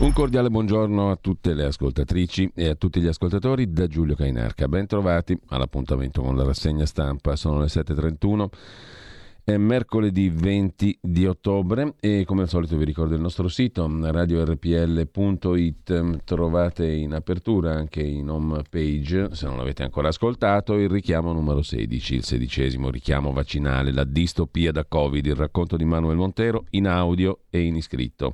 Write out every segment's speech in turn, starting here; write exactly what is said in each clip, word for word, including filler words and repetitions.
Un cordiale buongiorno a tutte le ascoltatrici e a tutti gli ascoltatori da Giulio Cainarca. Ben trovati all'appuntamento con la rassegna stampa. Sono le sette e trentuno. È mercoledì venti di ottobre e come al solito vi ricordo il nostro sito radio erre pi elle punto it. Trovate in apertura anche in home page, se non l'avete ancora ascoltato, il richiamo numero sedici, il sedicesimo richiamo vaccinale, la distopia da Covid, il racconto di Manuel Montero in audio e in iscritto.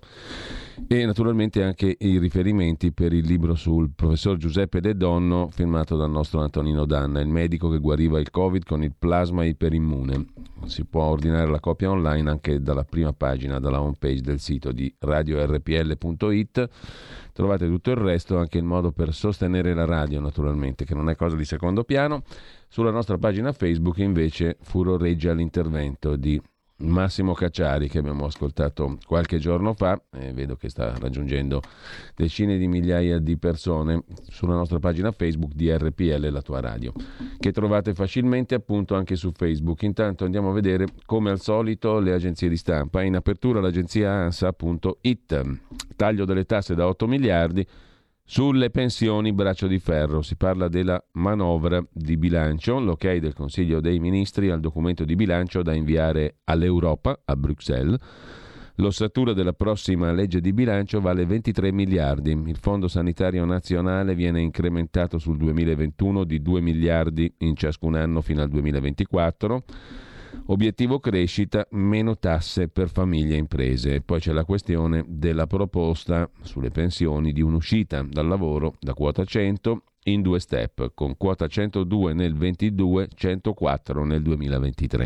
E naturalmente anche i riferimenti per il libro sul professor Giuseppe De Donno firmato dal nostro Antonino Danna, il medico che guariva il Covid con il plasma iperimmune. Si può ordinare la copia online anche dalla prima pagina, dalla homepage del sito di radio erre pi elle punto it. Trovate tutto il resto, anche il modo per sostenere la radio naturalmente, che non è cosa di secondo piano. Sulla nostra pagina Facebook invece furoreggia l'intervento di Massimo Cacciari che abbiamo ascoltato qualche giorno fa e vedo che sta raggiungendo decine di migliaia di persone sulla nostra pagina Facebook di erre pi elle, la tua radio, che trovate facilmente appunto anche su Facebook. Intanto andiamo a vedere come al solito le agenzie di stampa. In apertura l'agenzia ansa punto it, taglio delle tasse da otto miliardi. Sulle pensioni braccio di ferro, si parla della manovra di bilancio, l'ok del Consiglio dei Ministri al documento di bilancio da inviare all'Europa, a Bruxelles. L'ossatura della prossima legge di bilancio vale ventitré miliardi, il Fondo Sanitario Nazionale viene incrementato sul duemilaventuno di due miliardi in ciascun anno fino al duemilaventiquattro. Obiettivo crescita, meno tasse per famiglie e imprese. E poi c'è la questione della proposta sulle pensioni di un'uscita dal lavoro da quota cento in due step, con quota centodue nel ventidue, centoquattro nel duemilaventitré.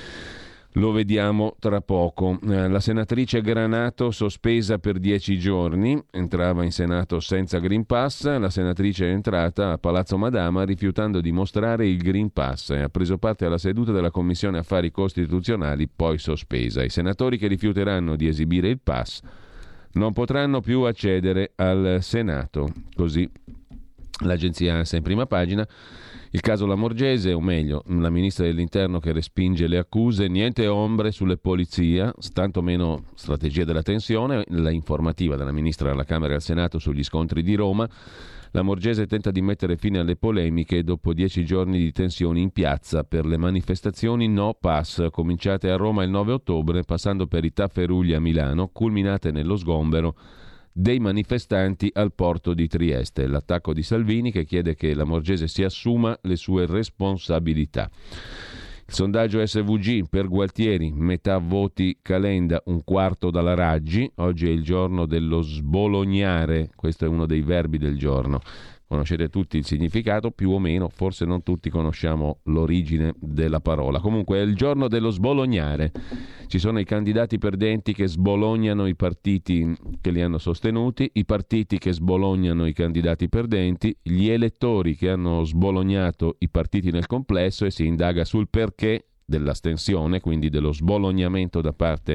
Lo vediamo tra poco. La senatrice Granato sospesa per dieci giorni, entrava in Senato senza Green Pass, la senatrice è entrata a Palazzo Madama rifiutando di mostrare il Green Pass e ha preso parte alla seduta della Commissione Affari Costituzionali, poi sospesa. I senatori che rifiuteranno di esibire il pass non potranno più accedere al Senato. Così l'agenzia ANSA in prima pagina. Il caso Lamorgese, o meglio, la ministra dell'Interno che respinge le accuse, niente ombre sulle polizie, tantomeno strategia della tensione, la informativa della ministra alla Camera e al Senato sugli scontri di Roma. Lamorgese tenta di mettere fine alle polemiche dopo dieci giorni di tensioni in piazza per le manifestazioni No Pass, cominciate a Roma il nove ottobre, passando per i Tafferugli a Milano, culminate nello sgombero dei manifestanti al porto di Trieste. L'attacco di Salvini che chiede che Lamorgese si assuma le sue responsabilità. Il sondaggio S V G per Gualtieri, metà voti Calenda, un quarto dalla Raggi. Oggi è il giorno dello sbolognare, questo è uno dei verbi del giorno. Conoscete tutti il significato, più o meno, forse non tutti conosciamo l'origine della parola. Comunque è il giorno dello sbolognare. Ci sono i candidati perdenti che sbolognano i partiti che li hanno sostenuti, i partiti che sbolognano i candidati perdenti, gli elettori che hanno sbolognato i partiti nel complesso e si indaga sul perché dell'astensione, quindi dello sbolognamento da parte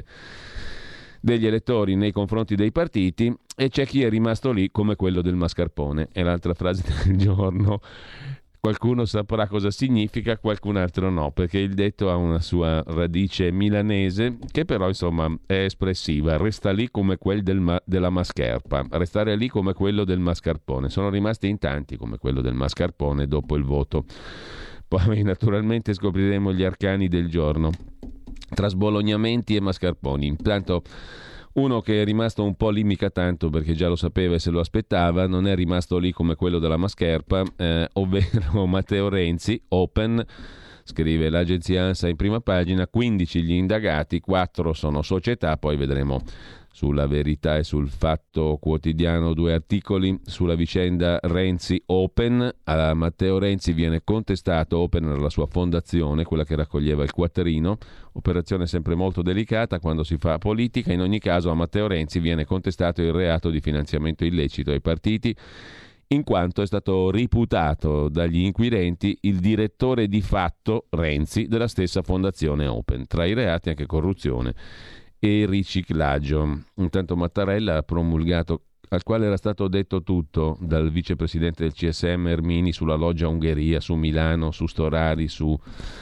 degli elettori nei confronti dei partiti, e c'è chi è rimasto lì come quello del mascarpone. È l'altra frase del giorno. Qualcuno saprà cosa significa, qualcun altro no, perché il detto ha una sua radice milanese che però insomma è espressiva. Resta lì come quel del ma- della mascherpa, restare lì come quello del mascarpone. Sono rimasti in tanti come quello del mascarpone dopo il voto. Poi naturalmente scopriremo gli arcani del giorno tra sbolognamenti e mascarponi. Intanto uno che è rimasto un po' lì mica tanto perché già lo sapeva e se lo aspettava, non è rimasto lì come quello della mascherpa, eh, ovvero Matteo Renzi, Open, scrive l'agenzia ANSA in prima pagina, quindici gli indagati, quattro sono società, poi vedremo sulla Verità e sul Fatto Quotidiano due articoli sulla vicenda Renzi Open. A Matteo Renzi viene contestato, Open era la sua fondazione, quella che raccoglieva il quattrino, operazione sempre molto delicata quando si fa politica. In ogni caso a Matteo Renzi viene contestato il reato di finanziamento illecito ai partiti, in quanto è stato reputato dagli inquirenti il direttore di fatto Renzi della stessa fondazione Open. Tra i reati anche corruzione e riciclaggio. Intanto Mattarella ha promulgato, al quale era stato detto tutto dal vicepresidente del C S M Ermini sulla loggia Ungheria, su Milano, su Storari, su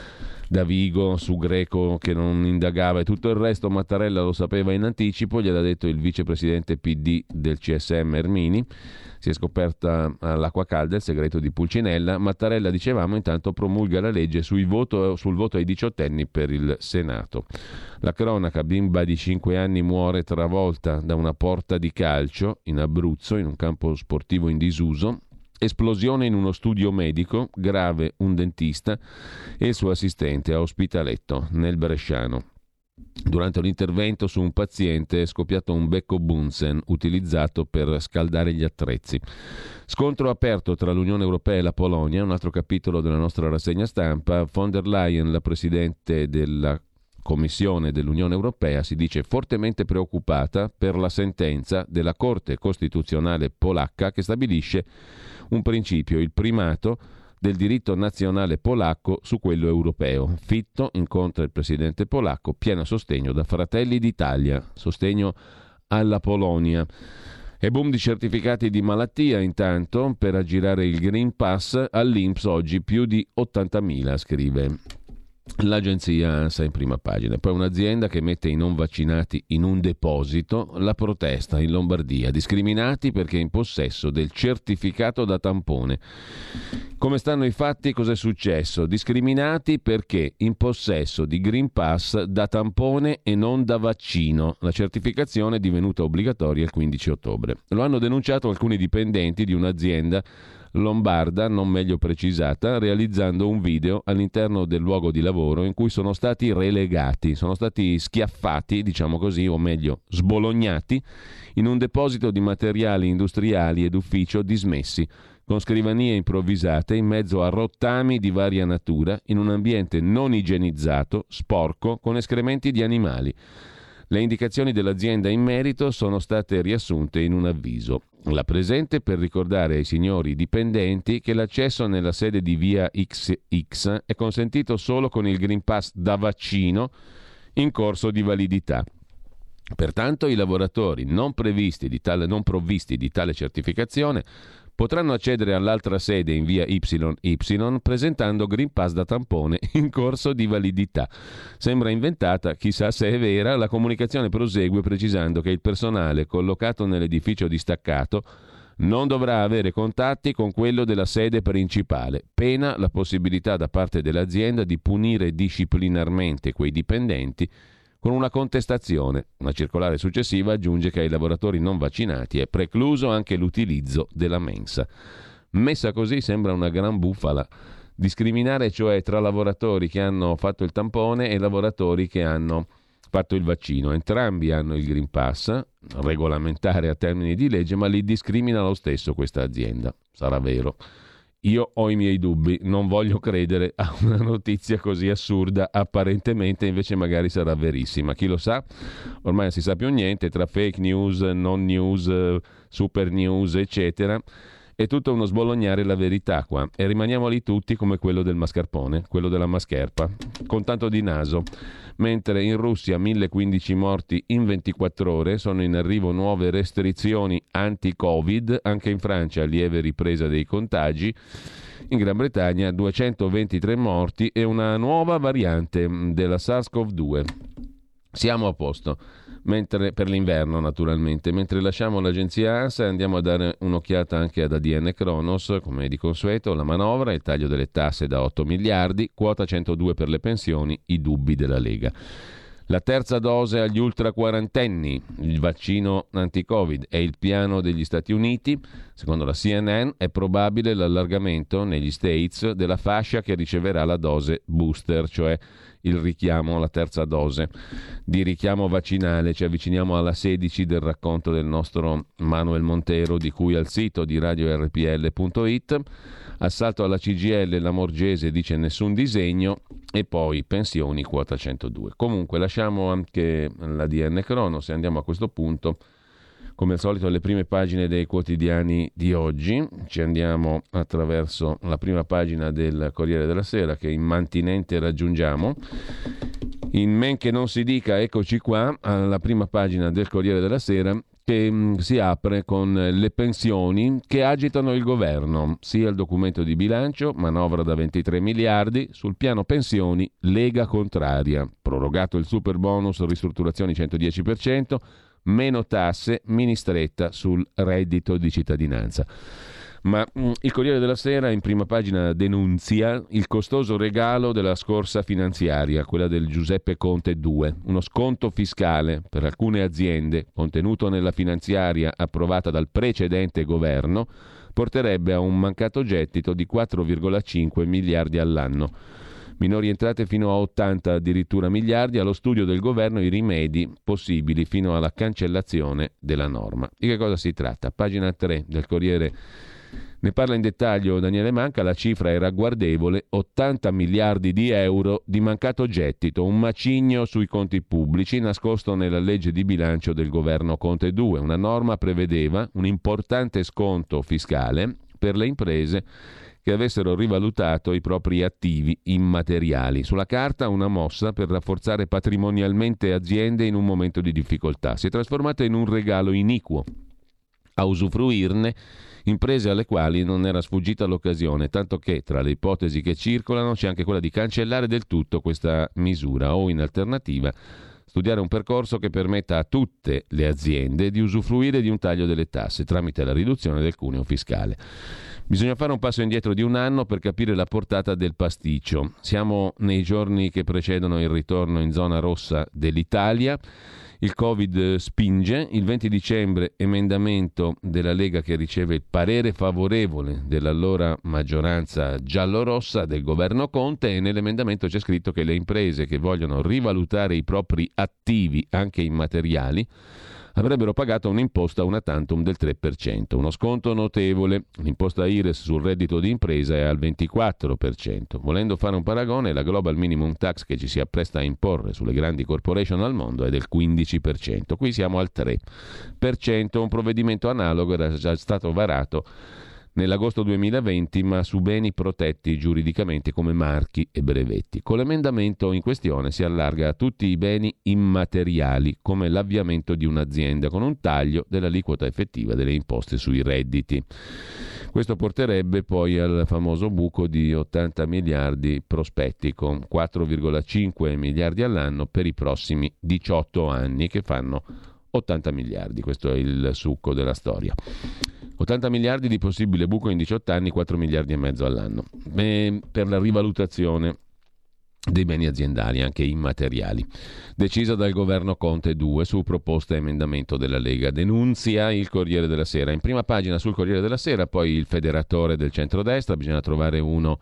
Davigo su Greco che non indagava e tutto il resto. Mattarella lo sapeva in anticipo, gliel'ha detto il vicepresidente P D del C S M Ermini. Si è scoperta all'acqua calda il segreto di Pulcinella. Mattarella, dicevamo, intanto promulga la legge sul voto, sul voto ai diciottenni per il Senato. La cronaca: bimba di cinque anni muore travolta da una porta di calcio in Abruzzo, in un campo sportivo in disuso. Esplosione in uno studio medico, grave un dentista e il suo assistente a Ospitaletto, nel Bresciano. Durante un intervento su un paziente è scoppiato un becco Bunsen utilizzato per scaldare gli attrezzi. Scontro aperto tra l'Unione Europea e la Polonia, un altro capitolo della nostra rassegna stampa. Von der Leyen, la presidente della Commissione dell'Unione Europea, si dice fortemente preoccupata per la sentenza della Corte Costituzionale polacca che stabilisce un principio, il primato del diritto nazionale polacco su quello europeo. Fitto incontra il presidente polacco, pieno sostegno da Fratelli d'Italia, sostegno alla Polonia. E boom di certificati di malattia intanto per aggirare il Green Pass. All'I N P S oggi più di ottantamila, scrive l'agenzia ANSA in prima pagina. Poi un'azienda che mette i non vaccinati in un deposito. La protesta in Lombardia: discriminati perché in possesso del certificato da tampone. Come stanno i fatti? Cos'è successo? Discriminati perché in possesso di Green Pass da tampone e non da vaccino. La certificazione è divenuta obbligatoria il quindici ottobre. Lo hanno denunciato alcuni dipendenti di un'azienda lombarda, non meglio precisata, realizzando un video all'interno del luogo di lavoro in cui sono stati relegati, sono stati schiaffati, diciamo così, o meglio sbolognati, in un deposito di materiali industriali ed ufficio dismessi, con scrivanie improvvisate in mezzo a rottami di varia natura, in un ambiente non igienizzato, sporco, con escrementi di animali. Le indicazioni dell'azienda in merito sono state riassunte in un avviso. La presente per ricordare ai signori dipendenti che l'accesso nella sede di via X X è consentito solo con il Green Pass da vaccino in corso di validità. Pertanto i lavoratori non previsti di tale, non provvisti di tale certificazione potranno accedere all'altra sede in via Y Y presentando Green Pass da tampone in corso di validità. Sembra inventata, chissà se è vera. La comunicazione prosegue precisando che il personale collocato nell'edificio distaccato non dovrà avere contatti con quello della sede principale, pena la possibilità da parte dell'azienda di punire disciplinarmente quei dipendenti con una contestazione. Una circolare successiva aggiunge che ai lavoratori non vaccinati è precluso anche l'utilizzo della mensa. Messa così sembra una gran bufala. Discriminare cioè tra lavoratori che hanno fatto il tampone e lavoratori che hanno fatto il vaccino. Entrambi hanno il Green Pass, regolamentare a termini di legge, ma li discrimina lo stesso questa azienda. Sarà vero? Io ho i miei dubbi, non voglio credere a una notizia così assurda, apparentemente invece magari sarà verissima. Chi lo sa? Ormai non si sa più niente, tra fake news, non news, super news, eccetera. È tutto uno sbolognare la verità qua. E rimaniamo lì tutti come quello del mascarpone, quello della mascherpa, con tanto di naso. Mentre in Russia mille quindici morti in ventiquattro ore, sono in arrivo nuove restrizioni anti-Covid, anche in Francia lieve ripresa dei contagi, in Gran Bretagna duecentoventitré morti e una nuova variante della SARS-CoV due. Siamo a posto. Mentre, per l'inverno naturalmente, mentre lasciamo l'agenzia ANSA e andiamo a dare un'occhiata anche ad A D N Cronos, come di consueto, la manovra, il taglio delle tasse da otto miliardi, quota centodue per le pensioni, i dubbi della Lega. La terza dose agli ultraquarantenni, il vaccino anti-Covid è il piano degli Stati Uniti. Secondo la C N N è probabile l'allargamento negli States della fascia che riceverà la dose booster, cioè il richiamo alla terza dose di richiamo vaccinale. Ci avviciniamo alla sedici del racconto del nostro Manuel Montero, di cui al sito di radio R P L punto it. Assalto alla C G I L, la Morgese dice nessun disegno, e poi pensioni quota centodue. Comunque lasciamo anche l'A D N Cronos e andiamo a questo punto come al solito alle prime pagine dei quotidiani di oggi. Ci andiamo attraverso la prima pagina del Corriere della Sera, che immantinente raggiungiamo. In men che non si dica, eccoci qua alla prima pagina del Corriere della Sera. che mh, si apre con le pensioni che agitano il governo, sia il documento di bilancio, manovra da ventitré miliardi, sul piano pensioni Lega contraria, prorogato il super bonus, ristrutturazioni cento dieci per cento, meno tasse, mini stretta sul reddito di cittadinanza. Ma mh, il Corriere della Sera in prima pagina denunzia il costoso regalo della scorsa finanziaria, quella del Giuseppe Conte due, uno sconto fiscale per alcune aziende contenuto nella finanziaria approvata dal precedente governo, porterebbe a un mancato gettito di quattro virgola cinque miliardi all'anno. Minori entrate fino a ottanta addirittura miliardi, allo studio del governo i rimedi possibili fino alla cancellazione della norma. Di che cosa si tratta? Pagina tre del Corriere. Ne parla in dettaglio Daniele Manca, la cifra è ragguardevole, ottanta miliardi di euro di mancato gettito, un macigno sui conti pubblici nascosto nella legge di bilancio del governo Conte due. Una norma prevedeva un importante sconto fiscale per le imprese che avessero rivalutato i propri attivi immateriali. Sulla carta una mossa per rafforzare patrimonialmente aziende in un momento di difficoltà. Si è trasformata in un regalo iniquo. A usufruirne imprese alle quali non era sfuggita l'occasione, tanto che tra le ipotesi che circolano c'è anche quella di cancellare del tutto questa misura o, in alternativa, studiare un percorso che permetta a tutte le aziende di usufruire di un taglio delle tasse tramite la riduzione del cuneo fiscale. Bisogna fare un passo indietro di un anno per capire la portata del pasticcio. Siamo nei giorni che precedono il ritorno in zona rossa dell'Italia. Il Covid spinge, il venti dicembre emendamento della Lega che riceve il parere favorevole dell'allora maggioranza giallorossa del governo Conte, e nell'emendamento c'è scritto che le imprese che vogliono rivalutare i propri attivi anche immateriali avrebbero pagato un'imposta una tantum del tre per cento, uno sconto notevole. L'imposta I R E S sul reddito di impresa è al ventiquattro per cento. Volendo fare un paragone, la Global Minimum Tax che ci si appresta a imporre sulle grandi corporation al mondo è del quindici per cento. Qui siamo al tre per cento, un provvedimento analogo era già stato varato nell'agosto duemilaventi, ma su beni protetti giuridicamente come marchi e brevetti. Con l'emendamento in questione si allarga a tutti i beni immateriali, come l'avviamento di un'azienda, con un taglio dell'aliquota effettiva delle imposte sui redditi. Questo porterebbe poi al famoso buco di ottanta miliardi prospetti, con quattro virgola cinque miliardi all'anno per i prossimi diciotto anni, che fanno ottanta miliardi. Questo è il succo della storia. ottanta miliardi di possibile buco in diciotto anni, quattro miliardi e mezzo all'anno, e per la rivalutazione dei beni aziendali, anche immateriali, decisa dal governo Conte due su proposta e emendamento della Lega. Denunzia il Corriere della Sera. In prima pagina sul Corriere della Sera, poi il federatore del centrodestra, bisogna trovare uno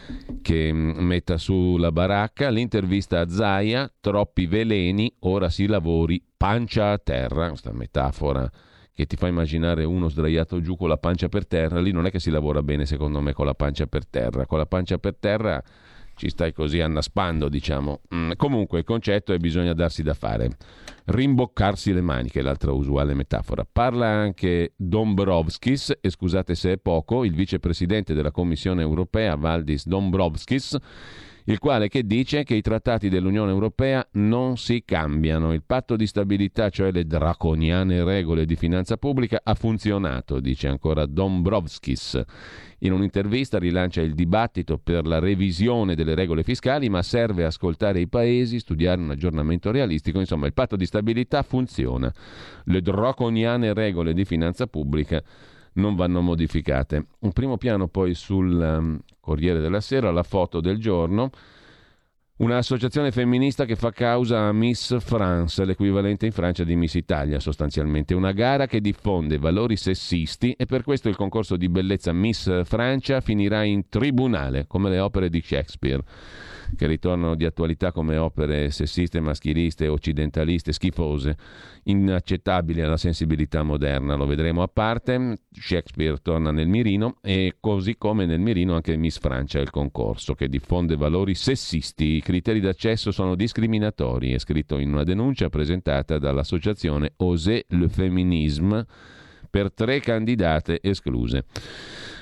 che metta su la baracca, l'intervista a Zaia, troppi veleni, ora si lavori pancia a terra, questa metafora che ti fa immaginare uno sdraiato giù con la pancia per terra. Lì non è che si lavora bene, secondo me, con la pancia per terra. Con la pancia per terra ci stai così annaspando, diciamo. Mm, comunque il concetto è: bisogna darsi da fare, rimboccarsi le maniche, l'altra usuale metafora. Parla anche Dombrovskis, e scusate se è poco, il vicepresidente della Commissione europea, Valdis Dombrovskis, il quale che dice che i trattati dell'Unione Europea non si cambiano. Il patto di stabilità, cioè le draconiane regole di finanza pubblica, ha funzionato, dice ancora Dombrovskis. In un'intervista rilancia il dibattito per la revisione delle regole fiscali, ma serve ascoltare i paesi, studiare un aggiornamento realistico. Insomma, il patto di stabilità funziona. Le draconiane regole di finanza pubblica non vanno modificate. Un primo piano poi sul um, Corriere della Sera, la foto del giorno, un'associazione femminista che fa causa a Miss France, l'equivalente in Francia di Miss Italia sostanzialmente, una gara che diffonde valori sessisti, e per questo il concorso di bellezza Miss Francia finirà in tribunale, come le opere di Shakespeare, che ritornano di attualità come opere sessiste, maschiliste, occidentaliste, schifose, inaccettabili alla sensibilità moderna. Lo vedremo a parte. Shakespeare torna nel mirino, e così come nel mirino anche Miss Francia, il concorso che diffonde valori sessisti. I criteri d'accesso sono discriminatori, è scritto in una denuncia presentata dall'associazione Osez le Féminisme per tre candidate escluse.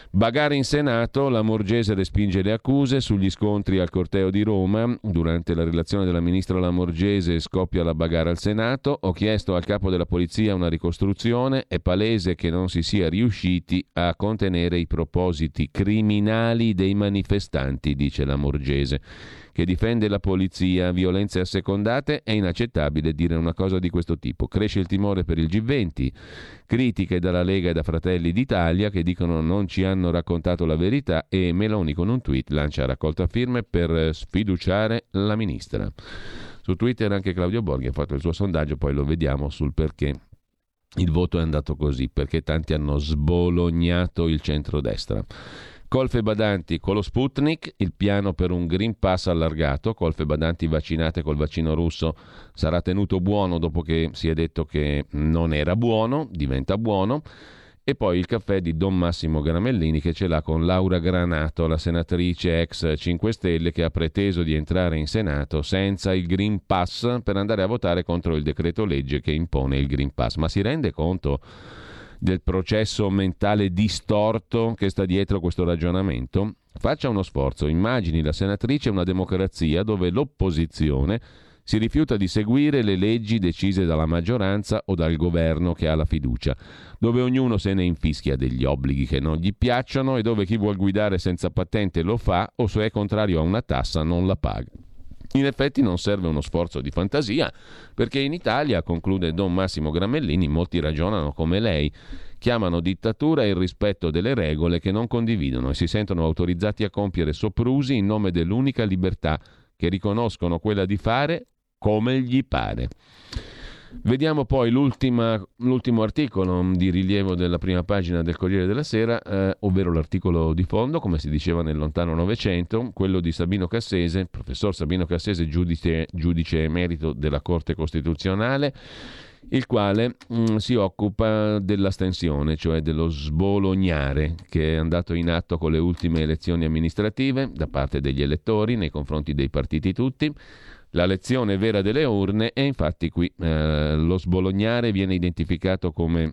Bagarre in Senato, la Lamorgese respinge le accuse sugli scontri al corteo di Roma. Durante la relazione della ministra Lamorgese scoppia la bagarre al Senato. Ho chiesto al capo della polizia una ricostruzione. È palese che non si sia riusciti a contenere i propositi criminali dei manifestanti, dice Lamorgese, che difende la polizia. Violenze assecondate, è inaccettabile dire una cosa di questo tipo. Cresce il timore per il G venti. Critiche dalla Lega e da Fratelli d'Italia che dicono non ci hanno raccontato la verità, e Meloni con un tweet lancia raccolta firme per sfiduciare la ministra. Su Twitter anche Claudio Borghi ha fatto il suo sondaggio, poi lo vediamo sul perché il voto è andato così, perché tanti hanno sbolognato il centrodestra. Colfe badanti con lo Sputnik, il piano per un Green Pass allargato. Colfe badanti vaccinate col vaccino russo sarà tenuto buono dopo che si è detto che non era buono, diventa buono. E poi il caffè di Don Massimo Gramellini, che ce l'ha con Laura Granato, la senatrice ex cinque Stelle che ha preteso di entrare in Senato senza il Green Pass per andare a votare contro il decreto legge che impone il Green Pass. Ma si rende conto del processo mentale distorto che sta dietro questo ragionamento? Faccia uno sforzo, immagini la senatrice una democrazia dove l'opposizione si rifiuta di seguire le leggi decise dalla maggioranza o dal governo che ha la fiducia, dove ognuno se ne infischia degli obblighi che non gli piacciono e dove chi vuol guidare senza patente lo fa o se è contrario a una tassa non la paga. In effetti non serve uno sforzo di fantasia, perché in Italia, conclude Don Massimo Gramellini, molti ragionano come lei, chiamano dittatura il rispetto delle regole che non condividono e si sentono autorizzati a compiere soprusi in nome dell'unica libertà che riconoscono quella di fare come gli pare. Vediamo poi l'ultima, l'ultimo articolo di rilievo della prima pagina del Corriere della Sera, eh, ovvero l'articolo di fondo, come si diceva nel lontano Novecento, quello di Sabino Cassese, professor Sabino Cassese, giudice, giudice emerito della Corte Costituzionale, il quale mh, si occupa dell'astensione, cioè dello sbolognare che è andato in atto con le ultime elezioni amministrative da parte degli elettori nei confronti dei partiti tutti. La lezione vera delle urne è infatti qui. Eh, lo sbolognare viene identificato come,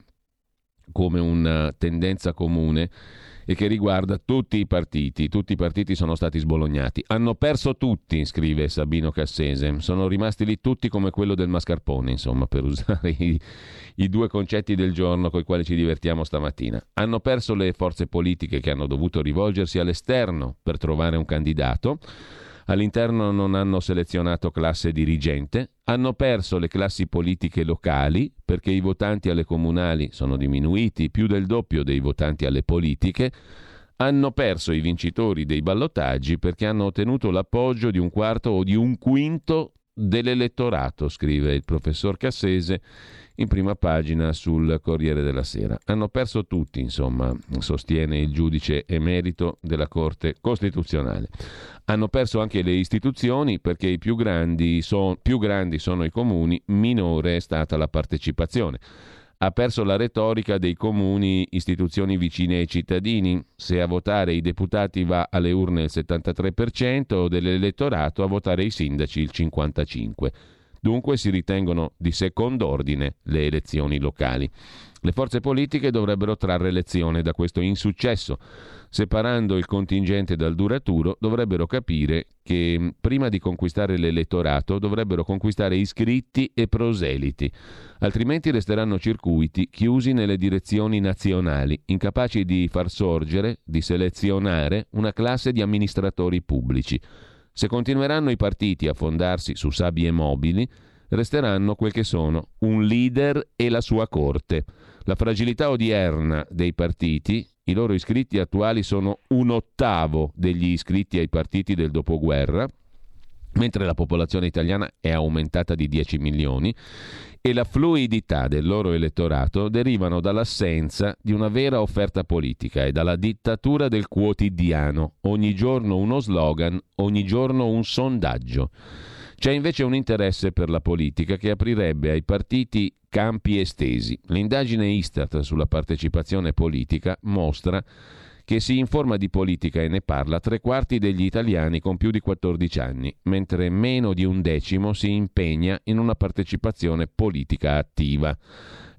come una tendenza comune e che riguarda tutti i partiti. Tutti i partiti sono stati sbolognati. Hanno perso tutti, scrive Sabino Cassese. Sono rimasti lì tutti come quello del mascarpone, insomma, per usare i, i due concetti del giorno con i quali ci divertiamo stamattina. Hanno perso le forze politiche che hanno dovuto rivolgersi all'esterno per trovare un candidato. All'interno non hanno selezionato classe dirigente, hanno perso le classi politiche locali perché i votanti alle comunali sono diminuiti più del doppio dei votanti alle politiche, hanno perso i vincitori dei ballottaggi perché hanno ottenuto l'appoggio di un quarto o di un quinto dell'elettorato, scrive il professor Cassese in prima pagina sul Corriere della Sera. Hanno perso tutti, insomma, sostiene il giudice emerito della Corte Costituzionale. Hanno perso anche le istituzioni perché i più grandi, so, più grandi sono i comuni, minore è stata la partecipazione. Ha perso la retorica dei comuni, istituzioni vicine ai cittadini. Se a votare i deputati va alle urne il settantatré per cento dell'elettorato, a votare i sindaci il cinquantacinque per cento. Dunque si ritengono di secondo ordine le elezioni locali. Le forze politiche dovrebbero trarre lezione da questo insuccesso. Separando il contingente dal duraturo, dovrebbero capire che prima di conquistare l'elettorato dovrebbero conquistare iscritti e proseliti, altrimenti resteranno circuiti chiusi nelle direzioni nazionali, incapaci di far sorgere, di selezionare una classe di amministratori pubblici. Se continueranno i partiti a fondarsi su sabbie mobili, resteranno quel che sono, un leader e la sua corte. La fragilità odierna dei partiti, i loro iscritti attuali sono un ottavo degli iscritti ai partiti del dopoguerra, mentre la popolazione italiana è aumentata di dieci milioni, e la fluidità del loro elettorato derivano dall'assenza di una vera offerta politica e dalla dittatura del quotidiano. Ogni giorno uno slogan, ogni giorno un sondaggio. C'è invece un interesse per la politica che aprirebbe ai partiti campi estesi. L'indagine Istat sulla partecipazione politica mostra che si informa di politica e ne parla tre quarti degli italiani con più di quattordici anni, mentre meno di un decimo si impegna in una partecipazione politica attiva.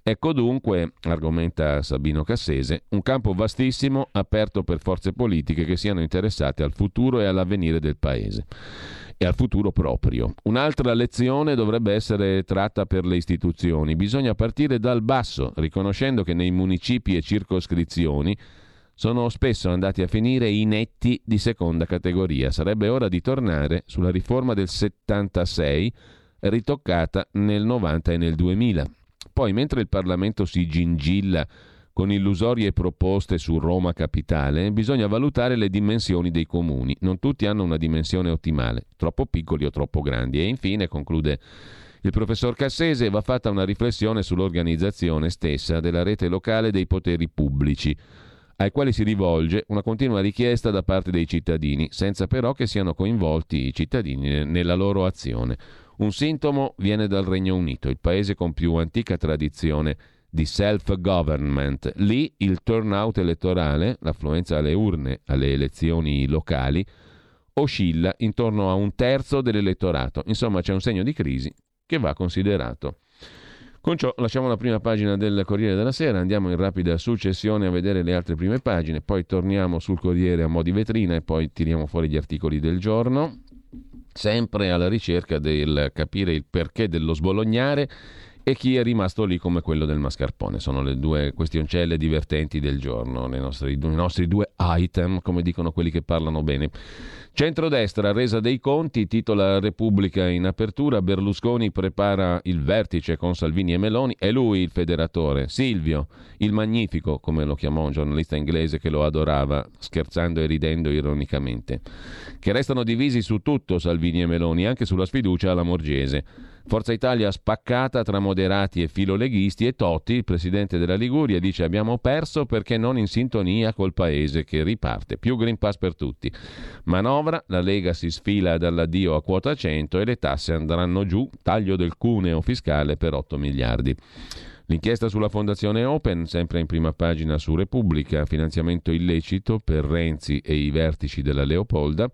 Ecco dunque, argomenta Sabino Cassese, un campo vastissimo aperto per forze politiche che siano interessate al futuro e all'avvenire del Paese e al futuro proprio. Un'altra lezione dovrebbe essere tratta per le istituzioni. Bisogna partire dal basso, riconoscendo che nei municipi e circoscrizioni sono spesso andati a finire inetti di seconda categoria. Sarebbe ora di tornare sulla riforma del settantasei, ritoccata nel novanta e nel duemila. Poi, mentre il Parlamento si gingilla con illusorie proposte su Roma Capitale, bisogna valutare le dimensioni dei comuni. Non tutti hanno una dimensione ottimale, troppo piccoli o troppo grandi. E infine, conclude il professor Cassese, va fatta una riflessione sull'organizzazione stessa della rete locale dei poteri pubblici, ai quali si rivolge una continua richiesta da parte dei cittadini, senza però che siano coinvolti i cittadini nella loro azione. Un sintomo viene dal Regno Unito, il paese con più antica tradizione di self-government. Lì il turnout elettorale, l'affluenza alle urne, alle elezioni locali, oscilla intorno a un terzo dell'elettorato. Insomma, c'è un segno di crisi che va considerato. Con ciò lasciamo la prima pagina del Corriere della Sera, andiamo in rapida successione a vedere le altre prime pagine, poi torniamo sul Corriere a mo' di vetrina e poi tiriamo fuori gli articoli del giorno, sempre alla ricerca del capire il perché dello sbolognare e chi è rimasto lì come quello del mascarpone. Sono le due questioncelle divertenti del giorno, le nostre, i nostri due item, come dicono quelli che parlano bene. Centrodestra, resa dei conti, titola Repubblica in apertura, Berlusconi prepara il vertice con Salvini e Meloni, è lui il federatore, Silvio, il magnifico, come lo chiamò un giornalista inglese che lo adorava, scherzando e ridendo ironicamente. Che restano divisi su tutto Salvini e Meloni, anche sulla sfiducia alla Morgese. Forza Italia spaccata tra moderati e filoleghisti e Totti, il presidente della Liguria, dice abbiamo perso perché non in sintonia col paese che riparte. Più Green Pass per tutti. Manovra, la Lega si sfila dall'addio a quota cento e le tasse andranno giù, taglio del cuneo fiscale per otto miliardi. L'inchiesta sulla Fondazione Open, sempre in prima pagina su Repubblica, finanziamento illecito per Renzi e i vertici della Leopolda.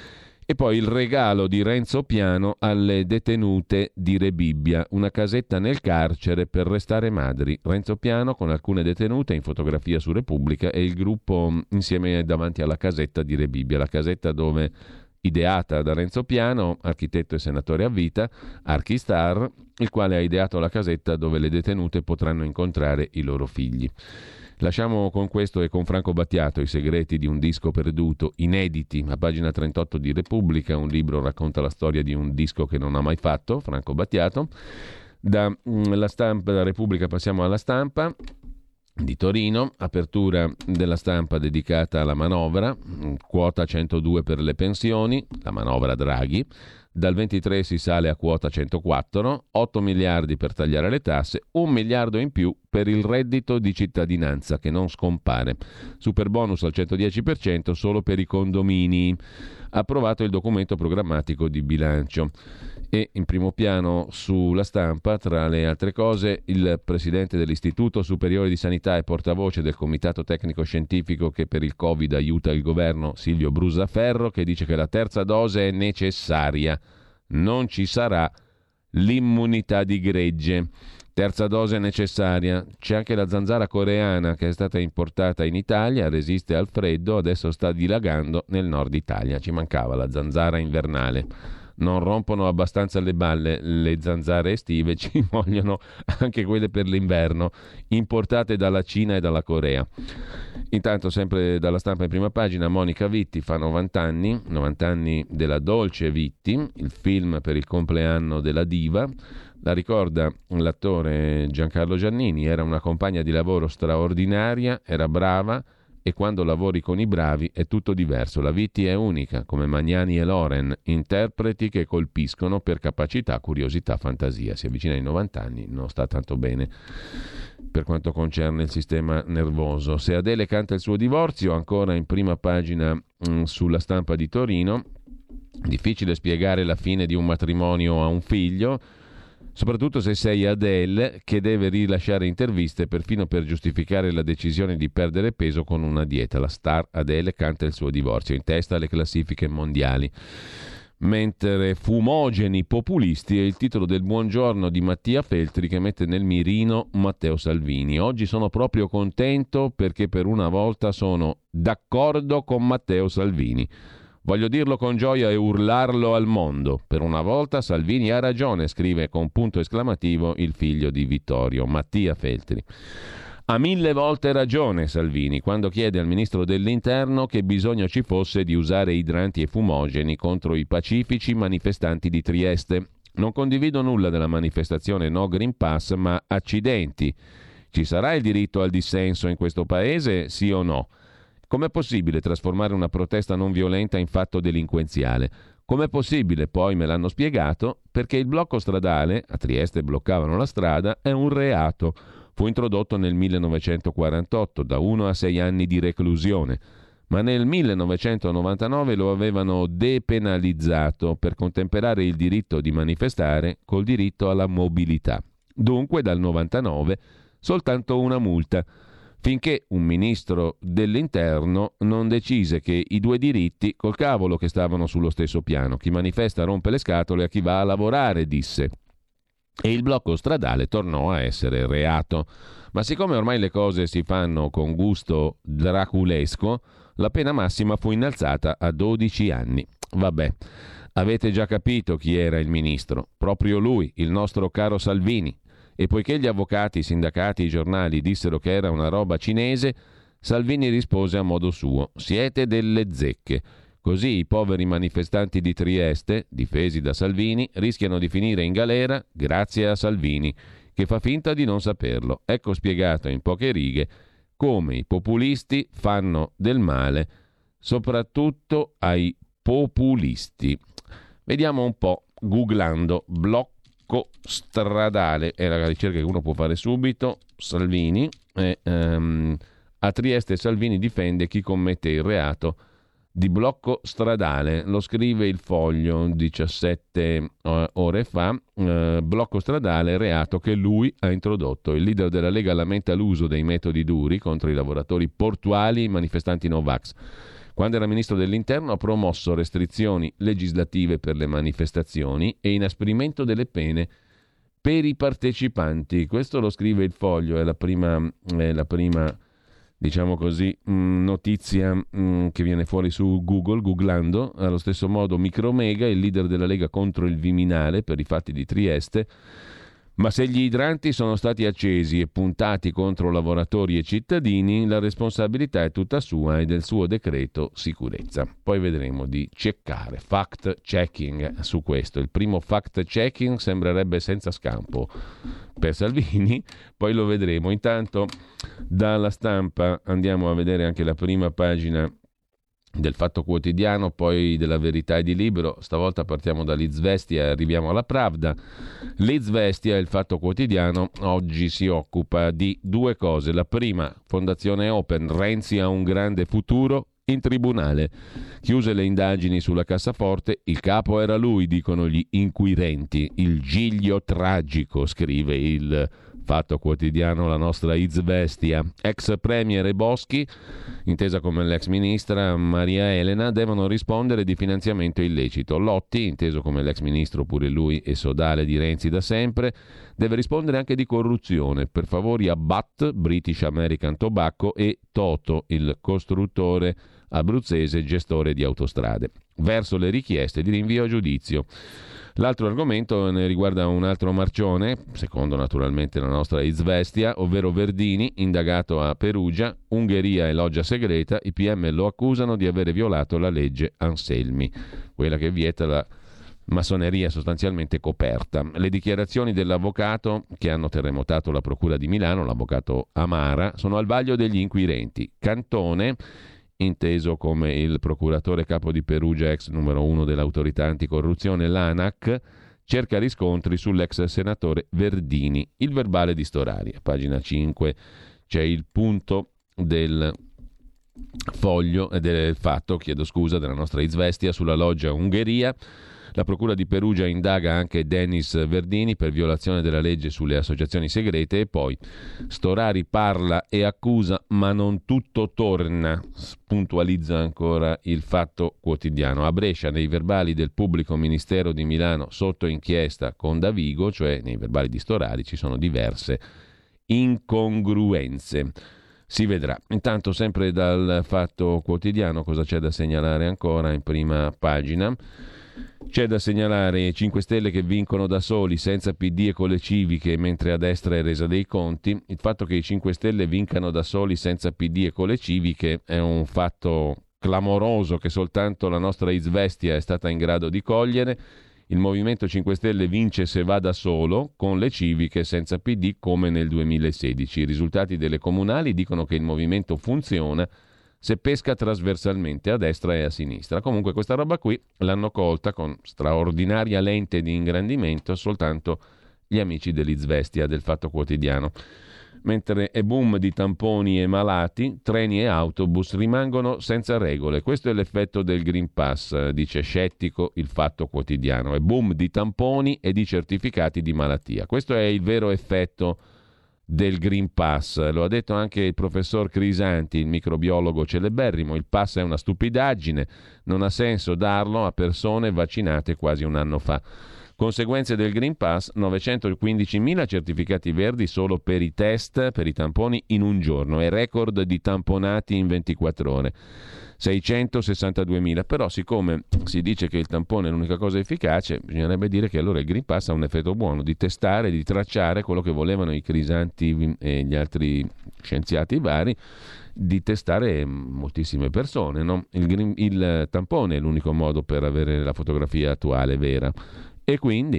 E poi il regalo di Renzo Piano alle detenute di Rebibbia, una casetta nel carcere per restare madri. Renzo Piano con alcune detenute in fotografia su Repubblica e il gruppo insieme davanti alla casetta di Rebibbia, la casetta dove, ideata da Renzo Piano, architetto e senatore a vita, Archistar, il quale ha ideato la casetta dove le detenute potranno incontrare i loro figli. Lasciamo con questo e con Franco Battiato i segreti di un disco perduto, inediti, a pagina trentotto di Repubblica, un libro racconta la storia di un disco che non ha mai fatto, Franco Battiato. Da la Stampa, da Repubblica passiamo alla Stampa di Torino, apertura della Stampa dedicata alla manovra, quota centodue per le pensioni, la manovra Draghi. Dal ventitré si sale a quota centoquattro, otto miliardi per tagliare le tasse, un miliardo in più per il reddito di cittadinanza che non scompare. Superbonus al centodieci per cento solo per i condomini. Approvato il documento programmatico di bilancio. E in primo piano sulla Stampa, tra le altre cose, il presidente dell'Istituto Superiore di Sanità e portavoce del Comitato Tecnico Scientifico che per il Covid aiuta il governo, Silvio Brusaferro, che dice che la terza dose è necessaria. Non ci sarà l'immunità di gregge. Terza dose necessaria. C'è anche la zanzara coreana che è stata importata in Italia, resiste al freddo, adesso sta dilagando nel nord Italia. Ci mancava la zanzara invernale. Non rompono abbastanza le balle le zanzare estive, ci vogliono anche quelle per l'inverno, importate dalla Cina e dalla Corea. Intanto, sempre dalla Stampa in prima pagina, Monica Vitti fa novanta anni, novanta anni della Dolce Vitti, il film per il compleanno della diva. La ricorda l'attore Giancarlo Giannini, era una compagna di lavoro straordinaria, era brava, e quando lavori con i bravi è tutto diverso. La Vitti è unica, come Magnani e Loren, interpreti che colpiscono per capacità, curiosità, fantasia. Si avvicina ai novanta anni, non sta tanto bene per quanto concerne il sistema nervoso. Se Adele canta il suo divorzio, ancora in prima pagina mh, sulla Stampa di Torino, difficile spiegare la fine di un matrimonio a un figlio, soprattutto se sei Adele, che deve rilasciare interviste perfino per giustificare la decisione di perdere peso con una dieta. La star Adele canta il suo divorzio, in testa alle classifiche mondiali. mentre fumogeni populisti è il titolo del buongiorno di Mattia Feltri, che mette nel mirino Matteo Salvini. Oggi sono proprio contento perché per una volta sono d'accordo con Matteo Salvini. Voglio dirlo con gioia e urlarlo al mondo. Per una volta Salvini ha ragione, scrive con punto esclamativo il figlio di Vittorio, Mattia Feltri. Ha mille volte ragione Salvini quando chiede al ministro dell'Interno che bisogno ci fosse di usare idranti e fumogeni contro i pacifici manifestanti di Trieste. Non condivido nulla della manifestazione No Green Pass, ma accidenti. Ci sarà il diritto al dissenso in questo paese, sì o no? Com'è possibile trasformare una protesta non violenta in fatto delinquenziale? Com'è possibile, poi me l'hanno spiegato, perché il blocco stradale, a Trieste bloccavano la strada, è un reato. Fu introdotto nel millenovecentoquarantotto, da uno a sei anni di reclusione, ma nel millenovecentonovantanove lo avevano depenalizzato per contemperare il diritto di manifestare col diritto alla mobilità. Dunque dal novantanove soltanto una multa, finché un ministro dell'Interno non decise che i due diritti col cavolo che stavano sullo stesso piano. Chi manifesta rompe le scatole a chi va a lavorare, disse. E il blocco stradale tornò a essere reato. Ma siccome ormai le cose si fanno con gusto draculesco, la pena massima fu innalzata a dodici anni. Vabbè, avete già capito chi era il ministro. Proprio lui, il nostro caro Salvini. E poiché gli avvocati, i sindacati, i giornali dissero che era una roba cinese, Salvini rispose a modo suo: siete delle zecche. Così i poveri manifestanti di Trieste, difesi da Salvini, rischiano di finire in galera grazie a Salvini, che fa finta di non saperlo. Ecco spiegato in poche righe come i populisti fanno del male, soprattutto ai populisti. Vediamo un po', googlando blocco stradale, è la ricerca che uno può fare subito. Salvini, eh, um, a Trieste Salvini difende chi commette il reato di blocco stradale, lo scrive il Foglio diciassette uh, ore fa. Uh, blocco stradale, reato che lui ha introdotto. Il leader della Lega lamenta l'uso dei metodi duri contro i lavoratori portuali e i manifestanti Novax. Quando era ministro dell'Interno ha promosso restrizioni legislative per le manifestazioni e inasprimento delle pene per i partecipanti. Questo lo scrive il Foglio, è la prima, è la prima diciamo così, mh, notizia mh, che viene fuori su Google, googlando. Allo stesso modo Micromega, il leader della Lega contro il Viminale per i fatti di Trieste. Ma se gli idranti sono stati accesi e puntati contro lavoratori e cittadini, la responsabilità è tutta sua e del suo decreto sicurezza. Poi vedremo di checkare, fact checking su questo. Il primo fact checking sembrerebbe senza scampo per Salvini, poi lo vedremo. Intanto dalla Stampa andiamo a vedere anche la prima pagina del Fatto Quotidiano, poi della Verità e di Libero. Stavolta partiamo dall'Izvestia e arriviamo alla Pravda. L'Izvestia, il Fatto Quotidiano, oggi si occupa di due cose. La prima, Fondazione Open, Renzi ha un grande futuro in tribunale. Chiuse le indagini sulla cassaforte, il capo era lui, dicono gli inquirenti. Il giglio tragico, scrive il Fatto Quotidiano, la nostra Izvestia. Ex premier e Boschi, intesa come l'ex ministra Maria Elena, devono rispondere di finanziamento illecito. Lotti, inteso come l'ex ministro pure lui e sodale di Renzi da sempre, deve rispondere anche di corruzione per favori a B A T, British American Tobacco, e Toto, il costruttore abruzzese gestore di autostrade, verso le richieste di rinvio a giudizio. L'altro argomento ne riguarda un altro marcione, secondo naturalmente la nostra Izvestia, ovvero Verdini, indagato a Perugia, Ungheria e loggia segreta. I P M lo accusano di avere violato la legge Anselmi, quella che vieta la massoneria sostanzialmente coperta. Le dichiarazioni dell'avvocato che hanno terremotato la procura di Milano, l'avvocato Amara, sono al vaglio degli inquirenti. Cantone, inteso come il procuratore capo di Perugia, ex numero uno dell'autorità anticorruzione, l'ANAC, cerca riscontri sull'ex senatore Verdini. Il verbale di Storari, a pagina cinque c'è il punto del Foglio e del Fatto, chiedo scusa, della nostra Izvestia sulla loggia Ungheria. La Procura di Perugia indaga anche Denis Verdini per violazione della legge sulle associazioni segrete. E poi Storari parla e accusa, ma non tutto torna, puntualizza ancora il Fatto Quotidiano. A Brescia, nei verbali del Pubblico Ministero di Milano sotto inchiesta con Davigo, cioè nei verbali di Storari, ci sono diverse incongruenze. Si vedrà. Intanto, sempre dal Fatto Quotidiano, cosa c'è da segnalare ancora in prima pagina? C'è da segnalare i cinque Stelle che vincono da soli, senza P D e con le civiche, mentre a destra è resa dei conti. Il fatto che i cinque Stelle vincano da soli, senza P D e con le civiche, è un fatto clamoroso che soltanto la nostra Izvestia è stata in grado di cogliere. Il Movimento cinque Stelle vince se va da solo, con le civiche senza P D, come nel duemilasedici. I risultati delle comunali dicono che il movimento funziona se pesca trasversalmente a destra e a sinistra. Comunque questa roba qui l'hanno colta con straordinaria lente di ingrandimento soltanto gli amici dell'Izvestia, del Fatto Quotidiano. Mentre è boom di tamponi e malati, treni e autobus rimangono senza regole. Questo è l'effetto del Green Pass, dice scettico il Fatto Quotidiano. È boom di tamponi e di certificati di malattia. Questo è il vero effetto del Green Pass. Lo ha detto anche il professor Crisanti, il microbiologo celeberrimo. Il pass è una stupidaggine, non ha senso darlo a persone vaccinate quasi un anno fa. Conseguenze del Green Pass: novecentoquindicimila certificati verdi solo per i test, per i tamponi in un giorno, e record di tamponati in ventiquattro ore, seicentosessantaduemila. Però siccome si dice che il tampone è l'unica cosa efficace, bisognerebbe dire che allora il Green Pass ha un effetto buono di testare, di tracciare quello che volevano i Crisanti e gli altri scienziati vari, di testare moltissime persone, no? Il, green, il tampone è l'unico modo per avere la fotografia attuale vera. E quindi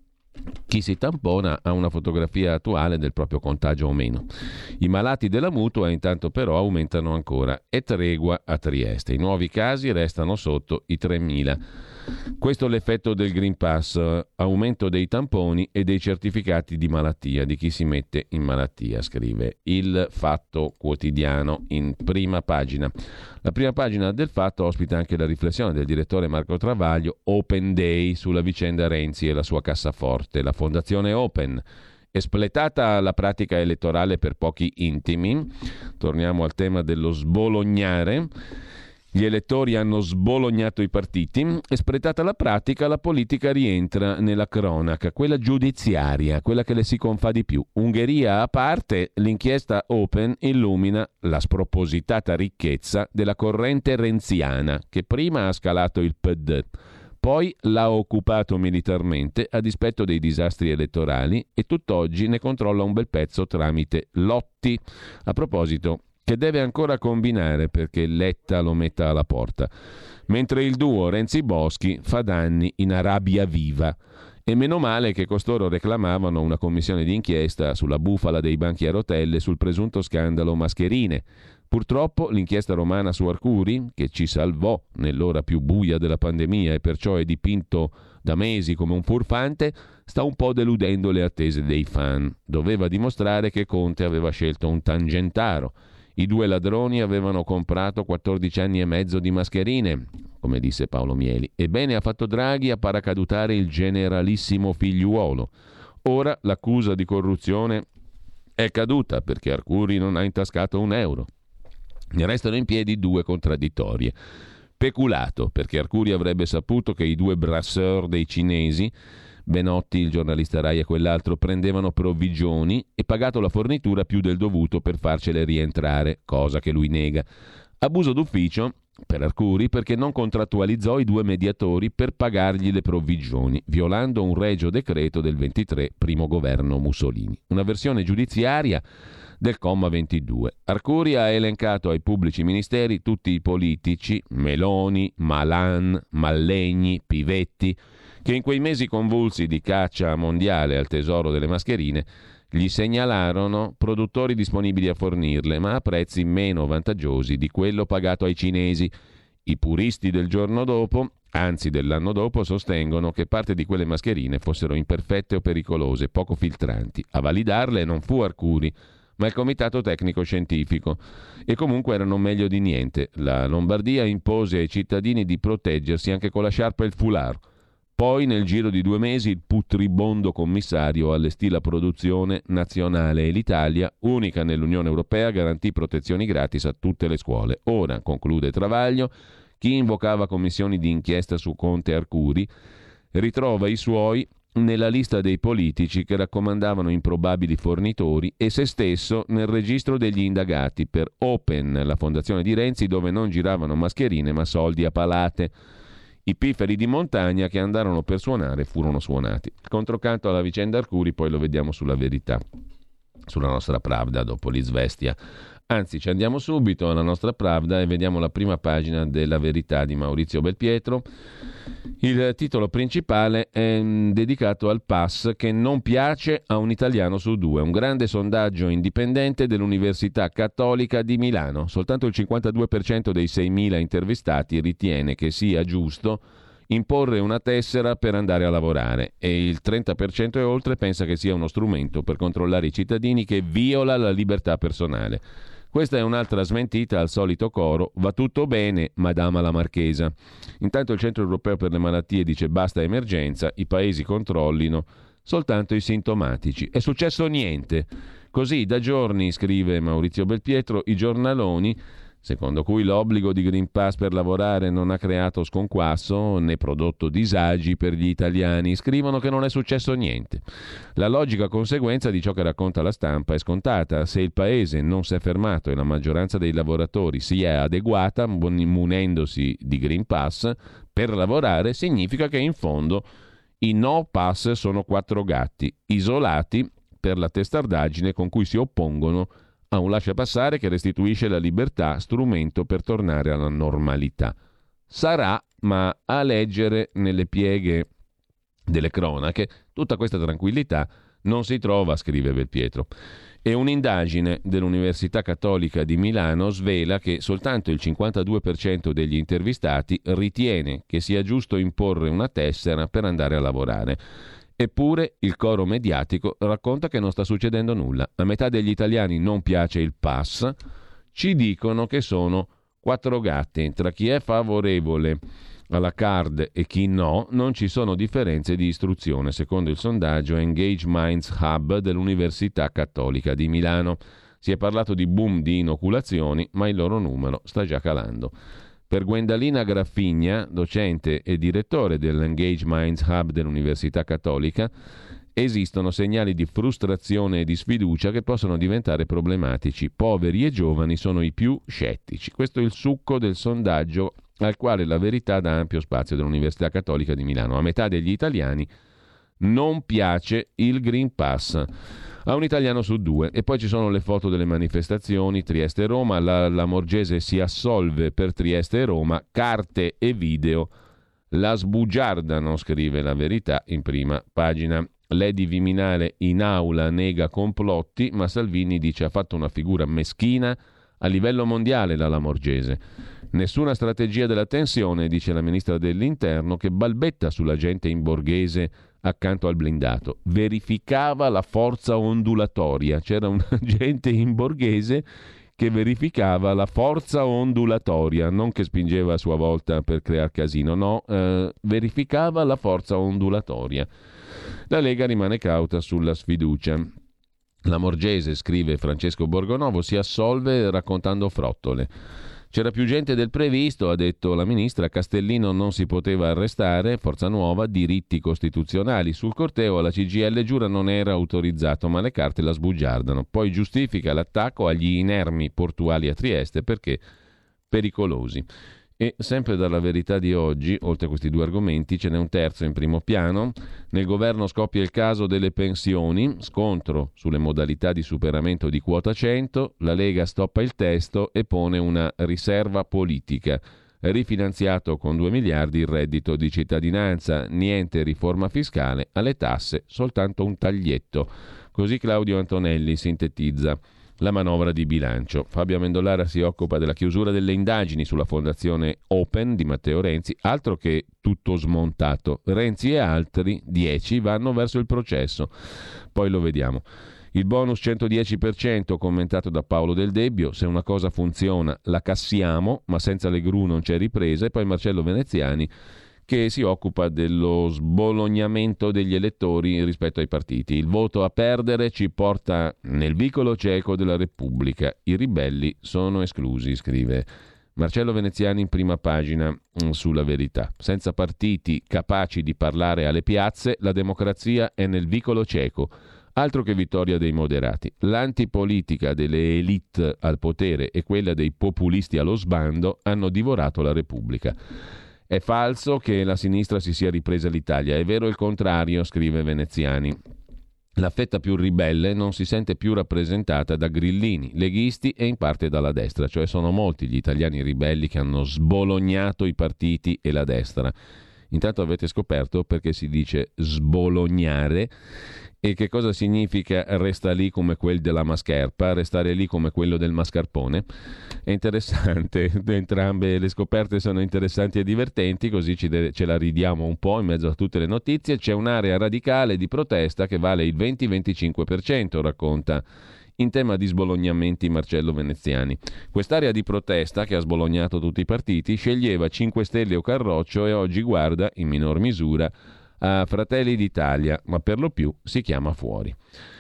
chi si tampona ha una fotografia attuale del proprio contagio o meno. I malati della mutua intanto però aumentano ancora, e tregua a Trieste. I nuovi casi restano sotto i tremila. Questo è l'effetto del Green Pass: aumento dei tamponi e dei certificati di malattia, di chi si mette in malattia, scrive il Fatto Quotidiano in prima pagina. La prima pagina del Fatto ospita anche la riflessione del direttore Marco Travaglio, Open Day, sulla vicenda Renzi e la sua cassaforte. La fondazione Open, espletata la pratica elettorale per pochi intimi. Torniamo al tema dello sbolognare. Gli elettori hanno sbolognato i partiti. Espletata la pratica, la politica rientra nella cronaca, quella giudiziaria, quella che le si confà di più. Ungheria a parte, l'inchiesta Open illumina la spropositata ricchezza della corrente renziana, che prima ha scalato il P D, poi l'ha occupato militarmente a dispetto dei disastri elettorali, e tutt'oggi ne controlla un bel pezzo tramite lotti. A proposito, che deve ancora combinare perché Letta lo metta alla porta, mentre il duo Renzi-Boschi fa danni in Arabia Viva. E meno male che costoro reclamavano una commissione d'inchiesta sulla bufala dei banchi a rotelle, sul presunto scandalo mascherine. Purtroppo l'inchiesta romana su Arcuri, che ci salvò nell'ora più buia della pandemia e perciò è dipinto da mesi come un furfante, sta un po' deludendo le attese dei fan. Doveva dimostrare che Conte aveva scelto un tangentaro. I due ladroni avevano comprato quattordici anni e mezzo di mascherine, come disse Paolo Mieli. Ebbene, ha fatto Draghi a paracadutare il generalissimo figliuolo. Ora l'accusa di corruzione è caduta perché Arcuri non ha intascato un euro. Ne restano in piedi due contraddittorie. Peculato, perché Arcuri avrebbe saputo che i due brasseur dei cinesi, Benotti, il giornalista Rai, e quell'altro, prendevano provvigioni, e pagato la fornitura più del dovuto per farcele rientrare, cosa che lui nega. Abuso d'ufficio per Arcuri perché non contrattualizzò i due mediatori per pagargli le provvigioni, violando un regio decreto del ventitré, primo governo Mussolini. Una versione giudiziaria del comma ventidue. Arcuri ha elencato ai pubblici ministeri tutti i politici, Meloni, Malan, Mallegni, Pivetti, che in quei mesi convulsi di caccia mondiale al tesoro delle mascherine gli segnalarono produttori disponibili a fornirle, ma a prezzi meno vantaggiosi di quello pagato ai cinesi. I puristi del giorno dopo, anzi dell'anno dopo, sostengono che parte di quelle mascherine fossero imperfette o pericolose, poco filtranti. A validarle non fu Arcuri, ma il comitato tecnico scientifico, e comunque erano meglio di niente. La Lombardia impose ai cittadini di proteggersi anche con la sciarpa e il foulard. Poi nel giro di due mesi il putribondo commissario allestì la produzione nazionale e l'Italia, unica nell'Unione Europea, garantì protezioni gratis a tutte le scuole. Ora, conclude Travaglio, chi invocava commissioni di inchiesta su Conte e Arcuri ritrova i suoi nella lista dei politici che raccomandavano improbabili fornitori e se stesso nel registro degli indagati per Open, la fondazione di Renzi, dove non giravano mascherine ma soldi a palate. I pifferi di montagna che andarono per suonare furono suonati. Il controcanto alla vicenda Arcuri poi lo vediamo sulla Verità, sulla nostra Pravda dopo l'Izvestia. Anzi, ci andiamo subito alla nostra Pravda e vediamo la prima pagina della Verità di Maurizio Belpietro. Il titolo principale è dedicato al pass che non piace a un italiano su due. Un grande sondaggio indipendente dell'Università Cattolica di Milano. Soltanto il cinquantadue per cento dei seimila intervistati ritiene che sia giusto imporre una tessera per andare a lavorare e il trenta per cento e oltre pensa che sia uno strumento per controllare i cittadini che viola la libertà personale. Questa è un'altra smentita al solito coro, va tutto bene, madama la Marchesa. Intanto il Centro Europeo per le Malattie dice basta emergenza, i paesi controllino soltanto i sintomatici. È successo niente. Così da giorni, scrive Maurizio Belpietro, i giornaloni, secondo cui l'obbligo di Green Pass per lavorare non ha creato sconquasso né prodotto disagi per gli italiani, scrivono che non è successo niente. La logica conseguenza di ciò che racconta la stampa è scontata. Se il paese non si è fermato e la maggioranza dei lavoratori si è adeguata munendosi di Green Pass per lavorare, significa che in fondo i no pass sono quattro gatti isolati per la testardaggine con cui si oppongono a un lasciapassare che restituisce la libertà, strumento per tornare alla normalità. Sarà, ma a leggere nelle pieghe delle cronache, tutta questa tranquillità non si trova, scrive Belpietro. E un'indagine dell'Università Cattolica di Milano svela che soltanto il cinquantadue per cento degli intervistati ritiene che sia giusto imporre una tessera per andare a lavorare. Eppure il coro mediatico racconta che non sta succedendo nulla. A metà degli italiani non piace il pass, ci dicono che sono quattro gatti. Tra chi è favorevole alla card e chi no, non ci sono differenze di istruzione, secondo il sondaggio Engage Minds Hub dell'Università Cattolica di Milano. Si è parlato di boom di inoculazioni, ma il loro numero sta già calando. Per Gwendalina Graffigna, docente e direttore dell'Engage Minds Hub dell'Università Cattolica, esistono segnali di frustrazione e di sfiducia che possono diventare problematici. Poveri e giovani sono i più scettici. Questo è il succo del sondaggio al quale la Verità dà ampio spazio dell'Università Cattolica di Milano. A metà degli italiani non piace il Green Pass. A un italiano su due. E poi ci sono le foto delle manifestazioni Trieste e Roma. La, la Morgese si assolve per Trieste e Roma, carte e video la sbugiardano, scrive la Verità in prima pagina. Lady Viminale in aula nega complotti, ma Salvini dice ha fatto una figura meschina a livello mondiale la Lamorgese. Nessuna strategia della tensione, dice la ministra dell'Interno, che balbetta sulla gente in borghese accanto al blindato. Verificava la forza ondulatoria. C'era un agente in borghese che verificava la forza ondulatoria, non che spingeva a sua volta per creare casino, no, eh, verificava la forza ondulatoria. La Lega rimane cauta sulla sfiducia. La Morgese, scrive Francesco Borgonovo, si assolve raccontando frottole. C'era più gente del previsto, ha detto la ministra. Castellino non si poteva arrestare, Forza Nuova, diritti costituzionali. Sul corteo alla C G I L giura non era autorizzato, ma le carte la sbugiardano. Poi giustifica l'attacco agli inermi portuali a Trieste perché pericolosi. E sempre dalla Verità di oggi, oltre a questi due argomenti, ce n'è un terzo in primo piano. Nel governo scoppia il caso delle pensioni, scontro sulle modalità di superamento di quota cento, la Lega stoppa il testo e pone una riserva politica. Rifinanziato con due miliardi il reddito di cittadinanza, niente riforma fiscale, alle tasse soltanto un taglietto. Così Claudio Antonelli sintetizza la manovra di bilancio. Fabio Amendolara si occupa della chiusura delle indagini sulla fondazione Open di Matteo Renzi, altro che tutto smontato. Renzi e altri, dieci, vanno verso il processo. Poi lo vediamo. Il bonus centodieci per cento commentato da Paolo Del Debbio, se una cosa funziona la cassiamo, ma senza le gru non c'è ripresa. E poi Marcello Veneziani che si occupa dello sbolognamento degli elettori rispetto ai partiti. Il voto a perdere ci porta nel vicolo cieco della Repubblica. I ribelli sono esclusi, scrive Marcello Veneziani in prima pagina sulla Verità. Senza partiti capaci di parlare alle piazze, la democrazia è nel vicolo cieco. Altro che vittoria dei moderati. L'antipolitica delle élite al potere e quella dei populisti allo sbando hanno divorato la Repubblica. È falso che la sinistra si sia ripresa l'Italia, è vero il contrario, scrive Veneziani. La fetta più ribelle non si sente più rappresentata da grillini, leghisti e in parte dalla destra, cioè sono molti gli italiani ribelli che hanno sbolognato i partiti e la destra. Intanto avete scoperto perché si dice sbolognare e che cosa significa resta lì come quel della mascherpa, restare lì come quello del mascarpone. È interessante, entrambe le scoperte sono interessanti e divertenti, così ci de- ce la ridiamo un po' in mezzo a tutte le notizie. C'è un'area radicale di protesta che vale il venti venticinque per cento, racconta in tema di sbolognamenti Marcello Veneziani. Quest'area di protesta, che ha sbolognato tutti i partiti, sceglieva cinque Stelle o Carroccio e oggi guarda, in minor misura, a Fratelli d'Italia, ma per lo più si chiama Fuori.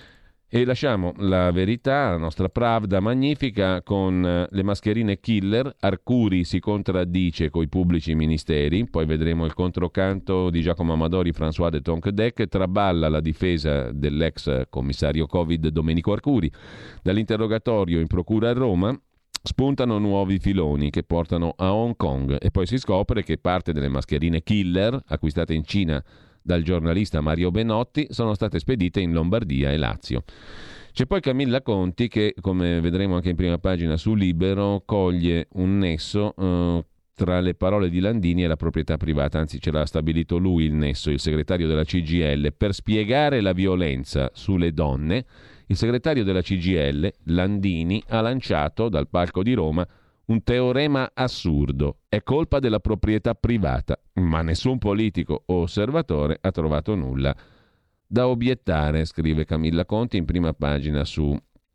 E lasciamo la Verità, la nostra Pravda magnifica, con le mascherine killer. Arcuri si contraddice coi pubblici ministeri, poi vedremo il controcanto di Giacomo Amadori, François de Tonquedec, traballa la difesa dell'ex commissario Covid Domenico Arcuri. Dall'interrogatorio in procura a Roma spuntano nuovi filoni che portano a Hong Kong e poi si scopre che parte delle mascherine killer acquistate in Cina dal giornalista Mario Benotti sono state spedite in Lombardia e Lazio. C'è poi Camilla Conti che, come vedremo anche in prima pagina su Libero, coglie un nesso eh, tra le parole di Landini e la proprietà privata, anzi ce l'ha stabilito lui il nesso, il segretario della C G I L. Per spiegare la violenza sulle donne, il segretario della C G I L, Landini, ha lanciato dal palco di Roma un teorema assurdo. È colpa della proprietà privata, ma nessun politico o osservatore ha trovato nulla da obiettare, scrive Camilla Conti in prima pagina su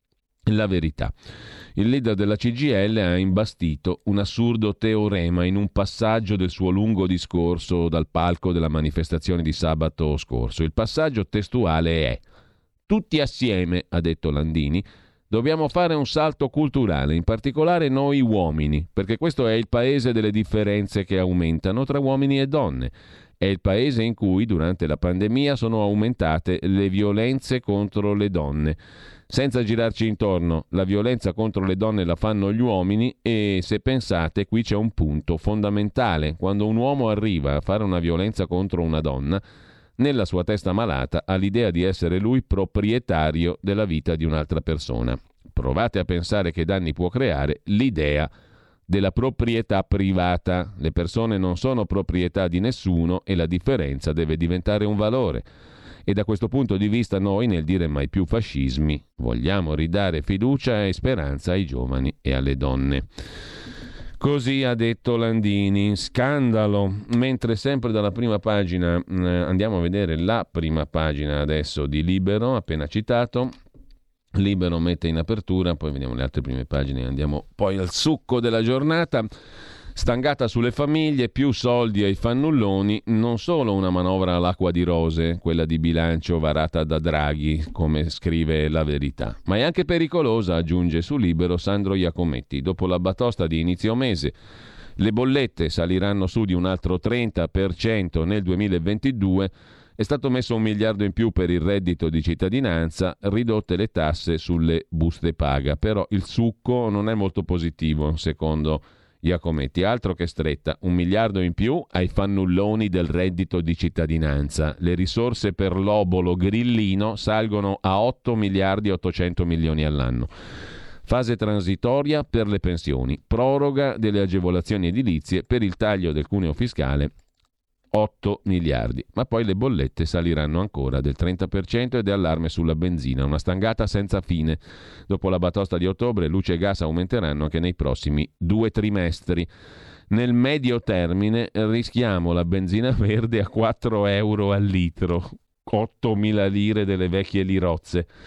La Verità. Il leader della C G I L ha imbastito un assurdo teorema in un passaggio del suo lungo discorso dal palco della manifestazione di sabato scorso. Il passaggio testuale è: tutti assieme, ha detto Landini, dobbiamo fare un salto culturale, in particolare noi uomini, perché questo è il paese delle differenze che aumentano tra uomini e donne. È il paese in cui durante la pandemia sono aumentate le violenze contro le donne. Senza girarci intorno, la violenza contro le donne la fanno gli uomini e, se pensate, qui c'è un punto fondamentale. Quando un uomo arriva a fare una violenza contro una donna, nella sua testa malata ha l'idea di essere lui proprietario della vita di un'altra persona. Provate a pensare che danni può creare l'idea della proprietà privata. Le persone non sono proprietà di nessuno e la differenza deve diventare un valore. E da questo punto di vista noi, nel dire mai più fascismi, vogliamo ridare fiducia e speranza ai giovani e alle donne. Così ha detto Landini. Scandalo. Mentre sempre dalla prima pagina eh, andiamo a vedere la prima pagina adesso di Libero, appena citato. Libero mette in apertura, poi vediamo le altre prime pagine e andiamo poi al succo della giornata. Stangata sulle famiglie, più soldi ai fannulloni, non solo una manovra all'acqua di rose, quella di bilancio varata da Draghi, come scrive La Verità, ma è anche pericolosa, aggiunge su Libero Sandro Iacometti. Dopo la batosta di inizio mese, le bollette saliranno su di un altro trenta per cento nel duemilaventidue, è stato messo un miliardo in più per il reddito di cittadinanza, ridotte le tasse sulle buste paga, però il succo non è molto positivo, secondo Iacometti, altro che stretta, un miliardo in più ai fannulloni del reddito di cittadinanza. Le risorse per l'obolo grillino salgono a otto miliardi e ottocento milioni all'anno. Fase transitoria per le pensioni, proroga delle agevolazioni edilizie per il taglio del cuneo fiscale, otto miliardi. Ma poi le bollette saliranno ancora del trenta per cento ed è allarme sulla benzina, una stangata senza fine. Dopo la batosta di ottobre, luce e gas aumenteranno anche nei prossimi due trimestri. Nel medio termine rischiamo la benzina verde a quattro euro al litro, ottomila lire delle vecchie lirozze.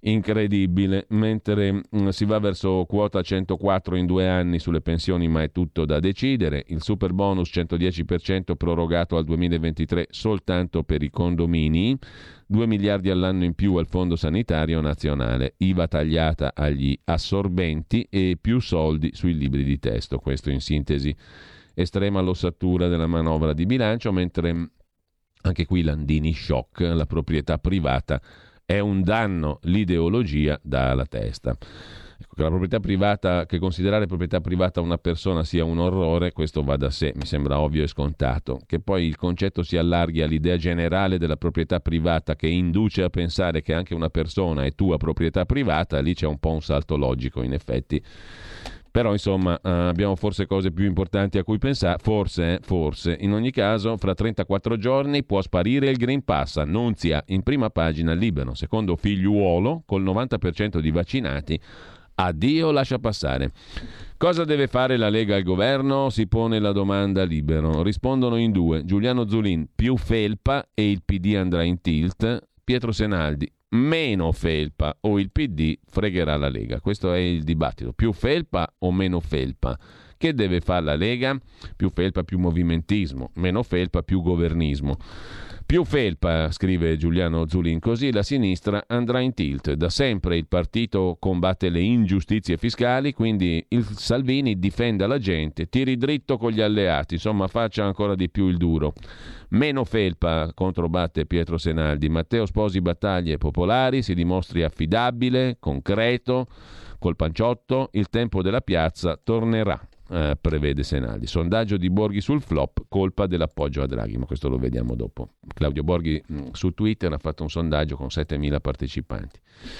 Incredibile, mentre mh, si va verso quota centoquattro in due anni sulle pensioni, ma è tutto da decidere. Il super bonus centodieci per cento prorogato al duemilaventitré soltanto per i condomini, due miliardi all'anno in più al Fondo Sanitario Nazionale, I V A tagliata agli assorbenti e più soldi sui libri di testo. Questo in sintesi. Estrema l'ossatura della manovra di bilancio, mentre anche qui Landini shock, la proprietà privata è un danno, l'ideologia dà alla testa. Ecco, che la proprietà privata, che considerare proprietà privata una persona sia un orrore, questo va da sé, mi sembra ovvio e scontato. Che poi il concetto si allarghi all'idea generale della proprietà privata, che induce a pensare che anche una persona è tua proprietà privata, lì c'è un po' un salto logico in effetti. Però insomma eh, abbiamo forse cose più importanti a cui pensare, forse, eh, forse. In ogni caso, fra trentaquattro giorni può sparire il Green Pass, annunzia in prima pagina Libero. Secondo figliuolo, col novanta per cento di vaccinati, addio lascia passare. Cosa deve fare la Lega al governo? Si pone la domanda Libero. Rispondono in due. Giuliano Zulin, più felpa e il P D andrà in tilt. Pietro Senaldi, meno felpa o il P D fregherà la Lega. Questo è il dibattito. Più felpa o meno felpa? Che deve fare la Lega? Più felpa, più movimentismo. Meno felpa, più governismo. Più felpa, scrive Giuliano Zulin, così la sinistra andrà in tilt. Da sempre il partito combatte le ingiustizie fiscali, quindi il Salvini difenda la gente, tiri dritto con gli alleati, insomma faccia ancora di più il duro. Meno felpa, controbatte Pietro Senaldi. Matteo sposi battaglie popolari, si dimostri affidabile, concreto, col panciotto, il tempo della piazza tornerà. Eh, prevede Senaldi. Sondaggio di Borghi sul flop, colpa dell'appoggio a Draghi, ma questo lo vediamo dopo. Claudio Borghi mh, su Twitter ha fatto un sondaggio con settemila partecipanti.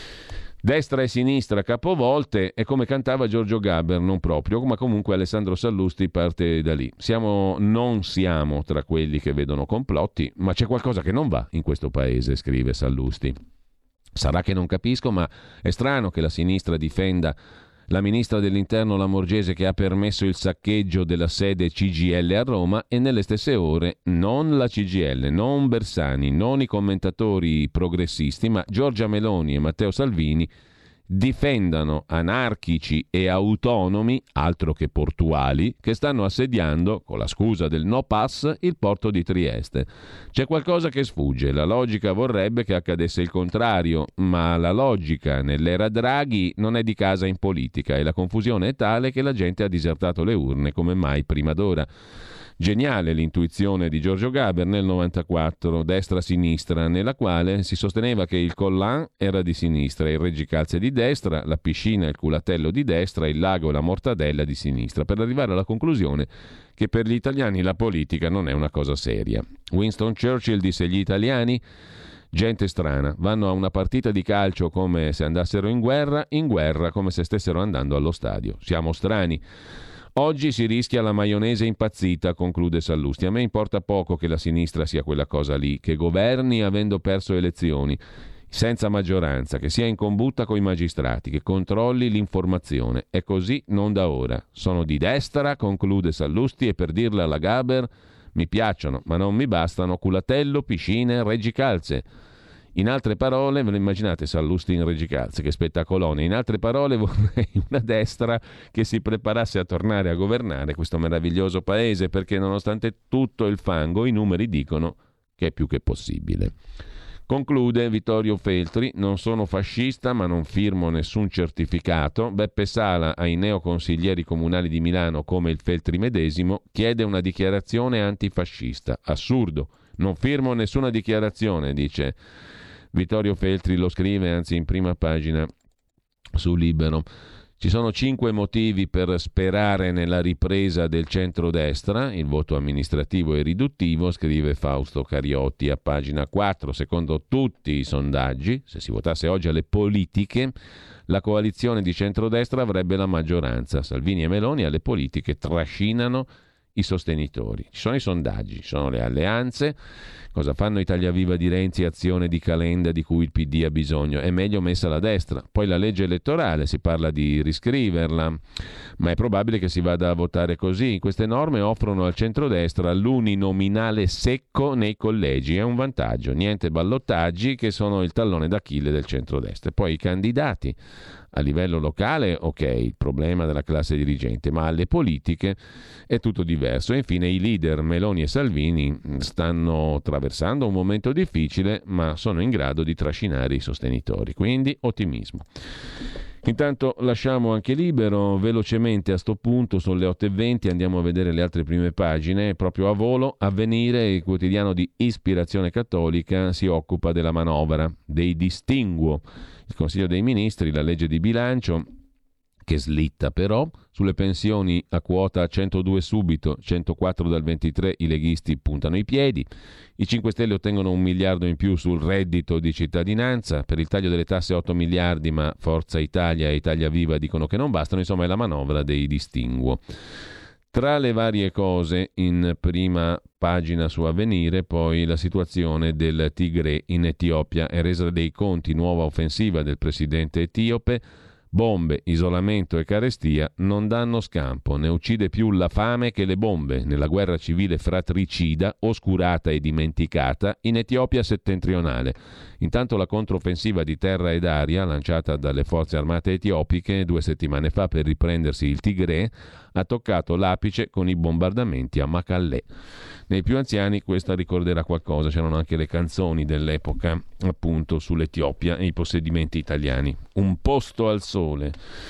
Destra e sinistra capovolte, è come cantava Giorgio Gaber, non proprio, ma comunque Alessandro Sallusti parte da lì. Siamo, non siamo tra quelli che vedono complotti, ma c'è qualcosa che non va in questo paese, scrive Sallusti. Sarà che non capisco, ma è strano che la sinistra difenda la ministra dell'Interno Lamorgese che ha permesso il saccheggio della sede C G I L a Roma e nelle stesse ore non la C G I L, non Bersani, non i commentatori progressisti, ma Giorgia Meloni e Matteo Salvini difendano anarchici e autonomi, altro che portuali, che stanno assediando, con la scusa del no pass, il porto di Trieste. C'è qualcosa che sfugge, la logica vorrebbe che accadesse il contrario, ma la logica nell'era Draghi non è di casa in politica e la confusione è tale che la gente ha disertato le urne come mai prima d'ora. Geniale l'intuizione di Giorgio Gaber nel novantaquattro, destra-sinistra, nella quale si sosteneva che il collan era di sinistra, il reggicalze di destra, la piscina e il culatello di destra, il lago e la mortadella di sinistra, per arrivare alla conclusione che per gli italiani la politica non è una cosa seria. Winston Churchill disse: gli italiani, gente strana, vanno a una partita di calcio come se andassero in guerra, in guerra come se stessero andando allo stadio. Siamo strani. Oggi si rischia la maionese impazzita, conclude Sallusti. A me importa poco che la sinistra sia quella cosa lì, che governi avendo perso elezioni, senza maggioranza, che sia in combutta coi magistrati, che controlli l'informazione. È così non da ora. Sono di destra, conclude Sallusti, e per dirla alla Gaber, mi piacciono, ma non mi bastano culatello, piscine, reggicalze. In altre parole, ve lo immaginate Sallusti in reggicalze, che spettacolone. In altre parole, vorrei una destra che si preparasse a tornare a governare questo meraviglioso paese, perché nonostante tutto il fango, i numeri dicono che è più che possibile. Conclude Vittorio Feltri: non sono fascista, ma non firmo nessun certificato. Beppe Sala ai neoconsiglieri comunali di Milano, come il Feltri medesimo, chiede una dichiarazione antifascista. Assurdo, non firmo nessuna dichiarazione, dice Vittorio Feltri, lo scrive anzi in prima pagina su Libero. Ci sono cinque motivi per sperare nella ripresa del centrodestra. Il voto amministrativo è riduttivo, scrive Fausto Cariotti a pagina quattro. Secondo tutti i sondaggi, se si votasse oggi alle politiche, la coalizione di centrodestra avrebbe la maggioranza. Salvini e Meloni alle politiche trascinano i sostenitori. Ci sono i sondaggi, ci sono le alleanze. Cosa fanno Italia Viva di Renzi, Azione di Calenda di cui il P D ha bisogno? È meglio messa la destra. Poi la legge elettorale, si parla di riscriverla, ma è probabile che si vada a votare così. Queste norme offrono al centrodestra l'uninominale secco nei collegi, è un vantaggio, niente ballottaggi che sono il tallone d'Achille del centrodestra. Poi i candidati a livello locale, ok, il problema della classe dirigente, ma alle politiche è tutto diverso. E infine i leader Meloni e Salvini stanno attraversando un momento difficile, ma sono in grado di trascinare i sostenitori, quindi ottimismo. Intanto lasciamo anche Libero velocemente a sto punto, sono le otto e venti, andiamo a vedere le altre prime pagine. Proprio a volo, Avvenire, il quotidiano di ispirazione cattolica, si occupa della manovra, dei distinguo. Il Consiglio dei Ministri, la legge di bilancio, che slitta però, sulle pensioni a quota centodue subito, centoquattro dal ventitré, i leghisti puntano i piedi, i cinque Stelle ottengono un miliardo in più sul reddito di cittadinanza, per il taglio delle tasse otto miliardi, ma Forza Italia e Italia Viva dicono che non bastano, insomma è la manovra dei distinguo. Tra le varie cose, in prima pagina su Avvenire, poi la situazione del Tigre in Etiopia è resa dei conti, nuova offensiva del presidente etiope, bombe, isolamento e carestia non danno scampo, ne uccide più la fame che le bombe nella guerra civile fratricida, oscurata e dimenticata in Etiopia settentrionale. Intanto la controffensiva di terra ed aria lanciata dalle forze armate etiopiche due settimane fa per riprendersi il Tigre ha toccato l'apice con i bombardamenti a Mekelle. Nei più anziani questa ricorderà qualcosa, c'erano anche le canzoni dell'epoca appunto sull'Etiopia e i possedimenti italiani. Un posto al sole,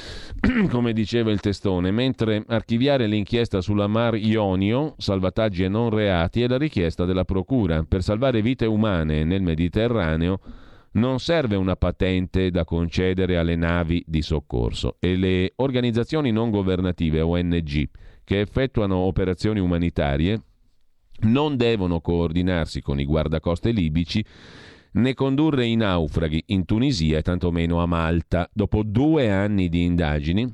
come diceva il testone, mentre archiviare l'inchiesta sulla Mar Ionio, salvataggi e non reati, è la richiesta della procura. Per salvare vite umane nel Mediterraneo non serve una patente da concedere alle navi di soccorso e le organizzazioni non governative O N G che effettuano operazioni umanitarie non devono coordinarsi con i guardacoste libici né condurre i naufraghi in Tunisia e tantomeno a Malta. Dopo due anni di indagini,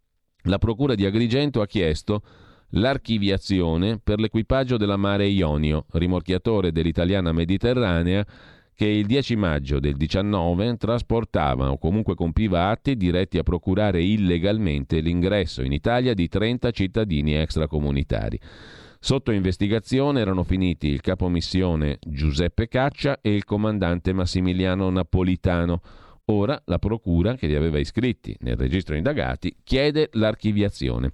la Procura di Agrigento ha chiesto l'archiviazione per l'equipaggio della Mare Ionio, rimorchiatore dell'italiana Mediterranea, che il dieci maggio del diciannove trasportava o comunque compiva atti diretti a procurare illegalmente l'ingresso in Italia di trenta cittadini extracomunitari. Sotto investigazione erano finiti il capomissione Giuseppe Caccia e il comandante Massimiliano Napolitano. Ora la procura, che li aveva iscritti nel registro indagati, chiede l'archiviazione.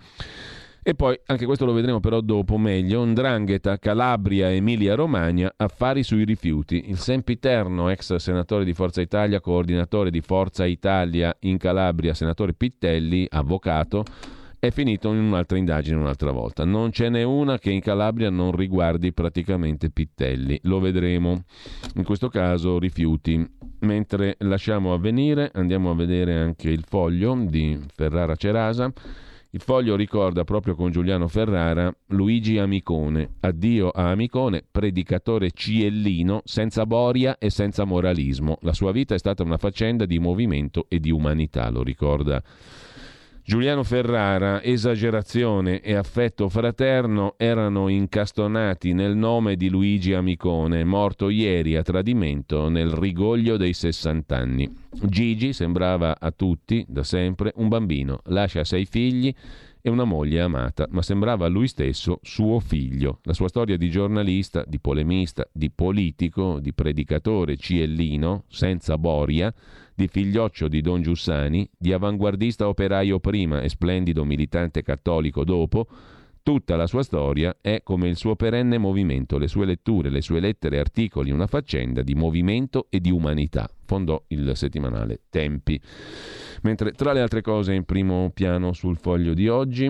E poi, anche questo lo vedremo però dopo meglio, 'ndrangheta, Calabria, Emilia Romagna, affari sui rifiuti. Il sempiterno ex senatore di Forza Italia, coordinatore di Forza Italia in Calabria, senatore Pittelli, avvocato, è finito in un'altra indagine un'altra volta. Non ce n'è una che in Calabria non riguardi praticamente Pittelli, lo vedremo. In questo caso rifiuti. Mentre lasciamo Avvenire, andiamo a vedere anche Il Foglio di Ferrara Cerasa. Il Foglio ricorda proprio con Giuliano Ferrara Luigi Amicone. Addio a Amicone, predicatore ciellino, senza boria e senza moralismo. La sua vita è stata una faccenda di movimento e di umanità, lo ricorda Giuliano Ferrara. Esagerazione e affetto fraterno erano incastonati nel nome di Luigi Amicone, morto ieri a tradimento nel rigoglio dei sessant'anni. Gigi sembrava a tutti, da sempre, un bambino. Lascia sei figli e una moglie amata, ma sembrava a lui stesso suo figlio. La sua storia di giornalista, di polemista, di politico, di predicatore ciellino, senza boria, di figlioccio di Don Giussani, di avanguardista operaio prima e splendido militante cattolico dopo, tutta la sua storia è come il suo perenne movimento, le sue letture, le sue lettere, articoli, una faccenda di movimento e di umanità. Fondò il settimanale Tempi. Mentre tra le altre cose in primo piano sul Foglio di oggi,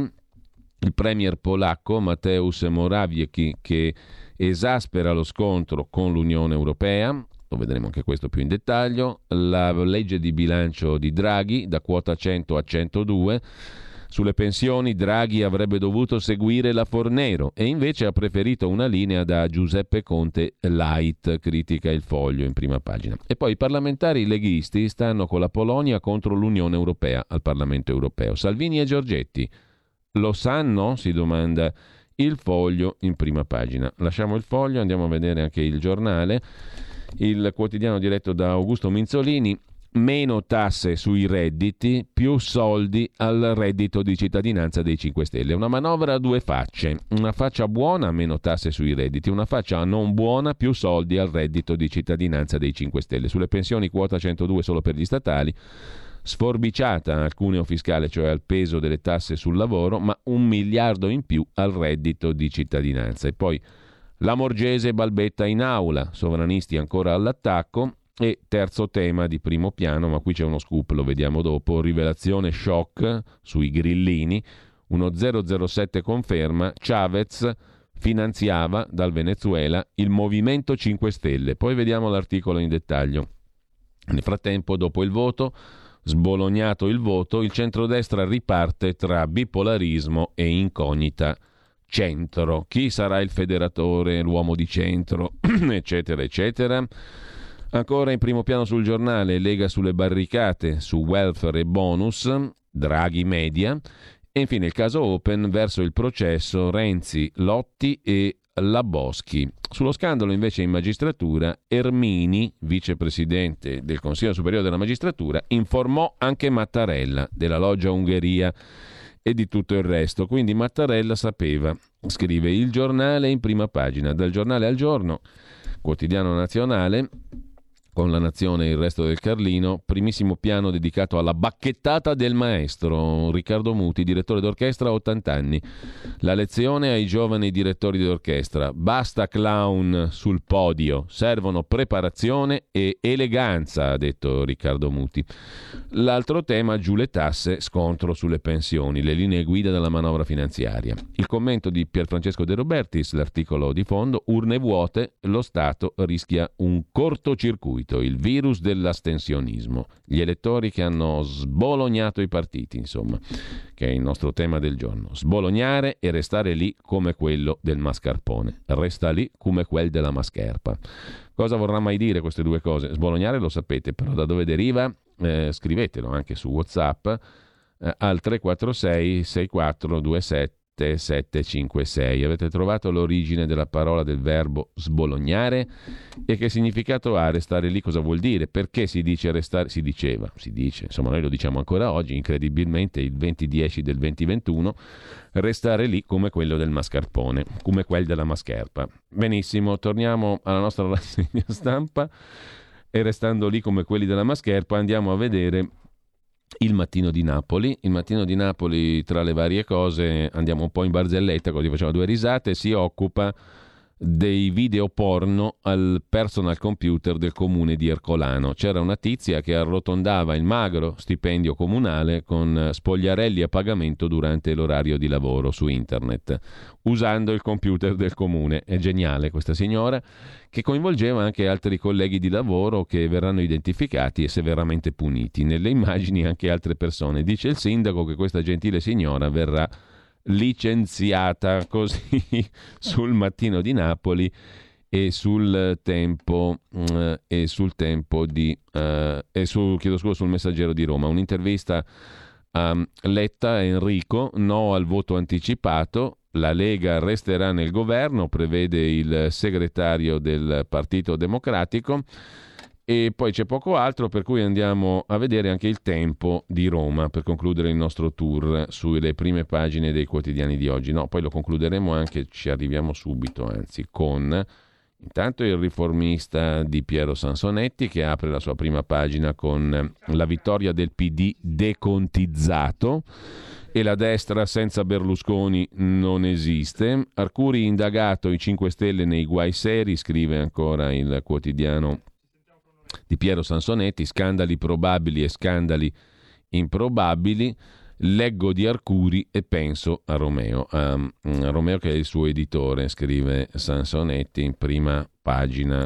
il premier polacco Mateusz Morawiecki che esaspera lo scontro con l'Unione Europea. Lo vedremo anche questo più in dettaglio. La legge di bilancio di Draghi da quota cento a centodue. Sulle pensioni Draghi avrebbe dovuto seguire la Fornero e invece ha preferito una linea da Giuseppe Conte light, critica il Foglio in prima pagina. E poi i parlamentari leghisti stanno con la Polonia contro l'Unione Europea al Parlamento Europeo. Salvini e Giorgetti lo sanno? Si domanda Il Foglio in prima pagina. Lasciamo il Foglio, andiamo a vedere anche il Giornale, il quotidiano diretto da Augusto Minzolini. Meno tasse sui redditi, più soldi al reddito di cittadinanza dei cinque Stelle. Una manovra a due facce. Una faccia buona, meno tasse sui redditi. Una faccia non buona, più soldi al reddito di cittadinanza dei cinque Stelle. Sulle pensioni quota centodue solo per gli statali. Sforbiciata al cuneo fiscale, cioè al peso delle tasse sul lavoro, ma un miliardo in più al reddito di cittadinanza. E poi la Morgese balbetta in aula. Sovranisti ancora all'attacco. E terzo tema di primo piano, ma qui c'è uno scoop, lo vediamo dopo, rivelazione shock sui grillini, uno zero zero sette conferma, Chavez finanziava dal Venezuela il Movimento cinque Stelle. Poi vediamo l'articolo in dettaglio. Nel frattempo, dopo il voto, sbolognato il voto, il centrodestra riparte tra bipolarismo e incognita centro. Chi sarà il federatore, l'uomo di centro, eccetera, eccetera. Ancora in primo piano sul Giornale, Lega sulle barricate, su welfare e bonus, Draghi media. E infine il caso Open verso il processo Renzi, Lotti e La Boschi. Sullo scandalo invece in magistratura, Ermini, vicepresidente del Consiglio Superiore della Magistratura, informò anche Mattarella della loggia Ungheria e di tutto il resto. Quindi Mattarella sapeva, scrive il Giornale in prima pagina. Dal Giornale al Giorno, quotidiano nazionale, con La Nazione e il resto del Carlino, primissimo piano dedicato alla bacchettata del maestro. Riccardo Muti, direttore d'orchestra, ottanta anni. La lezione ai giovani direttori d'orchestra: basta clown sul podio, servono preparazione e eleganza, ha detto Riccardo Muti. L'altro tema, giù le tasse, scontro sulle pensioni, le linee guida della manovra finanziaria. Il commento di Pierfrancesco De Robertis, l'articolo di fondo, urne vuote, lo Stato rischia un cortocircuito. Il virus dell'astensionismo, gli elettori che hanno sbolognato i partiti, insomma, che è il nostro tema del giorno. Sbolognare e restare lì come quello del mascarpone, resta lì come quel della mascherpa. Cosa vorrà mai dire queste due cose? Sbolognare lo sapete, però da dove deriva? Eh, scrivetelo anche su WhatsApp eh, al tre quattro sei sei quattro due sette sette cinque sei. Avete trovato l'origine della parola, del verbo sbolognare? E che significato ha restare lì? Cosa vuol dire? Perché si dice restare? Si diceva, si dice, insomma noi lo diciamo ancora oggi, incredibilmente il venti dieci del duemilaventuno, restare lì come quello del mascarpone, come quel della mascherpa. Benissimo, torniamo alla nostra rassegna stampa e restando lì come quelli della mascherpa andiamo a vedere Il Mattino di Napoli. Il Mattino di Napoli, tra le varie cose, andiamo un po' in barzelletta, così facciamo due risate, si occupa dei video porno al personal computer del comune di Ercolano. C'era una tizia che arrotondava il magro stipendio comunale con spogliarelli a pagamento durante l'orario di lavoro su internet, usando il computer del comune. È geniale questa signora, che coinvolgeva anche altri colleghi di lavoro che verranno identificati e severamente puniti. Nelle immagini anche altre persone. Dice il sindaco che questa gentile signora verrà licenziata, così sul Mattino di Napoli e sul Tempo eh, e sul Tempo di eh, e su, chiedo scusa, sul Messaggero di Roma. Un'intervista a Letta, Enrico, no al voto anticipato, la Lega resterà nel governo, prevede il segretario del Partito Democratico. E poi c'è poco altro, per cui andiamo a vedere anche il Tempo di Roma per concludere il nostro tour sulle prime pagine dei quotidiani di oggi. No, poi lo concluderemo anche, ci arriviamo subito, anzi, con intanto il Riformista di Piero Sansonetti, che apre la sua prima pagina con la vittoria del P D decontizzato e la destra senza Berlusconi non esiste. Arcuri indagato, i cinque Stelle nei guai seri, scrive ancora il quotidiano di Piero Sansonetti, scandali probabili e scandali improbabili, leggo di Arcuri e penso a Romeo, a, a Romeo che è il suo editore, scrive Sansonetti in prima pagina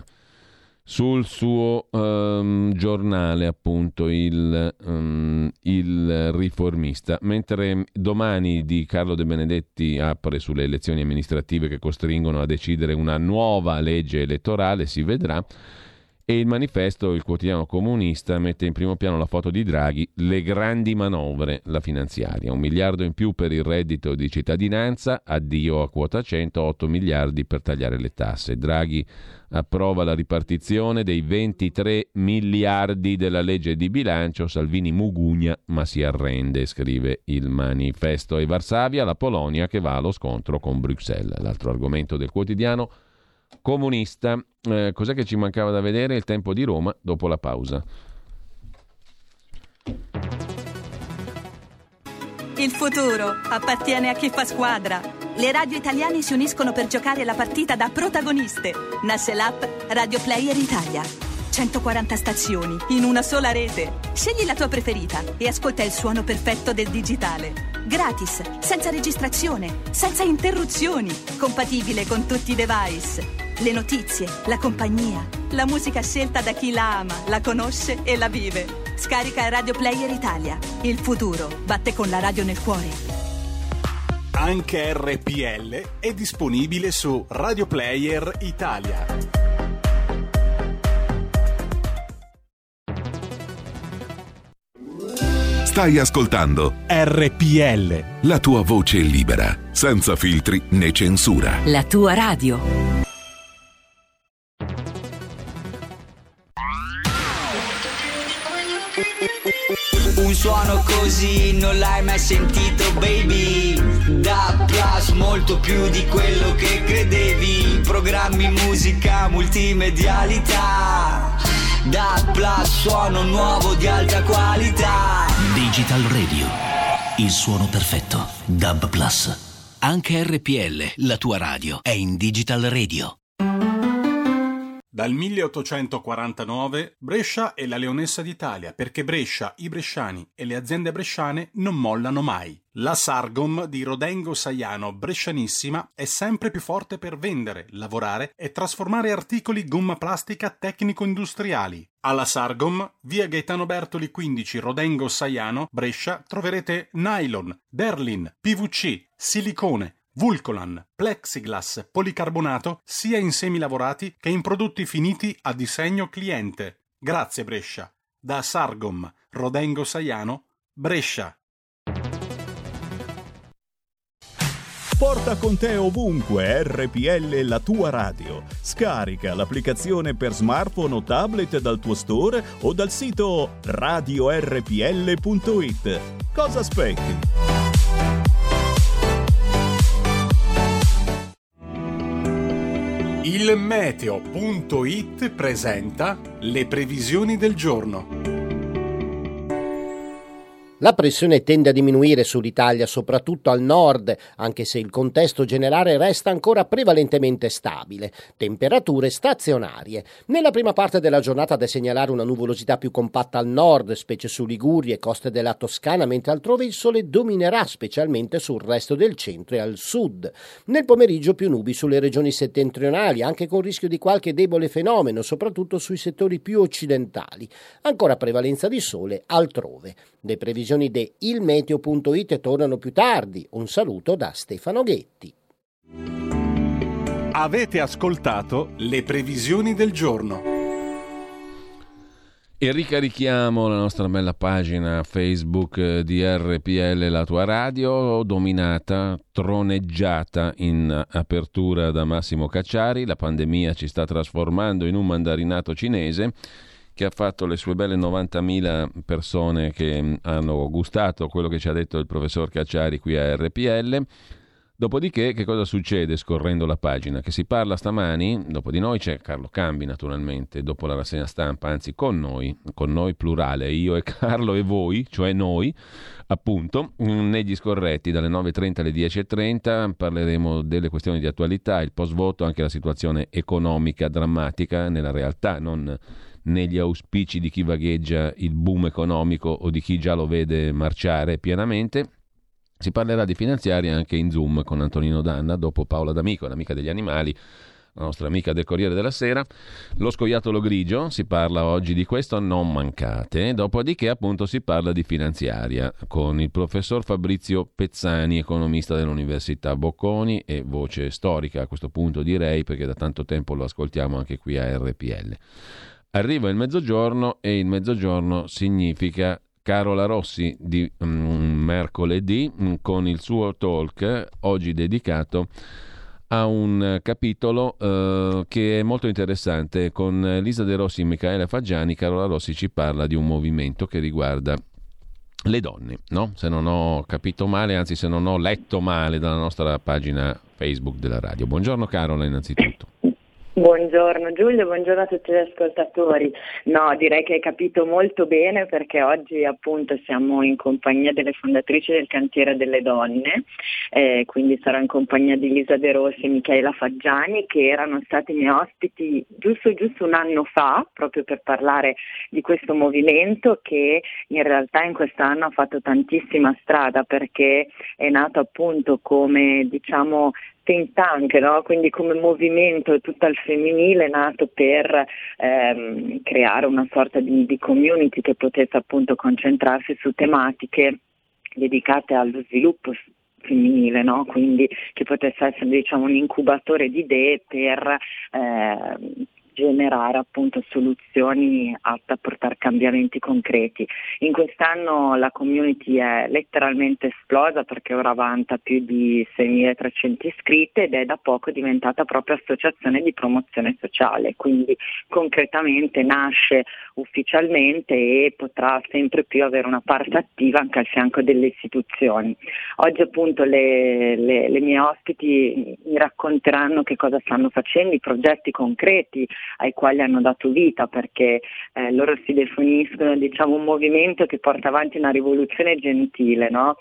sul suo um, giornale, appunto il, um, il Riformista. Mentre Domani di Carlo De Benedetti apre sulle elezioni amministrative che costringono a decidere una nuova legge elettorale, si vedrà. E il Manifesto, il quotidiano comunista, mette in primo piano la foto di Draghi, le grandi manovre, la finanziaria, un miliardo in più per il reddito di cittadinanza, addio a quota cento, otto miliardi per tagliare le tasse. Draghi approva la ripartizione dei ventitré miliardi della legge di bilancio, Salvini mugugna ma si arrende, scrive il Manifesto. E Varsavia, la Polonia che va allo scontro con Bruxelles, l'altro argomento del quotidiano comunista. Eh, cos'è che ci mancava da vedere? Il tempo di Roma dopo la pausa. Il futuro appartiene a chi fa squadra. Le radio italiane si uniscono per giocare la partita da protagoniste. Nasce l'app Radio Player Italia. centoquaranta stazioni in una sola rete. Scegli la tua preferita e ascolta il suono perfetto del digitale. Gratis, senza registrazione, senza interruzioni. Compatibile con tutti i device. Le notizie, la compagnia, la musica scelta da chi la ama, la conosce e la vive. Scarica Radio Player Italia. Il futuro batte con la radio nel cuore. Anche R P L è disponibile su Radio Player Italia. Stai ascoltando R P L, la tua voce libera, senza filtri né censura. La tua radio. Un suono così non l'hai mai sentito, baby. Da Plus, molto più di quello che credevi. Programmi, musica, multimedialità. Da Plus, suono nuovo di alta qualità. Digital Radio, il suono perfetto. Dub Plus. Anche R P L, la tua radio, è in Digital Radio. Dal milleottocentoquarantanove Brescia è la leonessa d'Italia, perché Brescia, i bresciani e le aziende bresciane non mollano mai. La Sargom di Rodengo Saiano, brescianissima, è sempre più forte per vendere, lavorare e trasformare articoli gomma plastica tecnico-industriali. Alla Sargom, via Gaetano Bertoli quindici, Rodengo Saiano, Brescia, troverete nylon, derlin, P V C, silicone, Vulcolan, plexiglass, policarbonato, sia in semi lavorati che in prodotti finiti a disegno cliente. Grazie Brescia. Da Sargom, Rodengo Saiano, Brescia. Porta con te ovunque R P L, la tua radio. Scarica l'applicazione per smartphone o tablet dal tuo store o dal sito radio R P L punto it. Cosa aspetti? Il meteo punto it presenta le previsioni del giorno. La pressione tende a diminuire sull'Italia, soprattutto al nord, anche se il contesto generale resta ancora prevalentemente stabile. Temperature stazionarie. Nella prima parte della giornata da segnalare una nuvolosità più compatta al nord, specie su Liguria e coste della Toscana, mentre altrove il sole dominerà, specialmente sul resto del centro e al sud. Nel pomeriggio più nubi sulle regioni settentrionali, anche con rischio di qualche debole fenomeno, soprattutto sui settori più occidentali. Ancora prevalenza di sole altrove. Le previsioni di il meteo punto it tornano più tardi. Un saluto da Stefano Ghetti. Avete ascoltato le previsioni del giorno. E ricarichiamo la nostra bella pagina Facebook di R P L, la tua radio, dominata, troneggiata in apertura da Massimo Cacciari. La pandemia ci sta trasformando in un mandarinato cinese che ha fatto le sue belle novantamila persone che hanno gustato quello che ci ha detto il professor Cacciari qui a R P L. Dopodiché, che cosa succede scorrendo la pagina? Che si parla stamani, dopo di noi c'è Carlo Cambi naturalmente, dopo la rassegna stampa, anzi con noi, con noi plurale, io e Carlo e voi, cioè noi, appunto, negli scorretti dalle nove e trenta alle dieci e trenta parleremo delle questioni di attualità, il post voto, anche la situazione economica drammatica nella realtà, non negli auspici di chi vagheggia il boom economico o di chi già lo vede marciare pienamente. Si parlerà di finanziaria anche in Zoom con Antonino Danna, dopo Paola D'Amico, l'amica degli animali, la nostra amica del Corriere della Sera. Lo scoiattolo grigio, si parla oggi di questo, non mancate. Dopodiché appunto si parla di finanziaria con il professor Fabrizio Pezzani, economista dell'Università Bocconi e voce storica a questo punto direi, perché da tanto tempo lo ascoltiamo anche qui a R P L. Arriva il mezzogiorno e il mezzogiorno significa Carola Rossi di um, mercoledì con il suo talk oggi dedicato a un capitolo uh, che è molto interessante. Con Lisa De Rossi e Micaela Faggiani, Carola Rossi ci parla di un movimento che riguarda le donne, no? Se non ho capito male, anzi se non ho letto male dalla nostra pagina Facebook della radio. Buongiorno Carola innanzitutto. Buongiorno Giulio, buongiorno a tutti gli ascoltatori. No, direi che hai capito molto bene, perché oggi appunto siamo in compagnia delle fondatrici del Cantiere delle Donne, eh, quindi sarò in compagnia di Lisa De Rossi e Micaela Faggiani, che erano stati miei ospiti giusto giusto un anno fa, proprio per parlare di questo movimento che in realtà in quest'anno ha fatto tantissima strada, perché è nato appunto come, diciamo, think tank, no? Quindi come movimento tutto al femminile nato per ehm, creare una sorta di, di community che potesse appunto concentrarsi su tematiche dedicate allo sviluppo femminile, no? Quindi che potesse essere, diciamo, un incubatore di idee per eh, generare appunto soluzioni atte a portare cambiamenti concreti. In quest'anno la community è letteralmente esplosa, perché ora vanta più di seimilatrecento iscritte ed è da poco diventata proprio associazione di promozione sociale, quindi concretamente nasce ufficialmente e potrà sempre più avere una parte attiva anche al fianco delle istituzioni. Oggi appunto le, le, le mie ospiti mi racconteranno che cosa stanno facendo, i progetti concreti ai quali hanno dato vita, perché eh, loro si definiscono, diciamo, un movimento che porta avanti una rivoluzione gentile, no?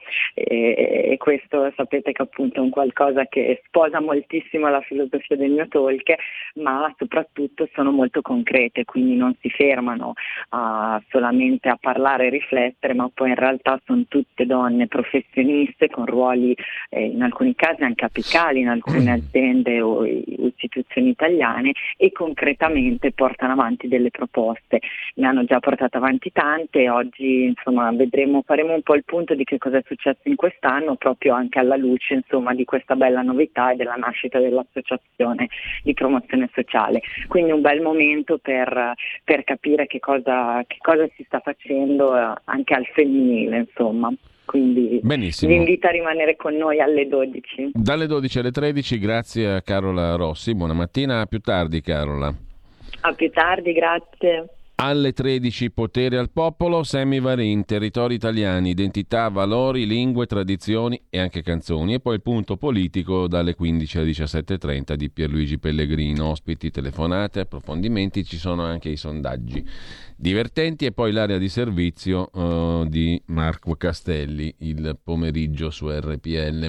E, e questo sapete che appunto è un qualcosa che sposa moltissimo la filosofia del mio talk, ma soprattutto sono molto concrete, quindi non si fermano a, solamente a parlare e riflettere, ma poi in realtà sono tutte donne professioniste con ruoli eh, in alcuni casi anche apicali in alcune aziende o istituzioni italiane, e concretamente portano avanti delle proposte. Ne hanno già portate avanti tante e oggi insomma vedremo, faremo un po' il punto di che cosa è successo in quest'anno, proprio anche alla luce insomma di questa bella novità e della nascita dell'associazione di promozione sociale. Quindi un bel momento per, per capire che cosa, che cosa si sta facendo anche al femminile, insomma. Quindi benissimo, vi invito a rimanere con noi alle dodici. Dalle dodici alle tredici, grazie a Carola Rossi. Buona mattina, a più tardi Carola. A più tardi, grazie. Alle tredici, Potere al popolo, Sammy Varin, territori italiani, identità, valori, lingue, tradizioni e anche canzoni. E poi il punto politico dalle quindici alle diciassette e trenta di Pierluigi Pellegrino. Ospiti, telefonate, approfondimenti, ci sono anche i sondaggi divertenti e poi l'area di servizio uh, di Marco Castelli il pomeriggio su R P L.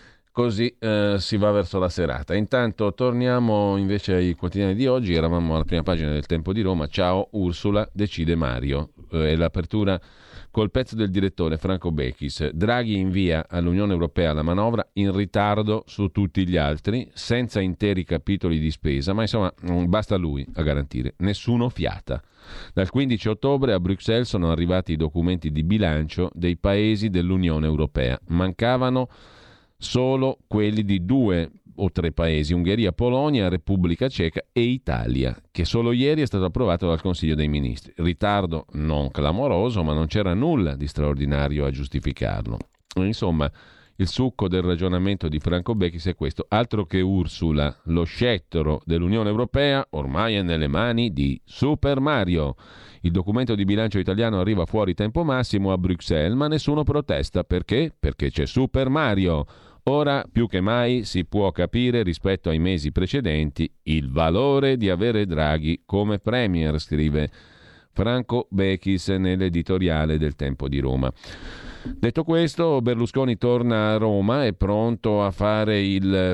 Così eh, si va verso la serata. Intanto torniamo invece ai quotidiani di oggi. Eravamo alla prima pagina del Tempo di Roma. Ciao Ursula, decide Mario. È eh, l'apertura col pezzo del direttore Franco Bechis. Draghi invia all'Unione Europea la manovra in ritardo su tutti gli altri, senza interi capitoli di spesa, ma insomma basta lui a garantire. Nessuno fiata. Dal quindici ottobre a Bruxelles sono arrivati i documenti di bilancio dei paesi dell'Unione Europea. Mancavano solo quelli di due o tre paesi, Ungheria, Polonia, Repubblica Ceca e Italia, che solo ieri è stato approvato dal Consiglio dei Ministri. Ritardo non clamoroso, ma non c'era nulla di straordinario a giustificarlo. Insomma, il succo del ragionamento di Franco Bechis è questo: altro che Ursula, lo scettro dell'Unione Europea ormai è nelle mani di Super Mario. Il documento di bilancio italiano arriva fuori tempo massimo a Bruxelles, ma nessuno protesta. Perché? Perché c'è Super Mario. Ora più che mai si può capire rispetto ai mesi precedenti il valore di avere Draghi come premier, scrive Franco Bechis nell'editoriale del Tempo di Roma. Detto questo, Berlusconi torna a Roma, è pronto a fare il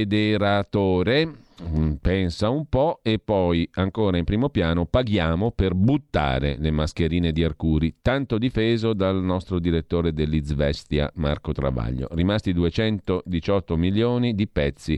federatore, pensa un po', e poi ancora in primo piano paghiamo per buttare le mascherine di Arcuri, tanto difeso dal nostro direttore dell'Izvestia Marco Travaglio. Rimasti duecentodiciotto milioni di pezzi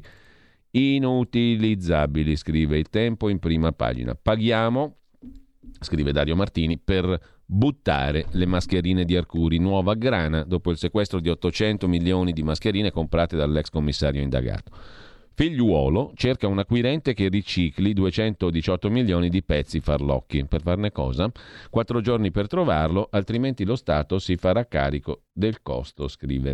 inutilizzabili, scrive il Tempo in prima pagina. Paghiamo, scrive Dario Martini, per buttare le mascherine di Arcuri, nuova grana dopo il sequestro di ottocento milioni di mascherine comprate dall'ex commissario indagato. Figliuolo cerca un acquirente che ricicli duecentodiciotto milioni di pezzi farlocchi. Per farne cosa? Quattro giorni per trovarlo, altrimenti lo Stato si farà carico del costo, scrive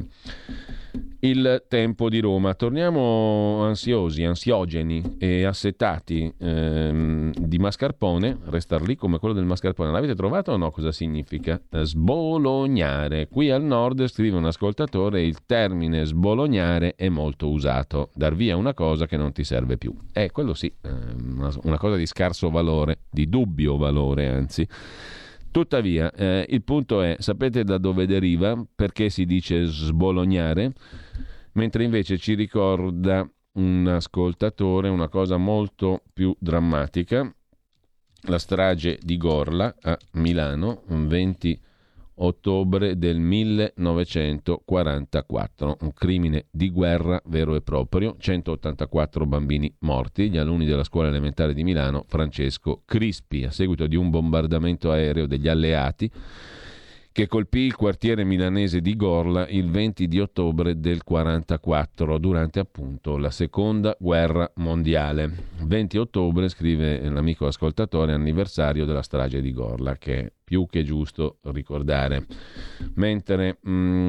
Il Tempo di Roma. Torniamo ansiosi, ansiogeni e assetati ehm, di mascarpone. Restar lì come quello del mascarpone. L'avete trovato o no? Cosa significa? Sbolognare. Qui al nord, scrive un ascoltatore, il termine sbolognare è molto usato. Dar via una cosa che non ti serve più. Eh, quello sì, una, una cosa di scarso valore, di dubbio valore anzi. Tuttavia, eh, il punto è, sapete da dove deriva? Perché si dice sbolognare? Mentre invece ci ricorda un ascoltatore una cosa molto più drammatica, la strage di Gorla a Milano, venti ottobre del millenovecentoquarantaquattro, un crimine di guerra vero e proprio, centottantaquattro bambini morti, gli alunni della scuola elementare di Milano Francesco Crispi, a seguito di un bombardamento aereo degli alleati che colpì il quartiere milanese di Gorla il venti di ottobre del quarantaquattro, durante appunto la seconda guerra mondiale. venti ottobre, scrive l'amico ascoltatore, anniversario della strage di Gorla, che è più che giusto ricordare. Mentre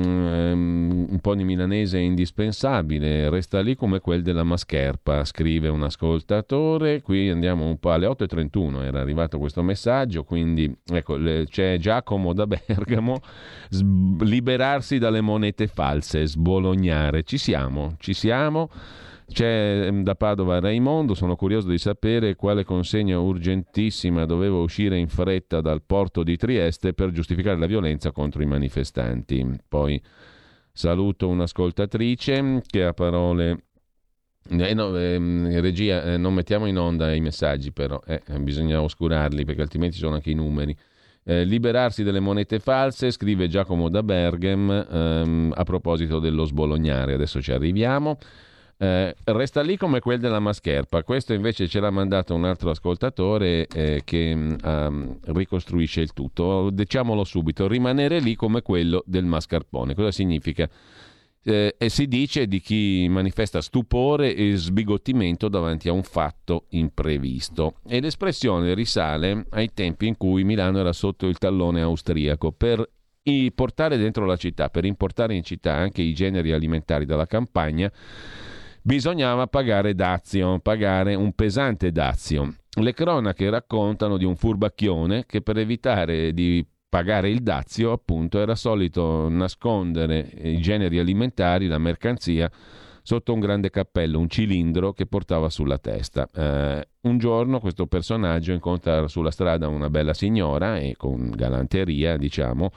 mm, un po' di milanese è indispensabile, resta lì come quel della Mascherpa, scrive un ascoltatore. Qui andiamo un po' alle otto e trentuno, era arrivato questo messaggio, quindi ecco, le, c'è Giacomo da Bergamo, sb- liberarsi dalle monete false, sbolognare. Ci siamo, ci siamo. C'è da Padova Raimondo, sono curioso di sapere quale consegna urgentissima doveva uscire in fretta dal porto di Trieste per giustificare la violenza contro i manifestanti. Poi saluto un'ascoltatrice che ha parole... Eh no, eh, regia, eh, non mettiamo in onda i messaggi però, eh, bisogna oscurarli perché altrimenti sono anche i numeri. Eh, liberarsi delle monete false, scrive Giacomo da Bergamo, ehm, a proposito dello sbolognare, adesso ci arriviamo. Eh, resta lì come quel della Mascherpa. Questo invece ce l'ha mandato un altro ascoltatore eh, che um, ricostruisce il tutto. Diciamolo subito, rimanere lì come quello del mascarpone. Cosa significa? Eh, e si dice di chi manifesta stupore e sbigottimento davanti a un fatto imprevisto. E l'espressione risale ai tempi in cui Milano era sotto il tallone austriaco. Per portare dentro la città, per importare in città anche i generi alimentari dalla campagna, bisognava pagare dazio, pagare un pesante dazio. Le cronache raccontano di un furbacchione che per evitare di pagare il dazio, appunto, era solito nascondere i generi alimentari, la mercanzia, sotto un grande cappello, un cilindro che portava sulla testa. Eh, un giorno questo personaggio incontra sulla strada una bella signora e con galanteria, diciamo,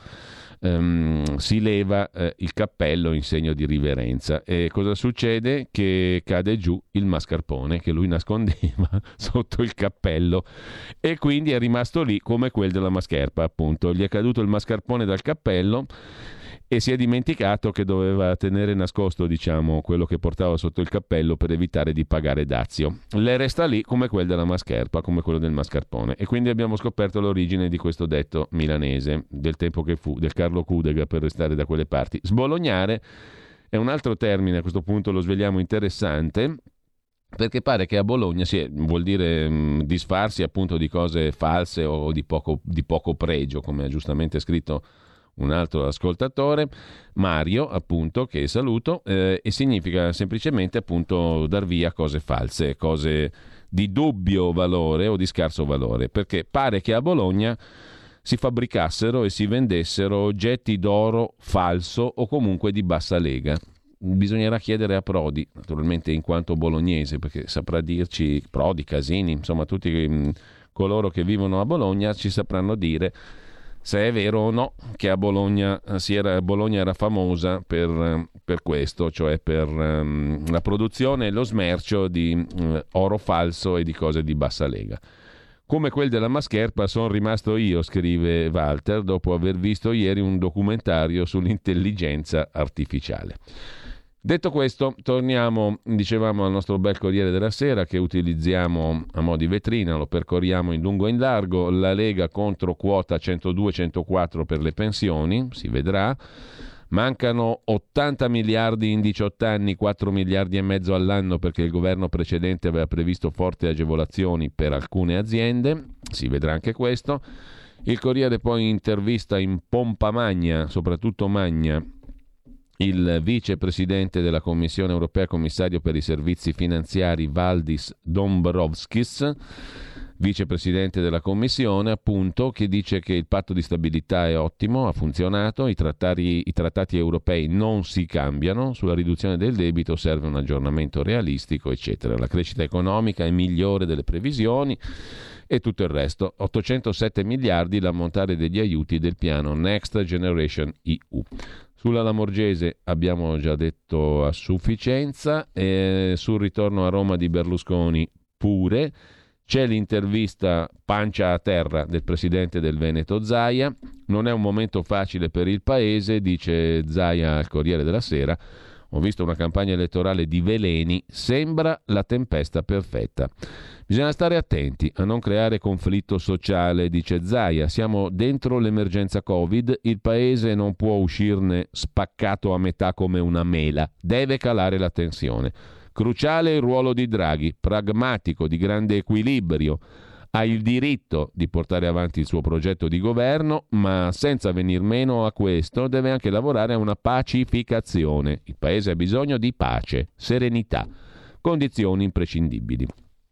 Um, si leva uh, il cappello in segno di riverenza. E cosa succede? Che cade giù il mascarpone che lui nascondeva sotto il cappello e quindi è rimasto lì come quel della Mascherpa, appunto. Gli è caduto il mascarpone dal cappello e si è dimenticato che doveva tenere nascosto, diciamo, quello che portava sotto il cappello per evitare di pagare dazio. Le resta lì come quel della Mascherpa, come quello del mascarpone. E quindi abbiamo scoperto l'origine di questo detto milanese, del tempo che fu, del Carlo Cudega, per restare da quelle parti. Sbolognare è un altro termine, a questo punto lo svegliamo, interessante, perché pare che a Bologna sì, vuol dire mh, disfarsi appunto di cose false o di poco, di poco pregio, come ha giustamente scritto un altro ascoltatore, Mario, appunto, che saluto, eh, e significa semplicemente appunto dar via cose false, cose di dubbio valore o di scarso valore, perché pare che a Bologna si fabbricassero e si vendessero oggetti d'oro falso o comunque di bassa lega. Bisognerà chiedere a Prodi, naturalmente in quanto bolognese, perché saprà dirci, Prodi, Casini, insomma tutti mh, coloro che vivono a Bologna ci sapranno dire se è vero o no che a Bologna, si era, Bologna era famosa per, per questo, cioè per um, la produzione e lo smercio di uh, oro falso e di cose di bassa lega. Come quel della Mascherpa sono rimasto io, scrive Walter, dopo aver visto ieri un documentario sull'intelligenza artificiale. Detto questo, torniamo, dicevamo, al nostro bel Corriere della Sera che utilizziamo a mo' di vetrina, lo percorriamo in lungo e in largo. La Lega contro quota centodue centoquattro per le pensioni, si vedrà, Mancano ottanta miliardi in diciotto anni, quattro miliardi e mezzo all'anno perché il governo precedente aveva previsto forti agevolazioni per alcune aziende, si vedrà anche questo. Il Corriere poi intervista in pompa magna, soprattutto magna, il vicepresidente della Commissione europea, commissario per i servizi finanziari Valdis Dombrovskis, vicepresidente della Commissione, appunto, che dice che il patto di stabilità è ottimo, ha funzionato, i trattati, i trattati europei non si cambiano, sulla riduzione del debito serve un aggiornamento realistico, eccetera. La crescita economica è migliore delle previsioni e tutto il resto. ottocentosette miliardi l'ammontare degli aiuti del piano Next Generation E U. Sulla Lamorgese abbiamo già detto a sufficienza, e sul ritorno a Roma di Berlusconi pure. C'è l'intervista pancia a terra del presidente del Veneto Zaia. Non è un momento facile per il paese, dice Zaia al Corriere della Sera. Ho visto una campagna elettorale di veleni, sembra la tempesta perfetta. Bisogna stare attenti a non creare conflitto sociale, dice Zaia. Siamo dentro l'emergenza Covid, il paese non può uscirne spaccato a metà come una mela, deve calare la tensione. Cruciale il ruolo di Draghi, pragmatico, di grande equilibrio. Ha il diritto di portare avanti il suo progetto di governo, ma senza venir meno a questo deve anche lavorare a una pacificazione. Il paese ha bisogno di pace, serenità, condizioni imprescindibili.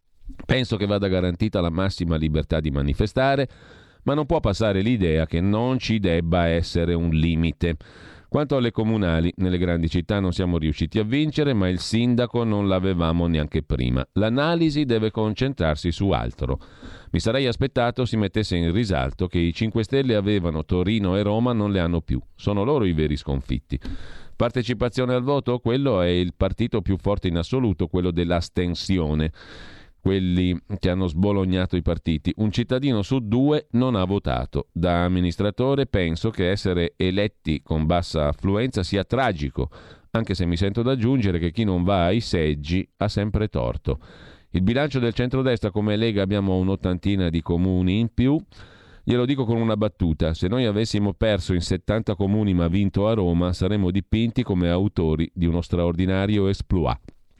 Penso che vada garantita la massima libertà di manifestare, ma non può passare l'idea che non ci debba essere un limite. Quanto alle comunali, nelle grandi città non siamo riusciti a vincere, ma il sindaco non l'avevamo neanche prima. L'analisi deve concentrarsi su altro. Mi sarei aspettato si mettesse in risalto che i cinque Stelle avevano Torino e Roma, non le hanno più. Sono loro i veri sconfitti. Partecipazione al voto? Quello è il partito più forte in assoluto, quello dell'astensione. Quelli che hanno sbolognato i partiti. Un cittadino su due non ha votato. Da amministratore penso che essere eletti con bassa affluenza sia tragico, anche se mi sento da aggiungere che chi non va ai seggi ha sempre torto. Il bilancio del centrodestra, come Lega abbiamo un'ottantina di comuni in più. Glielo dico con una battuta: se noi avessimo perso in settanta comuni ma vinto a Roma, saremmo dipinti come autori di uno straordinario exploit.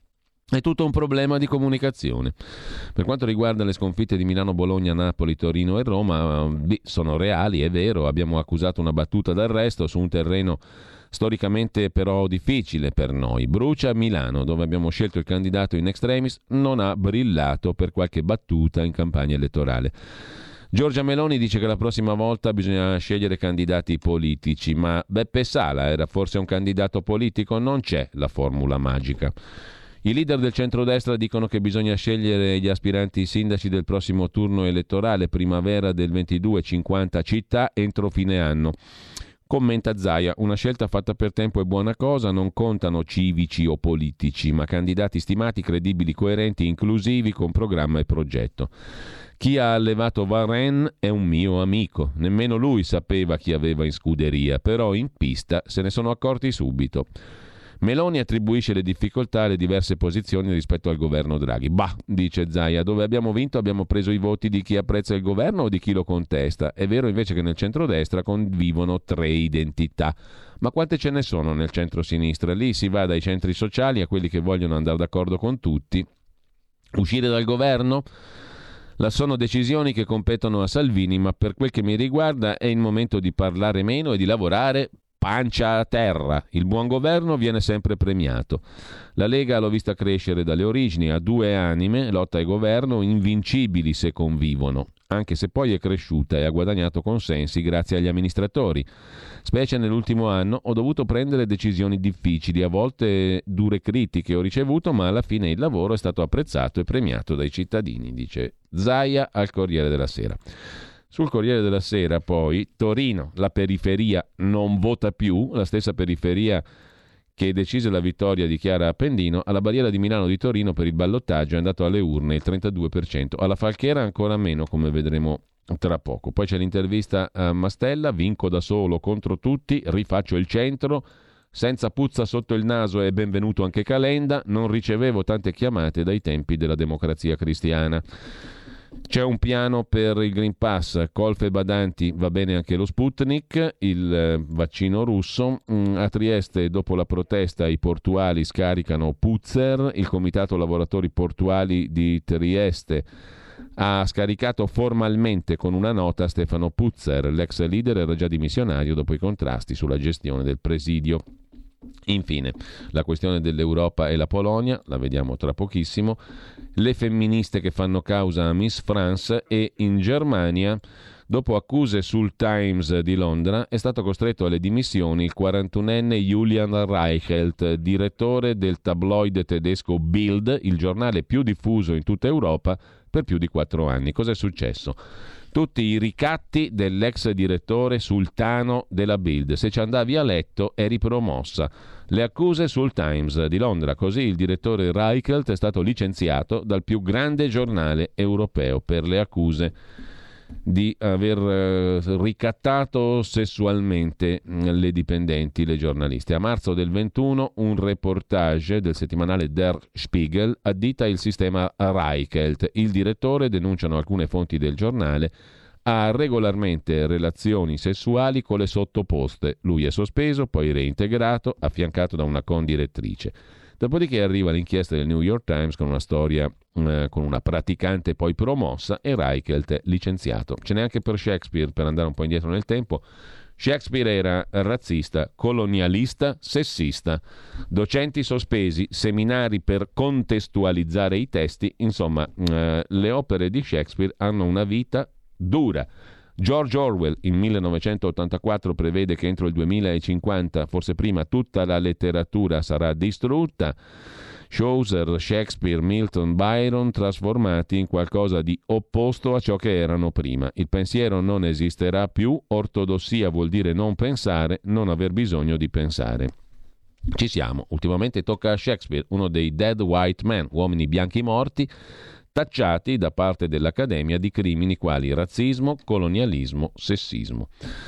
È tutto un problema di comunicazione. Per quanto riguarda le sconfitte di Milano, Bologna, Napoli, Torino e Roma, beh, sono reali, è vero, abbiamo accusato una battuta d'arresto su un terreno storicamente però difficile per noi. Brucia Milano, dove abbiamo scelto il candidato in extremis, non ha brillato per qualche battuta in campagna elettorale. Giorgia Meloni dice che la prossima volta bisogna scegliere candidati politici, ma Beppe Sala era forse un candidato politico? Non c'è la formula magica. I leader del centrodestra dicono che bisogna scegliere gli aspiranti sindaci del prossimo turno elettorale, primavera del ventidue, cinquanta città entro fine anno. Commenta Zaia: una scelta fatta per tempo è buona cosa, non contano civici o politici, ma candidati stimati, credibili, coerenti, inclusivi, con programma e progetto. Chi ha allevato Varenne è un mio amico, nemmeno lui sapeva chi aveva in scuderia, però in pista se ne sono accorti subito. Meloni attribuisce le difficoltà alle diverse posizioni rispetto al governo Draghi. Bah, dice Zaia, dove abbiamo vinto abbiamo preso i voti di chi apprezza il governo o di chi lo contesta. È vero invece che nel centrodestra convivono tre identità. Ma quante ce ne sono nel centro-sinistra? Lì si va dai centri sociali a quelli che vogliono andare d'accordo con tutti. Uscire dal governo? La sono decisioni che competono a Salvini, ma per quel che mi riguarda è il momento di parlare meno e di lavorare pancia a terra. Il buon governo viene sempre premiato. La Lega l'ho vista crescere dalle origini, ha due anime, lotta e governo, invincibili se convivono, anche se poi è cresciuta e ha guadagnato consensi grazie agli amministratori. Specie nell'ultimo anno ho dovuto prendere decisioni difficili, a volte dure critiche ho ricevuto, ma alla fine il lavoro è stato apprezzato e premiato dai cittadini, dice Zaia al Corriere della Sera. Sul Corriere della Sera poi Torino, la periferia non vota più, la stessa periferia che decise la vittoria di Chiara Appendino. Alla barriera di Milano di Torino per il ballottaggio è andato alle urne il trentadue per cento, alla Falchera ancora meno, come vedremo tra poco. Poi c'è l'intervista a Mastella: vinco da solo contro tutti, rifaccio il centro, senza puzza sotto il naso e benvenuto anche Calenda, non ricevevo tante chiamate dai tempi della Democrazia Cristiana. C'è un piano per il Green Pass, colf e badanti, va bene anche lo Sputnik, il eh, vaccino russo. Mm, a Trieste, dopo la protesta, i portuali scaricano Puzzer, il Comitato Lavoratori Portuali di Trieste ha scaricato formalmente con una nota Stefano Puzzer, l'ex leader era già dimissionario dopo i contrasti sulla gestione del presidio. Infine, la questione dell'Europa e la Polonia, la vediamo tra pochissimo, le femministe che fanno causa a Miss France e in Germania, dopo accuse sul Times di Londra, è stato costretto alle dimissioni il quarantunenne Julian Reichelt, direttore del tabloide tedesco Bild, il giornale più diffuso in tutta Europa per più di quattro anni. Cos'è successo? Tutti i ricatti dell'ex direttore sultano della Bild. Se ci andavi a letto eri promossa. Le accuse sul Times di Londra. Così il direttore Reichelt è stato licenziato dal più grande giornale europeo per le accuse di aver eh, ricattato sessualmente le dipendenti, le giornaliste. A marzo del ventuno un reportage del settimanale Der Spiegel addita il sistema Reichelt. Il direttore, denunciano alcune fonti del giornale, ha regolarmente relazioni sessuali con le sottoposte. Lui è sospeso, poi reintegrato, affiancato da una condirettrice. Dopodiché arriva l'inchiesta del New York Times con una storia eh, con una praticante poi promossa e Reichelt licenziato. Ce n'è anche per Shakespeare, per andare un po' indietro nel tempo. Shakespeare era razzista, colonialista, sessista, docenti sospesi, seminari per contestualizzare i testi, insomma eh, le opere di Shakespeare hanno una vita dura. George Orwell in millenovecentottantaquattro prevede che entro il duemilacinquanta, forse prima, tutta la letteratura sarà distrutta. Chaucer, Shakespeare, Milton, Byron trasformati in qualcosa di opposto a ciò che erano prima. Il pensiero non esisterà più, ortodossia vuol dire non pensare, non aver bisogno di pensare. Ci siamo, ultimamente tocca a Shakespeare, uno dei dead white men, uomini bianchi morti, tacciati da parte dell'Accademia di crimini quali razzismo, colonialismo, sessismo.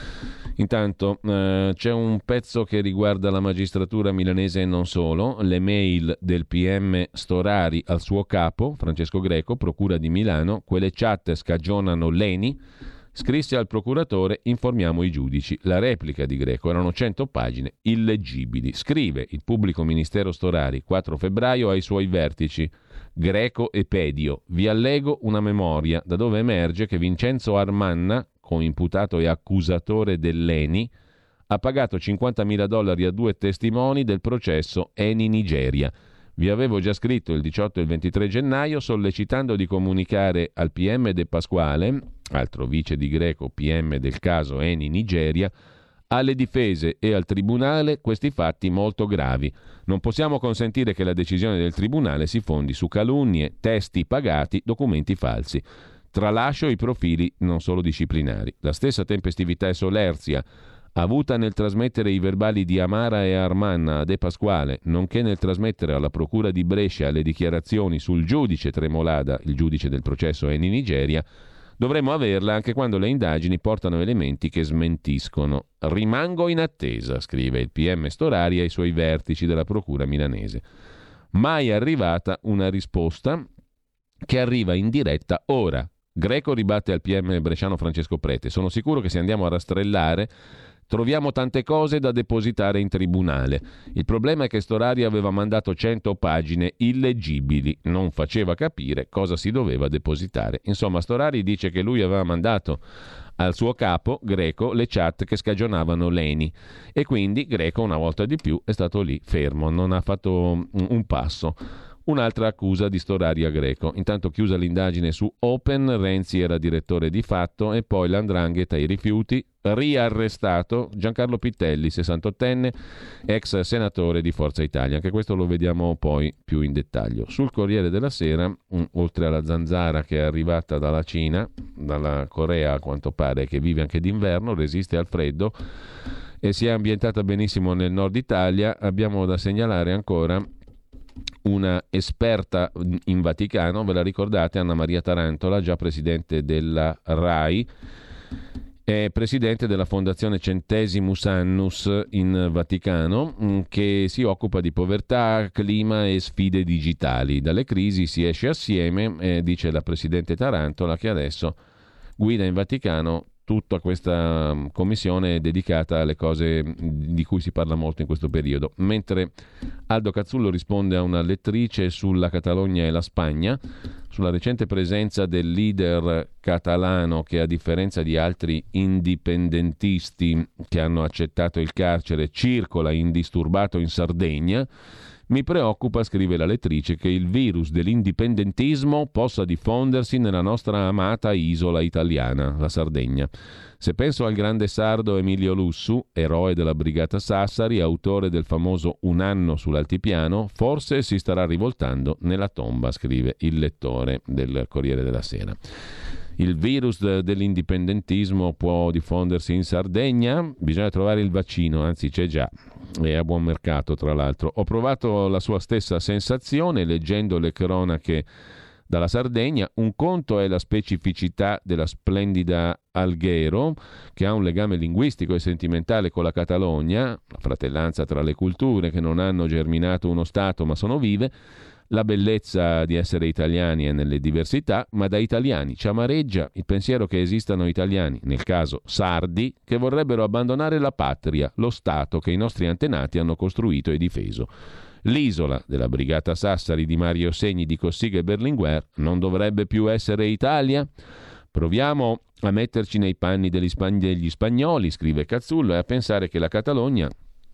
Intanto eh, c'è un pezzo che riguarda la magistratura milanese e non solo, le mail del P M Storari al suo capo, Francesco Greco, procura di Milano, quelle chat scagionano Leni, scrisse al procuratore, informiamo i giudici. La replica di Greco, erano cento pagine illeggibili. Scrive il pubblico ministero Storari, quattro febbraio, ai suoi vertici, Greco e Pedio. Vi allego una memoria da dove emerge che Vincenzo Armanna, coimputato e accusatore dell'Eni, ha pagato cinquantamila dollari a due testimoni del processo Eni Nigeria. Vi avevo già scritto il diciotto e il ventitré gennaio sollecitando di comunicare al P M De Pasquale, altro vice di Greco P M del caso Eni Nigeria, alle difese e al tribunale questi fatti molto gravi. Non possiamo consentire che la decisione del tribunale si fondi su calunnie, testi pagati, documenti falsi. Tralascio i profili non solo disciplinari. La stessa tempestività e solerzia avuta nel trasmettere i verbali di Amara e Armanna a De Pasquale, nonché nel trasmettere alla Procura di Brescia le dichiarazioni sul giudice Tremolada, il giudice del processo Eni Nigeria, dovremmo averla anche quando le indagini portano elementi che smentiscono. Rimango in attesa, scrive il P M Storari ai suoi vertici della Procura milanese. Mai arrivata una risposta che arriva in diretta ora. Greco ribatte al P M bresciano Francesco Prete. Sono sicuro che se andiamo a rastrellare troviamo tante cose da depositare in tribunale. Il problema è che Storari aveva mandato cento pagine illeggibili, non faceva capire cosa si doveva depositare. Insomma, Storari dice che lui aveva mandato al suo capo, Greco, le chat che scagionavano Leni e quindi Greco una volta di più è stato lì fermo, non ha fatto un passo. Un'altra accusa di Storari a Greco. Intanto chiusa l'indagine su Open, Renzi era direttore di fatto e poi l'Andrangheta ai rifiuti, riarrestato Giancarlo Pittelli, sessantottenne, ex senatore di Forza Italia. Anche questo lo vediamo poi più in dettaglio. Sul Corriere della Sera, oltre alla zanzara che è arrivata dalla Cina, dalla Corea a quanto pare, che vive anche d'inverno, resiste al freddo e si è ambientata benissimo nel nord Italia, abbiamo da segnalare ancora una esperta in Vaticano, ve la ricordate, Anna Maria Tarantola, già presidente della RAI, È presidente della Fondazione Centesimus Annus in Vaticano, che si occupa di povertà, clima e sfide digitali. Dalle crisi si esce assieme, eh, dice la presidente Tarantola, che adesso guida in Vaticano tutta questa commissione dedicata alle cose di cui si parla molto in questo periodo. Mentre Aldo Cazzullo risponde a una lettrice sulla Catalogna e la Spagna, sulla recente presenza del leader catalano che, a differenza di altri indipendentisti che hanno accettato il carcere, circola indisturbato in Sardegna. Mi preoccupa, scrive la lettrice, che il virus dell'indipendentismo possa diffondersi nella nostra amata isola italiana, la Sardegna. Se penso al grande sardo Emilio Lussu, eroe della Brigata Sassari, autore del famoso Un anno sull'altipiano, forse si starà rivoltando nella tomba, scrive il lettore del Corriere della Sera. Il virus dell'indipendentismo può diffondersi in Sardegna? Bisogna trovare il vaccino, anzi c'è già, è a buon mercato tra l'altro. Ho provato la sua stessa sensazione leggendo le cronache dalla Sardegna. Un conto è la specificità della splendida Alghero, che ha un legame linguistico e sentimentale con la Catalogna, la fratellanza tra le culture che non hanno germinato uno Stato ma sono vive. La bellezza di essere italiani è nelle diversità, ma da italiani ci amareggia il pensiero che esistano italiani, nel caso sardi, che vorrebbero abbandonare la patria, lo Stato che i nostri antenati hanno costruito e difeso. L'isola della Brigata Sassari di Mario Segni, di Cossiga e Berlinguer non dovrebbe più essere Italia? Proviamo a metterci nei panni degli, spagn- degli spagnoli, scrive Cazzullo, e a pensare che la Catalogna,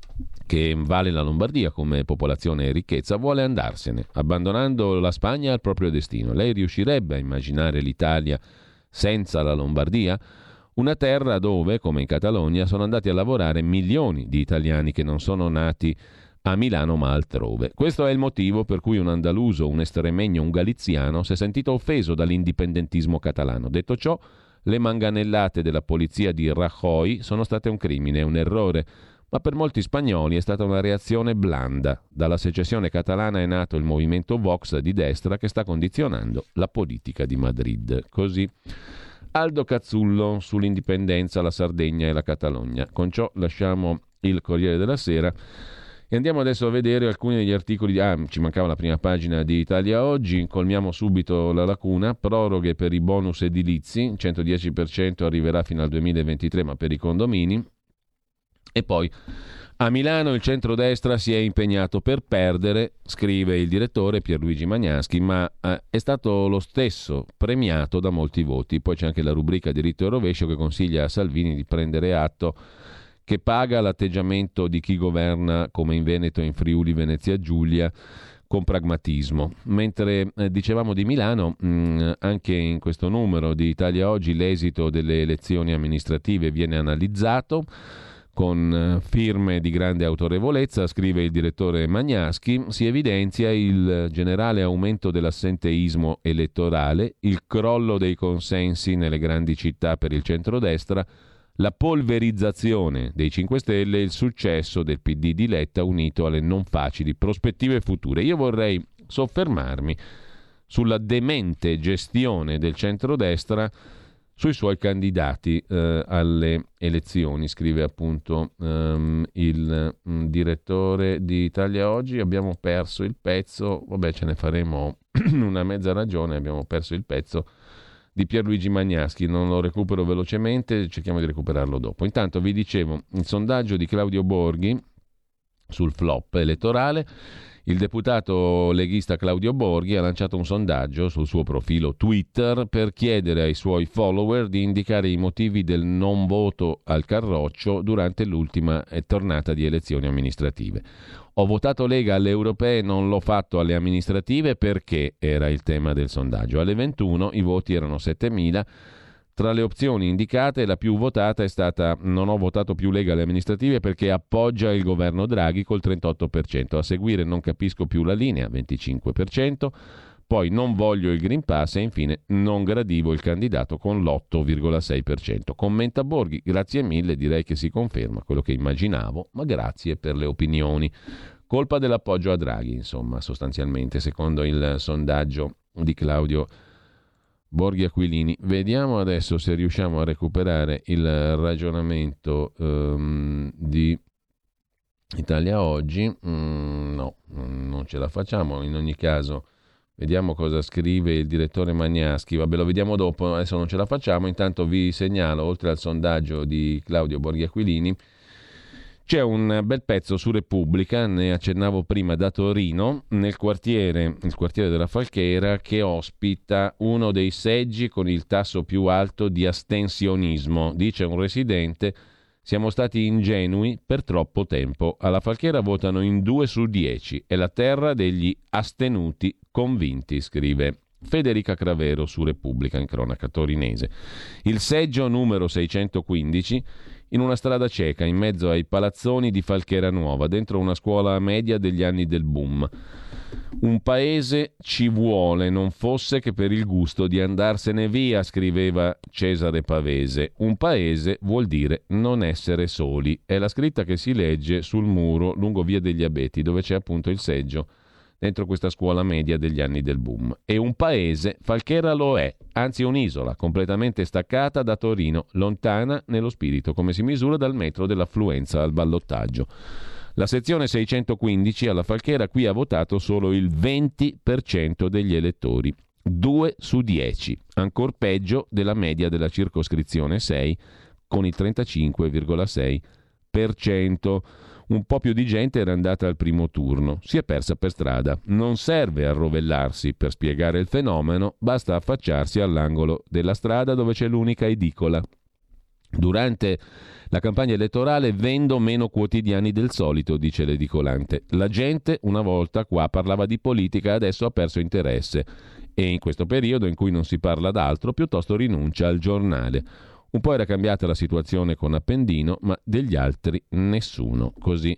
che vale la Lombardia come popolazione e ricchezza, vuole andarsene, abbandonando la Spagna al proprio destino. Lei riuscirebbe a immaginare l'Italia senza la Lombardia? Una terra dove, come in Catalogna, sono andati a lavorare milioni di italiani che non sono nati a Milano ma altrove. Questo è il motivo per cui un andaluso, un estremegno, un galiziano si è sentito offeso dall'indipendentismo catalano. Detto ciò, le manganellate della polizia di Rajoy sono state un crimine, un errore, ma per molti spagnoli è stata una reazione blanda. Dalla secessione catalana è nato il movimento Vox di destra che sta condizionando la politica di Madrid. Così Aldo Cazzullo sull'indipendenza, la Sardegna e la Catalogna. Con ciò lasciamo il Corriere della Sera e andiamo adesso a vedere alcuni degli articoli. Di... Ah, ci mancava la prima pagina di Italia Oggi, colmiamo subito la lacuna. Proroghe per i bonus edilizi, il centodieci per cento arriverà fino al duemilaventitré, ma per i condomini. E poi a Milano il centrodestra si è impegnato per perdere, scrive il direttore Pierluigi Magnaschi, ma eh, è stato lo stesso premiato da molti voti. Poi c'è anche la rubrica diritto e rovescio che consiglia a Salvini di prendere atto che paga l'atteggiamento di chi governa, come in Veneto e in Friuli Venezia Giulia, con pragmatismo. Mentre eh, dicevamo di Milano, mh, anche in questo numero di Italia Oggi l'esito delle elezioni amministrative viene analizzato con firme di grande autorevolezza, scrive il direttore Magnaschi. Si evidenzia il generale aumento dell'assenteismo elettorale, il crollo dei consensi nelle grandi città per il centrodestra, la polverizzazione dei cinque Stelle e il successo del P D di Letta unito alle non facili prospettive future. Io vorrei soffermarmi sulla demente gestione del centrodestra sui suoi candidati eh, alle elezioni, scrive appunto um, il um, direttore di Italia Oggi. Abbiamo perso il pezzo, vabbè, ce ne faremo una mezza ragione, abbiamo perso il pezzo di Pierluigi Magnaschi, non lo recupero velocemente, cerchiamo di recuperarlo dopo. Intanto vi dicevo, il sondaggio di Claudio Borghi sul flop elettorale. Il deputato leghista Claudio Borghi ha lanciato un sondaggio sul suo profilo Twitter per chiedere ai suoi follower di indicare i motivi del non voto al Carroccio durante l'ultima tornata di elezioni amministrative. Ho votato Lega alle europee, non l'ho fatto alle amministrative perché era il tema del sondaggio. Alle ventuno i voti erano settemila. Tra le opzioni indicate la più votata è stata non ho votato più Lega alle amministrative perché appoggia il governo Draghi col trentotto per cento, a seguire non capisco più la linea venticinque per cento, poi non voglio il Green Pass e infine non gradivo il candidato con l'otto virgola sei per cento. Commenta Borghi, grazie mille, direi che si conferma quello che immaginavo, ma grazie per le opinioni. Colpa dell'appoggio a Draghi, insomma, sostanzialmente, secondo il sondaggio di Claudio Borghi Aquilini. Vediamo adesso se riusciamo a recuperare il ragionamento um, di Italia Oggi. Mm, no, non ce la facciamo. In ogni caso, vediamo cosa scrive il direttore Magnaschi. Vabbè, lo vediamo dopo, adesso non ce la facciamo. Intanto vi segnalo, oltre al sondaggio di Claudio Borghi Aquilini, c'è un bel pezzo su Repubblica, ne accennavo prima, da Torino, nel quartiere, il quartiere della Falchera, che ospita uno dei seggi con il tasso più alto di astensionismo. Dice un residente: siamo stati ingenui per troppo tempo. Alla Falchera votano in due su dieci. È la terra degli astenuti convinti, scrive Federica Cravero su Repubblica, in cronaca torinese. Il seggio numero seicentoquindici, in una strada cieca, in mezzo ai palazzoni di Falchera Nuova, dentro una scuola media degli anni del boom. Un paese ci vuole, non fosse che per il gusto di andarsene via, scriveva Cesare Pavese. Un paese vuol dire non essere soli. È la scritta che si legge sul muro lungo Via degli Abeti, dove c'è appunto il seggio, dentro questa scuola media degli anni del boom. E un paese, Falchera lo è, anzi un'isola completamente staccata da Torino, lontana nello spirito, come si misura dal metro dell'affluenza al ballottaggio. La sezione seicentoquindici alla Falchera qui ha votato solo il venti per cento degli elettori, due su dieci, ancor peggio della media della circoscrizione sei, con il trentacinque virgola sei per cento. Un po' più di gente era andata al primo turno, si è persa per strada. Non serve arrovellarsi per spiegare il fenomeno, basta affacciarsi all'angolo della strada dove c'è l'unica edicola. Durante la campagna elettorale vendo meno quotidiani del solito, dice l'edicolante. La gente una volta qua parlava di politica, adesso ha perso interesse e in questo periodo in cui non si parla d'altro piuttosto rinuncia al giornale. Un po' era cambiata la situazione con Appendino, ma degli altri nessuno. Così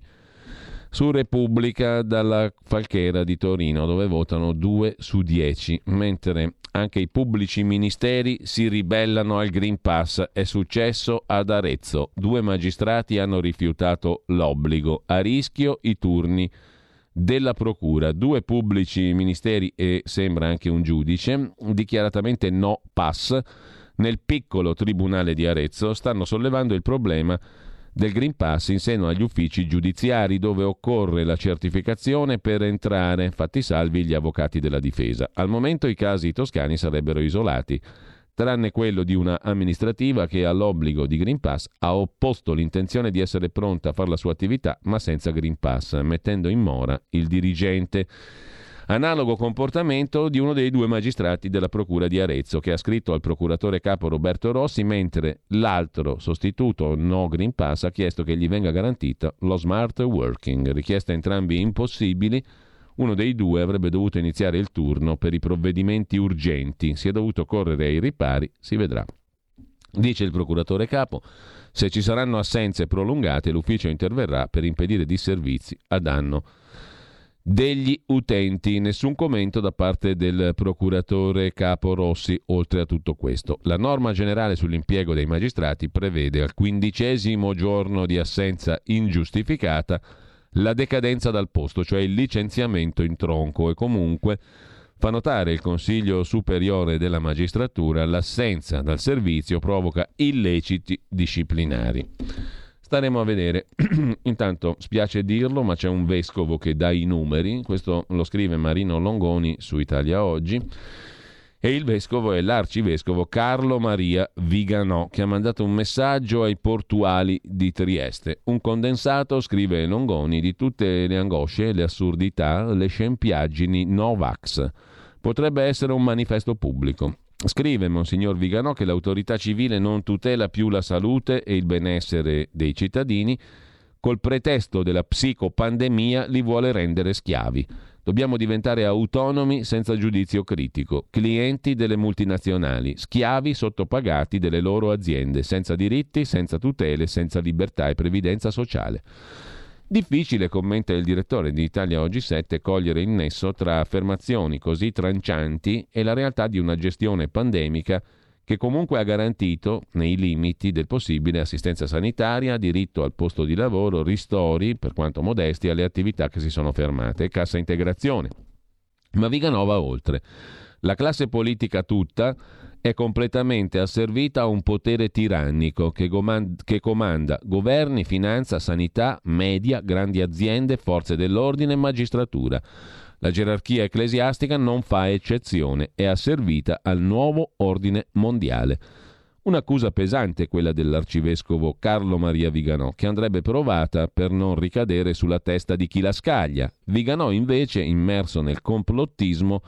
su Repubblica dalla Falchera di Torino, dove votano due su dieci, mentre anche i pubblici ministeri si ribellano al Green Pass. È successo ad Arezzo. Due magistrati hanno rifiutato l'obbligo. A rischio i turni della procura. Due pubblici ministeri e sembra anche un giudice, dichiaratamente no pass, nel piccolo tribunale di Arezzo stanno sollevando il problema del Green Pass in seno agli uffici giudiziari, dove occorre la certificazione per entrare, fatti salvi gli avvocati della difesa. Al momento i casi toscani sarebbero isolati, tranne quello di una amministrativa che all'obbligo di Green Pass ha opposto l'intenzione di essere pronta a fare la sua attività ma senza Green Pass, mettendo in mora il dirigente. Analogo comportamento di uno dei due magistrati della Procura di Arezzo, che ha scritto al procuratore capo Roberto Rossi, mentre l'altro sostituto no Green Pass ha chiesto che gli venga garantito lo smart working. Richiesta entrambi impossibili. Uno dei due avrebbe dovuto iniziare il turno per i provvedimenti urgenti. Si è dovuto correre ai ripari, si vedrà. Dice il procuratore capo: se ci saranno assenze prolungate, l'ufficio interverrà per impedire disservizi a danno degli utenti. Nessun commento da parte del procuratore capo Rossi oltre a tutto questo. La norma generale sull'impiego dei magistrati prevede al quindicesimo giorno di assenza ingiustificata la decadenza dal posto, cioè il licenziamento in tronco, e comunque fa notare il Consiglio Superiore della Magistratura l'assenza dal servizio provoca illeciti disciplinari. Staremo a vedere. Intanto spiace dirlo, ma c'è un vescovo che dà i numeri, questo lo scrive Marino Longoni su Italia Oggi, e il vescovo è l'arcivescovo Carlo Maria Viganò, che ha mandato un messaggio ai portuali di Trieste. Un condensato, scrive Longoni, di tutte le angosce, le assurdità, le scempiaggini Novax. Potrebbe essere un manifesto pubblico. Scrive Monsignor Viganò che l'autorità civile non tutela più la salute e il benessere dei cittadini, col pretesto della psicopandemia li vuole rendere schiavi. Dobbiamo diventare autonomi senza giudizio critico, clienti delle multinazionali, schiavi sottopagati delle loro aziende, senza diritti, senza tutele, senza libertà e previdenza sociale. Difficile, commenta il direttore di Italia Oggi sette, cogliere il nesso tra affermazioni così trancianti e la realtà di una gestione pandemica che comunque ha garantito, nei limiti del possibile, assistenza sanitaria, diritto al posto di lavoro, ristori, per quanto modesti, alle attività che si sono fermate e cassa integrazione. Ma Viganò va oltre. La classe politica tutta è completamente asservita a un potere tirannico che, comand- che comanda governi, finanza, sanità, media, grandi aziende, forze dell'ordine e magistratura. La gerarchia ecclesiastica non fa eccezione, è asservita al nuovo ordine mondiale. Un'accusa pesante quella dell'arcivescovo Carlo Maria Viganò, che andrebbe provata per non ricadere sulla testa di chi la scaglia. Viganò invece, immerso nel complottismo,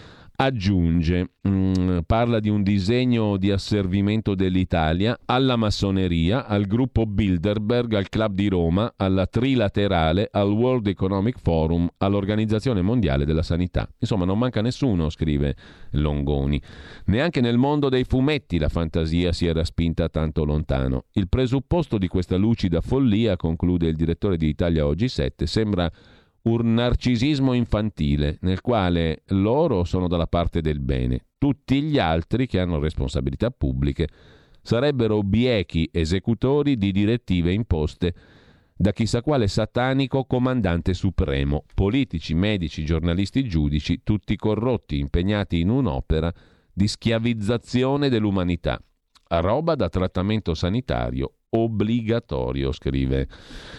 aggiunge, mh, parla di un disegno di asservimento dell'Italia alla massoneria, al gruppo Bilderberg, al Club di Roma, alla Trilaterale, al World Economic Forum, all'Organizzazione Mondiale della Sanità. Insomma, non manca nessuno, scrive Longoni. Neanche nel mondo dei fumetti la fantasia si era spinta tanto lontano. Il presupposto di questa lucida follia, conclude il direttore di Italia Oggi sette, sembra un narcisismo infantile nel quale loro sono dalla parte del bene. Tutti gli altri che hanno responsabilità pubbliche sarebbero biechi esecutori di direttive imposte da chissà quale satanico comandante supremo. Politici, medici, giornalisti, giudici, tutti corrotti, impegnati in un'opera di schiavizzazione dell'umanità. A roba da trattamento sanitario obbligatorio, scrive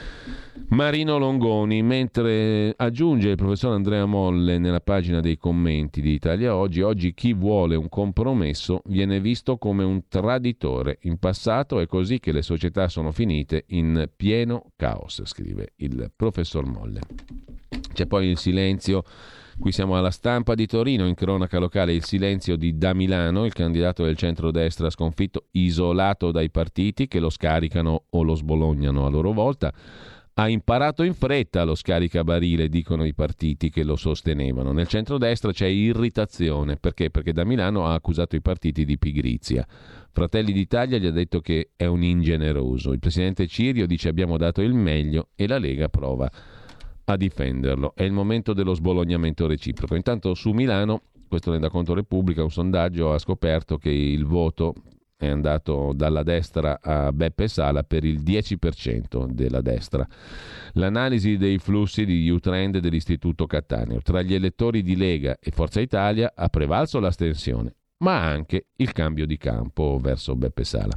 Marino Longoni, mentre aggiunge il professor Andrea Molle nella pagina dei commenti di Italia Oggi: oggi chi vuole un compromesso viene visto come un traditore. In passato è così che le società sono finite in pieno caos, scrive il professor Molle. C'è poi il silenzio. Qui siamo alla Stampa di Torino, in cronaca locale il silenzio di Da Milano, il candidato del centrodestra sconfitto, isolato dai partiti che lo scaricano o lo sbolognano a loro volta. Ha imparato in fretta lo scaricabarile, dicono i partiti che lo sostenevano. Nel centrodestra c'è irritazione. Perché? Perché Da Milano ha accusato i partiti di pigrizia. Fratelli d'Italia gli ha detto che è un ingeneroso. Il presidente Cirio dice abbiamo dato il meglio e la Lega prova a difenderlo. È il momento dello sbolognamento reciproco. Intanto su Milano, questo ne dà conto Repubblica, un sondaggio ha scoperto che il voto è andato dalla destra a Beppe Sala per il dieci per cento della destra. L'analisi dei flussi di U-Trend dell'Istituto Cattaneo. Tra gli elettori di Lega e Forza Italia ha prevalso l'astensione, ma anche il cambio di campo verso Beppe Sala.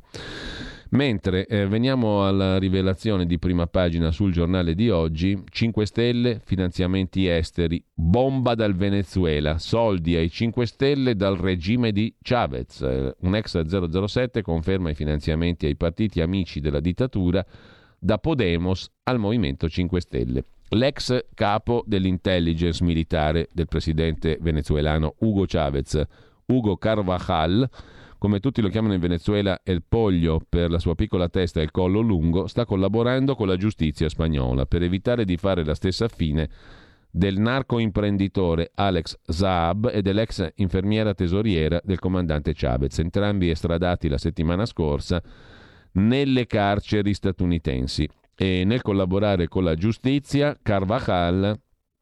Mentre eh, veniamo alla rivelazione di prima pagina sul giornale di oggi: cinque Stelle, finanziamenti esteri, bomba dal Venezuela, soldi ai cinque Stelle dal regime di Chavez. Eh, un ex zero zero sette conferma i finanziamenti ai partiti amici della dittatura da Podemos al Movimento cinque Stelle. L'ex capo dell'intelligence militare del presidente venezuelano Hugo Chavez, Hugo Carvajal, come tutti lo chiamano in Venezuela El Pollo per la sua piccola testa e il collo lungo, sta collaborando con la giustizia spagnola per evitare di fare la stessa fine del narcoimprenditore Alex Saab e dell'ex infermiera tesoriera del comandante Chavez, entrambi estradati la settimana scorsa nelle carceri statunitensi. E nel collaborare con la giustizia, Carvajal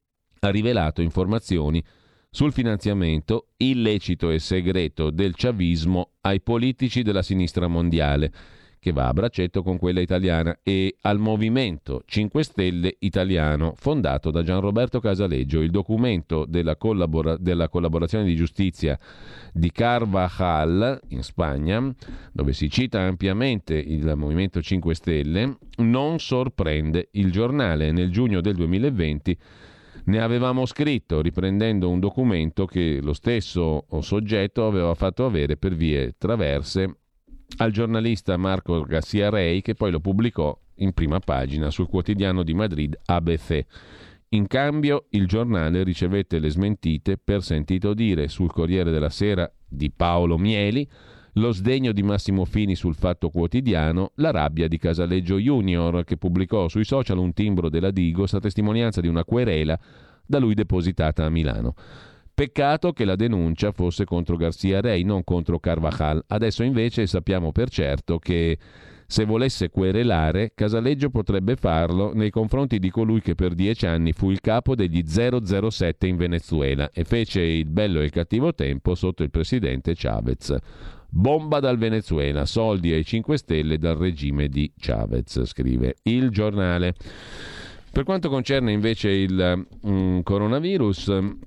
ha rivelato informazioni sul finanziamento illecito e segreto del chavismo ai politici della sinistra mondiale, che va a braccetto con quella italiana, e al Movimento cinque Stelle italiano, fondato da Gianroberto Casaleggio. Il documento della, collabora- della collaborazione di giustizia di Carvajal in Spagna, dove si cita ampiamente il Movimento cinque Stelle, non sorprende. Il giornale nel giugno del duemilaventi ne avevamo scritto, riprendendo un documento che lo stesso soggetto aveva fatto avere per vie traverse al giornalista Marco García Rey, che poi lo pubblicò in prima pagina sul quotidiano di Madrid A B C. In cambio il giornale ricevette le smentite per sentito dire sul Corriere della Sera di Paolo Mieli, lo sdegno di Massimo Fini sul Fatto Quotidiano, la rabbia di Casaleggio Junior, che pubblicò sui social un timbro della Digos a testimonianza di una querela da lui depositata a Milano. Peccato che la denuncia fosse contro García Rey, non contro Carvajal. Adesso invece sappiamo per certo che se volesse querelare, Casaleggio potrebbe farlo nei confronti di colui che per dieci anni fu il capo degli zero zero sette in Venezuela e fece il bello e il cattivo tempo sotto il presidente Chavez. Bomba dal Venezuela, soldi ai cinque Stelle dal regime di Chavez, scrive il giornale. Per quanto concerne invece il um, coronavirus,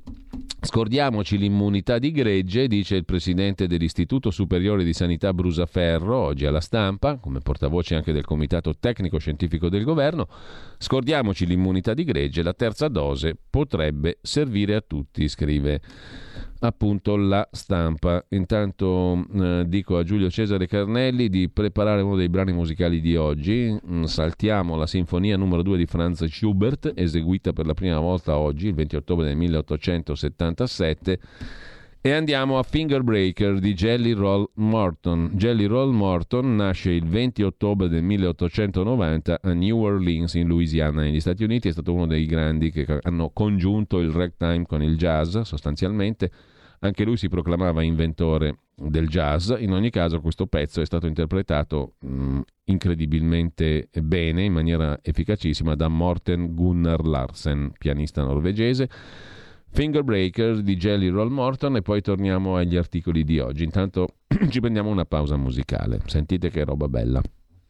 Scordiamoci l'immunità di gregge, dice il presidente dell'Istituto Superiore di Sanità Brusaferro, oggi alla Stampa, come portavoce anche del Comitato Tecnico Scientifico del Governo. Scordiamoci l'immunità di gregge, la terza dose potrebbe servire a tutti, scrive appunto la Stampa. Intanto eh, dico a Giulio Cesare Carnelli di preparare uno dei brani musicali di oggi. Mm, saltiamo la sinfonia numero due di Franz Schubert, eseguita per la prima volta oggi, il venti ottobre del milleottocentosettantasette, e andiamo a Finger Breaker di Jelly Roll Morton. Jelly Roll Morton nasce il venti ottobre del milleottocentonovanta a New Orleans, in Louisiana, negli Stati Uniti. È stato uno dei grandi che hanno congiunto il ragtime con il jazz, sostanzialmente. Anche lui si proclamava inventore del jazz. In ogni caso questo pezzo è stato interpretato mh, incredibilmente bene, in maniera efficacissima, da Morten Gunnar Larsen, pianista norvegese. Finger Breaker di Jelly Roll Morton, e poi torniamo agli articoli di oggi. Intanto ci prendiamo una pausa musicale. Sentite che roba bella.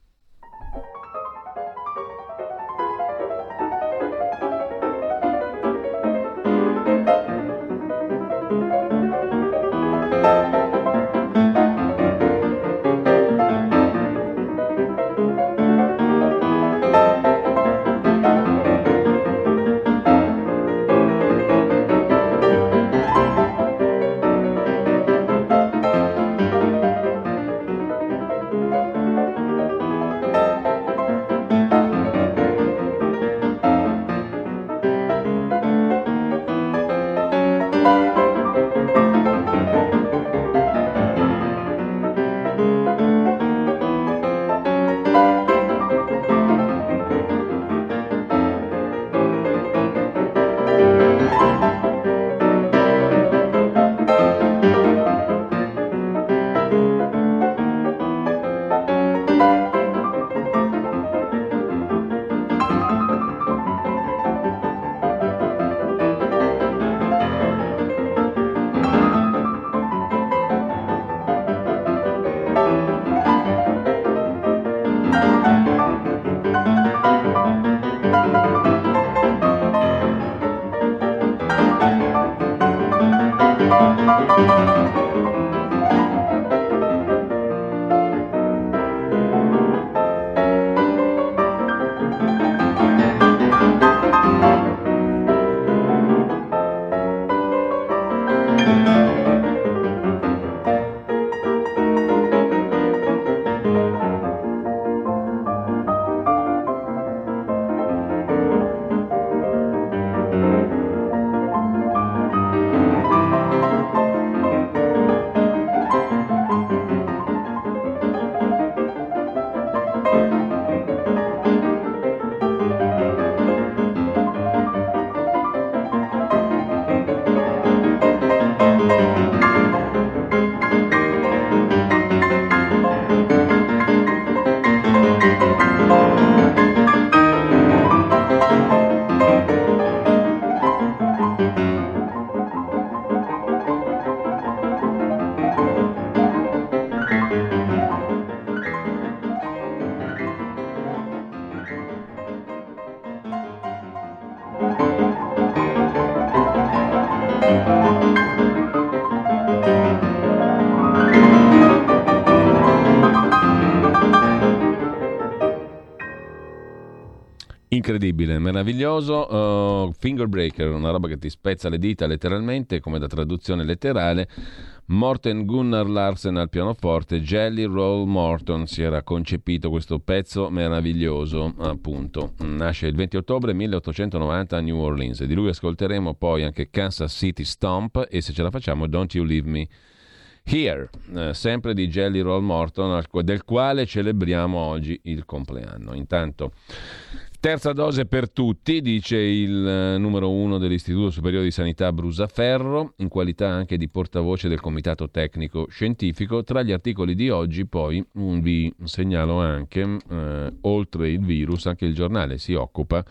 Incredibile, meraviglioso. uh, Finger Breaker, una roba che ti spezza le dita letteralmente, come da traduzione letterale. Morten Gunnar Larsen al pianoforte, Jelly Roll Morton si era concepito questo pezzo meraviglioso, appunto. Nasce il venti ottobre milleottocentonovanta a New Orleans. Di lui ascolteremo poi anche Kansas City Stomp e, se ce la facciamo, Don't You Leave Me Here, eh, sempre di Jelly Roll Morton, del quale celebriamo oggi il compleanno. Intanto, terza dose per tutti, dice il eh, numero uno dell'Istituto Superiore di Sanità Brusaferro, in qualità anche di portavoce del Comitato Tecnico Scientifico. Tra gli articoli di oggi poi mh, vi segnalo anche, eh, oltre il virus, anche il giornale si occupa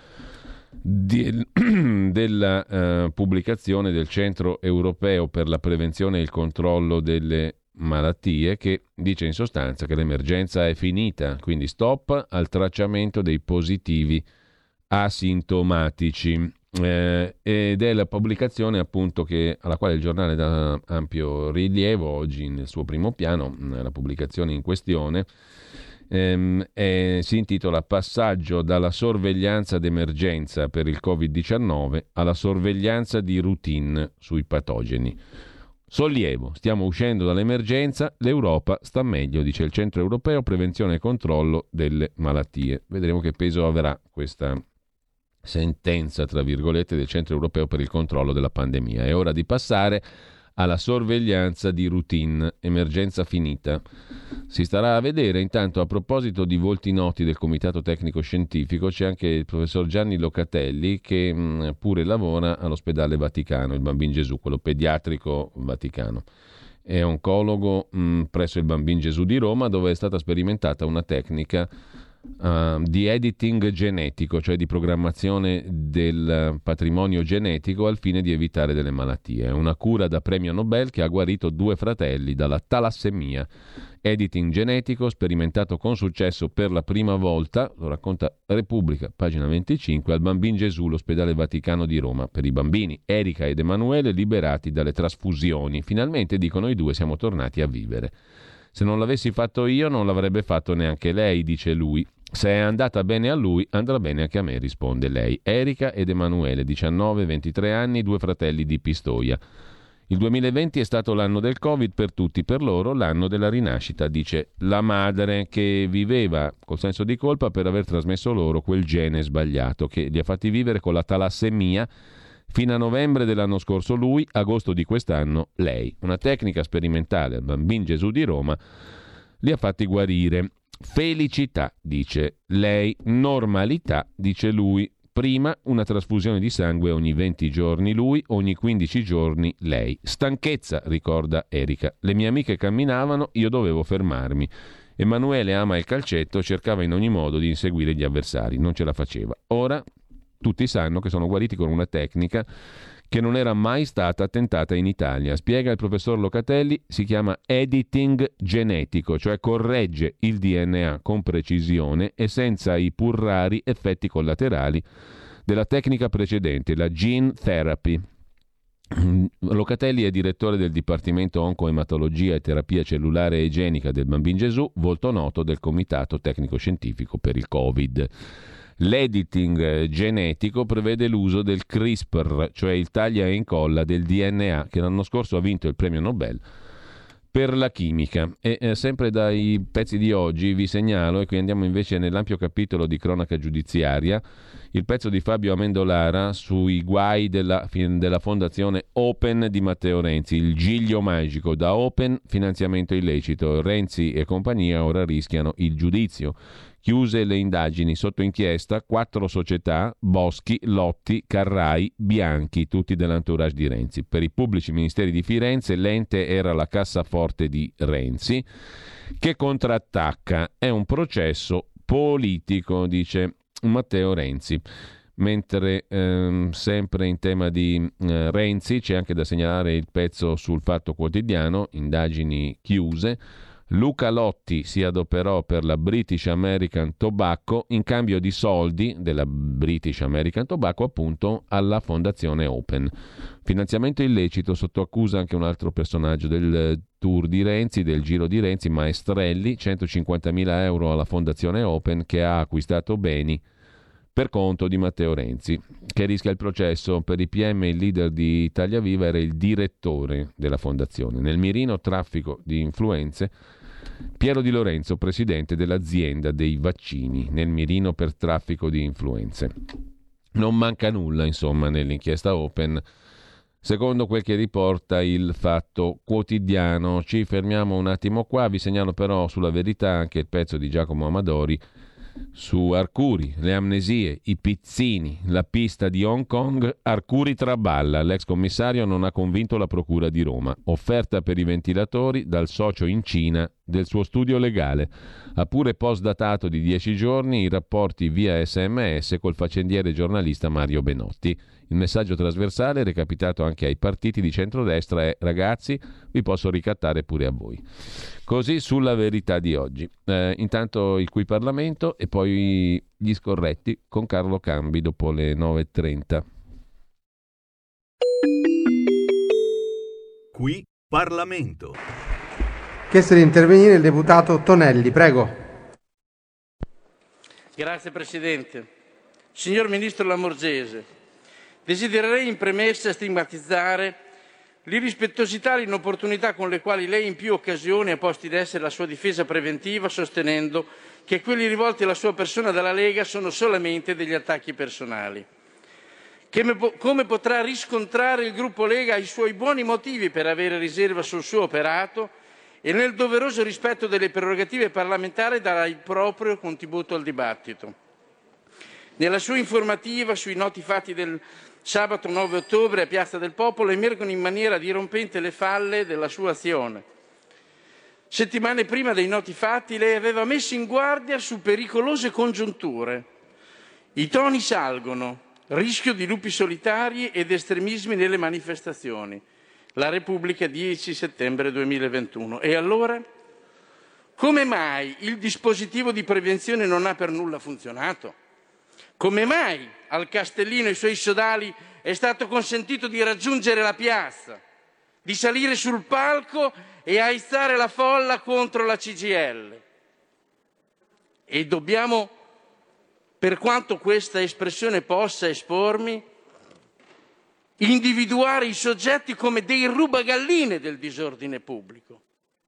di, della eh, pubblicazione del Centro Europeo per la Prevenzione e il Controllo delle Malattie, che dice in sostanza che l'emergenza è finita, quindi stop al tracciamento dei positivi asintomatici. Eh, ed è la pubblicazione appunto che, alla quale il giornale dà ampio rilievo oggi nel suo primo piano. La pubblicazione in questione ehm, è, si intitola Passaggio dalla sorveglianza d'emergenza per il covid diciannove alla sorveglianza di routine sui patogeni. Sollievo, stiamo uscendo dall'emergenza, l'Europa sta meglio, dice il Centro Europeo Prevenzione e Controllo delle Malattie. Vedremo che peso avrà questa sentenza, tra virgolette, del Centro Europeo per il Controllo della Pandemia. È ora di passare alla sorveglianza di routine, emergenza finita. Si starà a vedere. Intanto, a proposito di volti noti del Comitato Tecnico Scientifico, c'è anche il professor Gianni Locatelli che mh, pure lavora all'ospedale Vaticano, il Bambin Gesù, quello pediatrico Vaticano. È oncologo mh, presso il Bambin Gesù di Roma, dove è stata sperimentata una tecnica Uh, di editing genetico, cioè di programmazione del patrimonio genetico al fine di evitare delle malattie. È una cura da premio Nobel che ha guarito due fratelli dalla talassemia. Editing genetico sperimentato con successo per la prima volta, lo racconta Repubblica, pagina venticinque, al Bambin Gesù, l'ospedale Vaticano di Roma, per i bambini Erika ed Emanuele liberati dalle trasfusioni. Finalmente, dicono i due, siamo tornati a vivere. Se non l'avessi fatto io, non l'avrebbe fatto neanche lei, dice lui. Se è andata bene a lui, andrà bene anche a me, risponde lei. Erika ed Emanuele, diciannove ventitré anni, due fratelli di Pistoia. Il duemilaventi è stato l'anno del Covid per tutti, per loro l'anno della rinascita, dice la madre, che viveva col senso di colpa per aver trasmesso loro quel gene sbagliato che li ha fatti vivere con la talassemia fino a novembre dell'anno scorso lui, agosto di quest'anno lei. Una tecnica sperimentale al Bambin Gesù di Roma li ha fatti guarire. Felicità, dice lei. Normalità, dice lui. Prima una trasfusione di sangue ogni venti giorni lui, ogni quindici giorni lei. Stanchezza, ricorda Erika. Le mie amiche camminavano, io dovevo fermarmi. Emanuele ama il calcetto, cercava in ogni modo di inseguire gli avversari, non ce la faceva. Ora tutti sanno che sono guariti con una tecnica che non era mai stata tentata in Italia. Spiega il professor Locatelli, si chiama editing genetico, cioè corregge il D N A con precisione e senza i pur rari effetti collaterali della tecnica precedente, la gene therapy. Locatelli è direttore del Dipartimento Oncoematologia e Terapia Cellulare e Genica del Bambin Gesù, volto noto del Comitato Tecnico Scientifico per il Covid. L'editing genetico prevede l'uso del CRISPR, cioè il taglia e incolla del D N A, che l'anno scorso ha vinto il premio Nobel per la chimica. E eh, sempre dai pezzi di oggi vi segnalo, e qui andiamo invece nell'ampio capitolo di cronaca giudiziaria, il pezzo di Fabio Amendolara sui guai della, della fondazione Open di Matteo Renzi, il giglio magico da Open, finanziamento illecito. Renzi e compagnia ora rischiano il giudizio. Chiuse le indagini, sotto inchiesta quattro società, Boschi, Lotti, Carrai, Bianchi, tutti dell'entourage di Renzi. Per i pubblici ministeri di Firenze l'ente era la cassaforte di Renzi, che contrattacca. È un processo politico, dice Matteo Renzi. Mentre ehm, sempre in tema di eh, Renzi c'è anche da segnalare il pezzo sul Fatto Quotidiano, indagini chiuse. Luca Lotti si adoperò per la British American Tobacco in cambio di soldi della British American Tobacco appunto alla fondazione Open. Finanziamento illecito, sotto accusa anche un altro personaggio del tour di Renzi, del giro di Renzi, Maestrelli, centocinquantamila euro alla fondazione Open che ha acquistato beni per conto di Matteo Renzi, che rischia il processo. Per i P M il leader di Italia Viva era il direttore della fondazione. Nel mirino traffico di influenze, Piero Di Lorenzo, presidente dell'azienda dei vaccini, nel mirino per traffico di influenze. Non manca nulla, insomma, nell'inchiesta Open, secondo quel che riporta il Fatto Quotidiano. Ci fermiamo un attimo qua, vi segnalo però sulla Verità anche il pezzo di Giacomo Amadori su Arcuri, le amnesie, i pizzini, la pista di Hong Kong. Arcuri traballa, l'ex commissario non ha convinto la procura di Roma. Offerta per i ventilatori dal socio in Cina del suo studio legale. Ha pure postdatato di dieci giorni i rapporti via sms col faccendiere giornalista Mario Benotti. Il messaggio trasversale, recapitato anche ai partiti di centrodestra, è: ragazzi, vi posso ricattare pure a voi. Così sulla Verità di oggi. Eh, intanto il Qui Parlamento e poi gli scorretti con Carlo Cambi dopo le nove e trenta. Qui Parlamento. Chiesto di intervenire il deputato Tonelli, prego. Grazie Presidente. Signor Ministro Lamorgese, desidererei in premessa stigmatizzare l'irrispettosità e l'inopportunità con le quali lei in più occasioni ha posto in essere la sua difesa preventiva, sostenendo che quelli rivolti alla sua persona dalla Lega sono solamente degli attacchi personali. Come potrà riscontrare il gruppo Lega i suoi buoni motivi per avere riserva sul suo operato e nel doveroso rispetto delle prerogative parlamentari darà il proprio contributo al dibattito. Nella sua informativa sui noti fatti del sabato nove ottobre a Piazza del Popolo emergono in maniera dirompente le falle della sua azione. Settimane prima dei noti fatti lei aveva messo in guardia su pericolose congiunture. I toni salgono. Rischio di lupi solitari ed estremismi nelle manifestazioni. La Repubblica, dieci settembre duemilaventuno. E allora? Come mai il dispositivo di prevenzione non ha per nulla funzionato? Come mai al Castellino e ai suoi sodali è stato consentito di raggiungere la piazza, di salire sul palco e aizzare la folla contro la C G I L? E dobbiamo, per quanto questa espressione possa espormi, individuare i soggetti come dei rubagalline del disordine pubblico.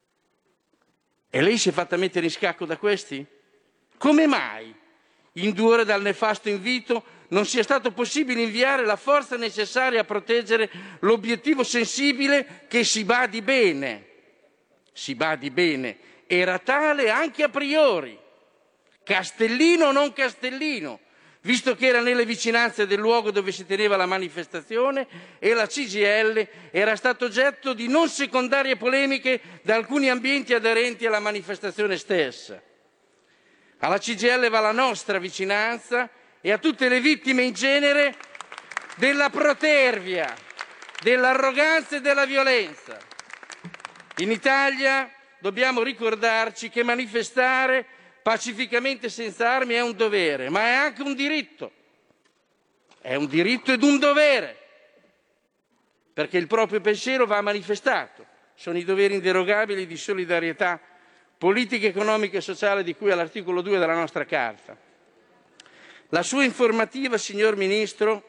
E lei si è fatta mettere in scacco da questi? Come mai, in due ore dal nefasto invito, non sia stato possibile inviare la forza necessaria a proteggere l'obiettivo sensibile che, si badi bene, si badi bene, era tale anche a priori, Castellino o non Castellino, visto che era nelle vicinanze del luogo dove si teneva la manifestazione e la C G I L era stato oggetto di non secondarie polemiche da alcuni ambienti aderenti alla manifestazione stessa. Alla C G I L va la nostra vicinanza e a tutte le vittime in genere della protervia, dell'arroganza e della violenza. In Italia dobbiamo ricordarci che manifestare pacificamente senza armi è un dovere, ma è anche un diritto. È un diritto ed un dovere, perché il proprio pensiero va manifestato. Sono i doveri inderogabili di solidarietà politica, economica e sociale di cui all'articolo due della nostra Carta. La sua informativa, signor Ministro,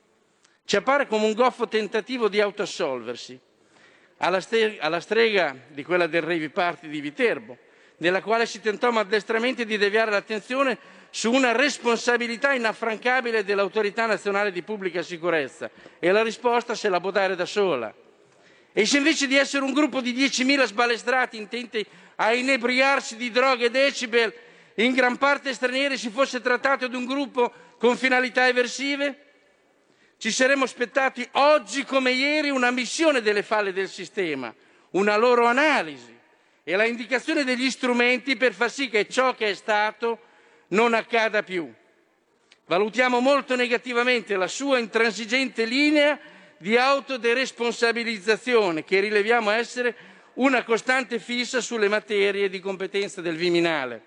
ci appare come un goffo tentativo di autoassolversi, alla, ste- alla strega di quella del Rave Party di Viterbo, nella quale si tentò maldestramente di deviare l'attenzione su una responsabilità inaffrancabile dell'Autorità Nazionale di Pubblica Sicurezza, e la risposta se la può dare da sola. E se invece di essere un gruppo di diecimila sbalestrati intenti a inebriarsi di droghe e decibel, in gran parte stranieri, si fosse trattato di un gruppo con finalità eversive? Ci saremmo aspettati oggi come ieri una missione delle falle del sistema, una loro analisi e la indicazione degli strumenti per far sì che ciò che è stato non accada più. Valutiamo molto negativamente la sua intransigente linea di autoderesponsabilizzazione, che rileviamo essere una costante fissa sulle materie di competenza del Viminale.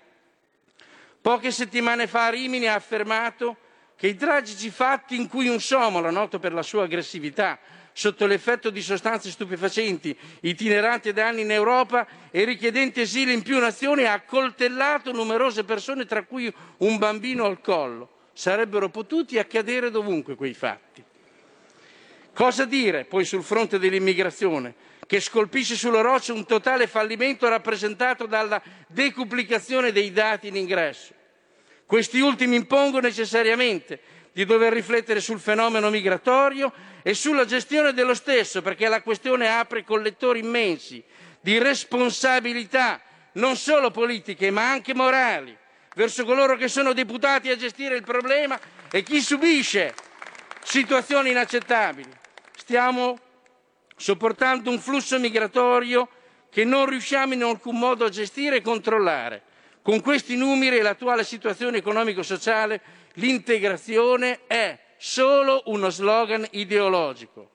Poche settimane fa a Rimini ha affermato che i tragici fatti in cui un somalo, noto per la sua aggressività, sotto l'effetto di sostanze stupefacenti, itinerante da anni in Europa e richiedente esilo in più nazioni, ha accoltellato numerose persone, tra cui un bambino al collo. Sarebbero potuti accadere dovunque quei fatti. Cosa dire poi sul fronte dell'immigrazione, che scolpisce sulle rocce un totale fallimento rappresentato dalla decuplicazione dei dati in ingresso? Questi ultimi impongono necessariamente di dover riflettere sul fenomeno migratorio e sulla gestione dello stesso, perché la questione apre collettori immensi di responsabilità, non solo politiche ma anche morali, verso coloro che sono deputati a gestire il problema e chi subisce situazioni inaccettabili. Stiamo sopportando un flusso migratorio che non riusciamo in alcun modo a gestire e controllare. Con questi numeri e l'attuale situazione economico-sociale, l'integrazione è solo uno slogan ideologico.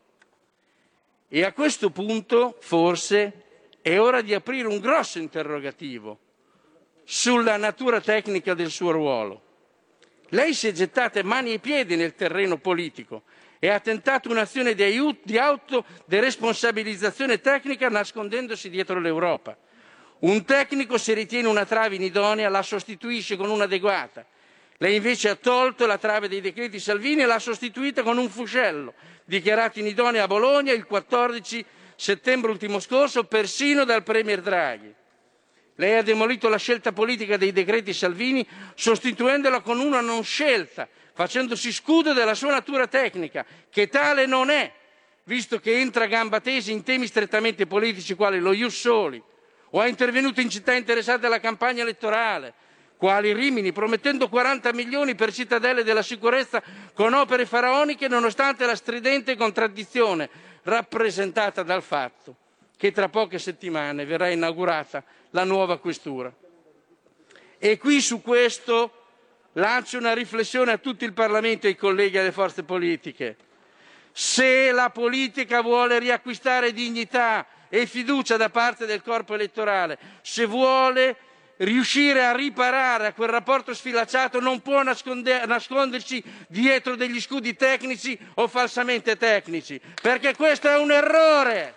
E a questo punto, forse, è ora di aprire un grosso interrogativo sulla natura tecnica del suo ruolo. Lei si è gettata mani e piedi nel terreno politico e ha tentato un'azione di, aiuto, di autoderesponsabilizzazione tecnica nascondendosi dietro l'Europa. Un tecnico, se ritiene una trave inidonea, la sostituisce con un'adeguata. Lei invece ha tolto la trave dei decreti Salvini e l'ha sostituita con un fuscello, dichiarato inidoneo a Bologna il quattordici settembre ultimo scorso, persino dal Premier Draghi. Lei ha demolito la scelta politica dei decreti Salvini, sostituendola con una non scelta, facendosi scudo della sua natura tecnica, che tale non è, visto che entra a gamba tesa in temi strettamente politici quali lo ius soli, o è intervenuto in città interessate alla campagna elettorale, quali Rimini, promettendo quaranta milioni per cittadelle della sicurezza con opere faraoniche, nonostante la stridente contraddizione rappresentata dal fatto che tra poche settimane verrà inaugurata la nuova questura. E qui su questo lancio una riflessione a tutto il Parlamento e ai colleghi e alle forze politiche. Se la politica vuole riacquistare dignità e fiducia da parte del corpo elettorale, se vuole riuscire a riparare a quel rapporto sfilacciato, non può nasconde- nasconderci dietro degli scudi tecnici o falsamente tecnici, perché questo è un errore.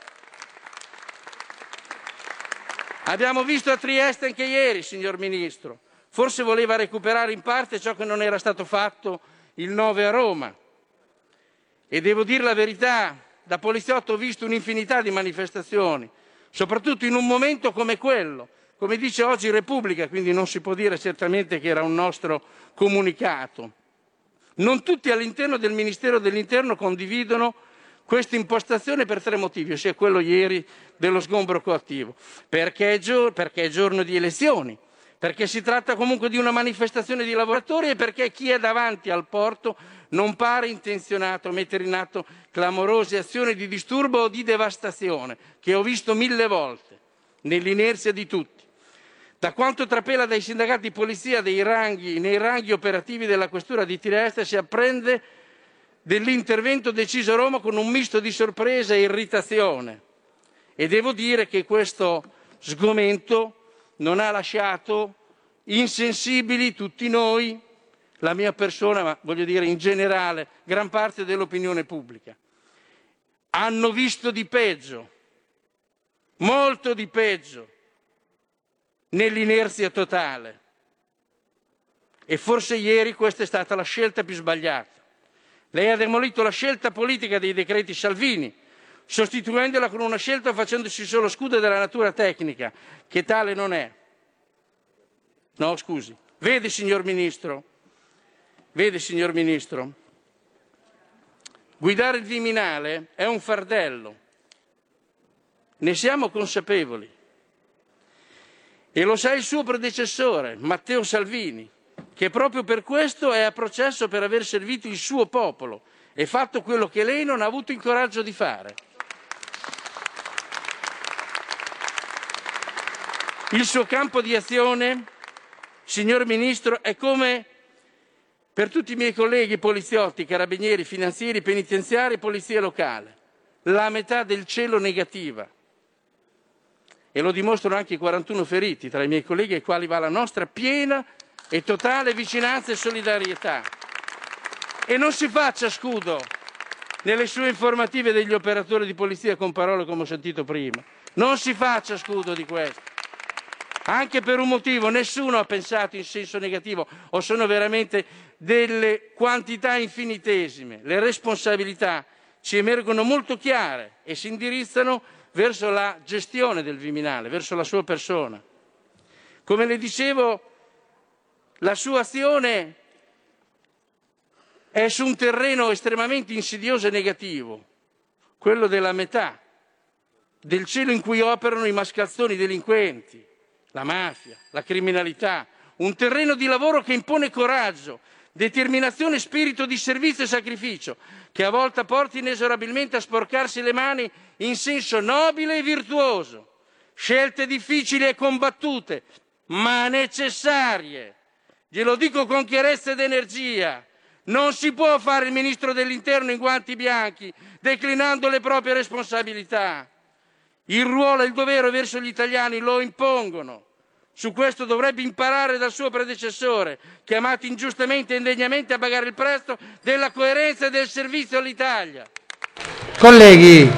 Abbiamo visto a Trieste anche ieri, signor Ministro, forse voleva recuperare in parte ciò che non era stato fatto il nove a Roma. E devo dire la verità, da poliziotto ho visto un'infinità di manifestazioni, soprattutto in un momento come quello. Come dice oggi Repubblica, quindi non si può dire certamente che era un nostro comunicato. Non tutti all'interno del Ministero dell'Interno condividono questa impostazione per tre motivi, ossia quello ieri dello sgombro coattivo, perché è, gio- perché è giorno di elezioni, perché si tratta comunque di una manifestazione di lavoratori e perché chi è davanti al porto non pare intenzionato a mettere in atto clamorose azioni di disturbo o di devastazione, che ho visto mille volte, nell'inerzia di tutti. Da quanto trapela dai sindacati di polizia dei ranghi, nei ranghi operativi della questura di Trieste si apprende dell'intervento deciso a Roma con un misto di sorpresa e irritazione. E devo dire che questo sgomento non ha lasciato insensibili tutti noi, la mia persona, ma voglio dire in generale, gran parte dell'opinione pubblica. Hanno visto di peggio, molto di peggio, nell'inerzia totale. E forse ieri questa è stata la scelta più sbagliata. Lei ha demolito la scelta politica dei decreti Salvini, sostituendola con una scelta facendosi solo scudo della natura tecnica, che tale non è. No, scusi. Vede, signor Ministro, vede, signor Ministro, guidare il Viminale è un fardello. Ne siamo consapevoli. E lo sa il suo predecessore, Matteo Salvini, che proprio per questo è a processo per aver servito il suo popolo e fatto quello che lei non ha avuto il coraggio di fare. Il suo campo di azione, signor Ministro, è come per tutti i miei colleghi poliziotti, carabinieri, finanzieri, penitenziari, polizia locale, la metà del cielo negativa. E lo dimostrano anche i quarantuno feriti tra i miei colleghi, ai quali va la nostra piena e totale vicinanza e solidarietà. E non si faccia scudo nelle sue informative degli operatori di polizia con parole come ho sentito prima. Non si faccia scudo di questo. Anche per un motivo, nessuno ha pensato in senso negativo, o sono veramente delle quantità infinitesime. Le responsabilità ci emergono molto chiare e si indirizzano verso la gestione del Viminale, verso la sua persona. Come le dicevo, la sua azione è su un terreno estremamente insidioso e negativo, quello della metà del cielo in cui operano i mascalzoni delinquenti, la mafia, la criminalità, un terreno di lavoro che impone coraggio, determinazione, spirito di servizio e sacrificio, che a volte porta inesorabilmente a sporcarsi le mani in senso nobile e virtuoso. Scelte difficili e combattute, ma necessarie. Glielo dico con chiarezza ed energia. Non si può fare il Ministro dell'Interno in guanti bianchi, declinando le proprie responsabilità. Il ruolo e il dovere verso gli italiani lo impongono. Su questo dovrebbe imparare dal suo predecessore, chiamato ingiustamente e indegnamente a pagare il prezzo della coerenza e del servizio all'Italia. Colleghi,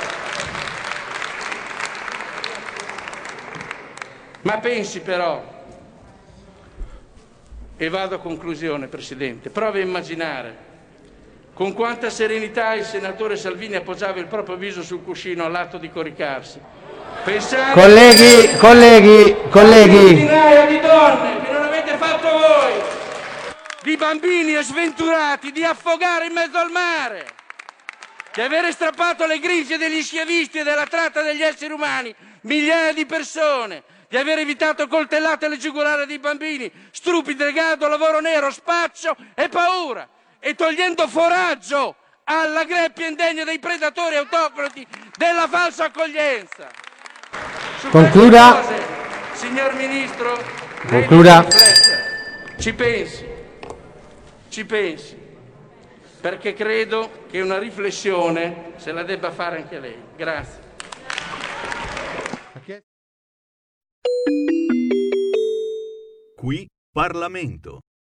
ma pensi però, e vado a conclusione, Presidente, provi a immaginare con quanta serenità il senatore Salvini appoggiava il proprio viso sul cuscino all'atto di coricarsi. Pensate colleghi, colleghi, colleghi. Migliaia di donne che non avete fatto voi, di bambini sventurati, di affogare in mezzo al mare, di avere strappato le grinfie degli schiavisti e della tratta degli esseri umani, migliaia di persone, di aver evitato coltellate alle giugulare dei bambini, stupri, degrado, lavoro nero, spaccio e paura, e togliendo foraggio alla greppia indegna dei predatori autocrati della falsa accoglienza. Su Concluda. cose, signor Ministro, Concluda. ci pensi, ci pensi, perché credo che una riflessione se la debba fare anche lei. Grazie. Qui Parlamento.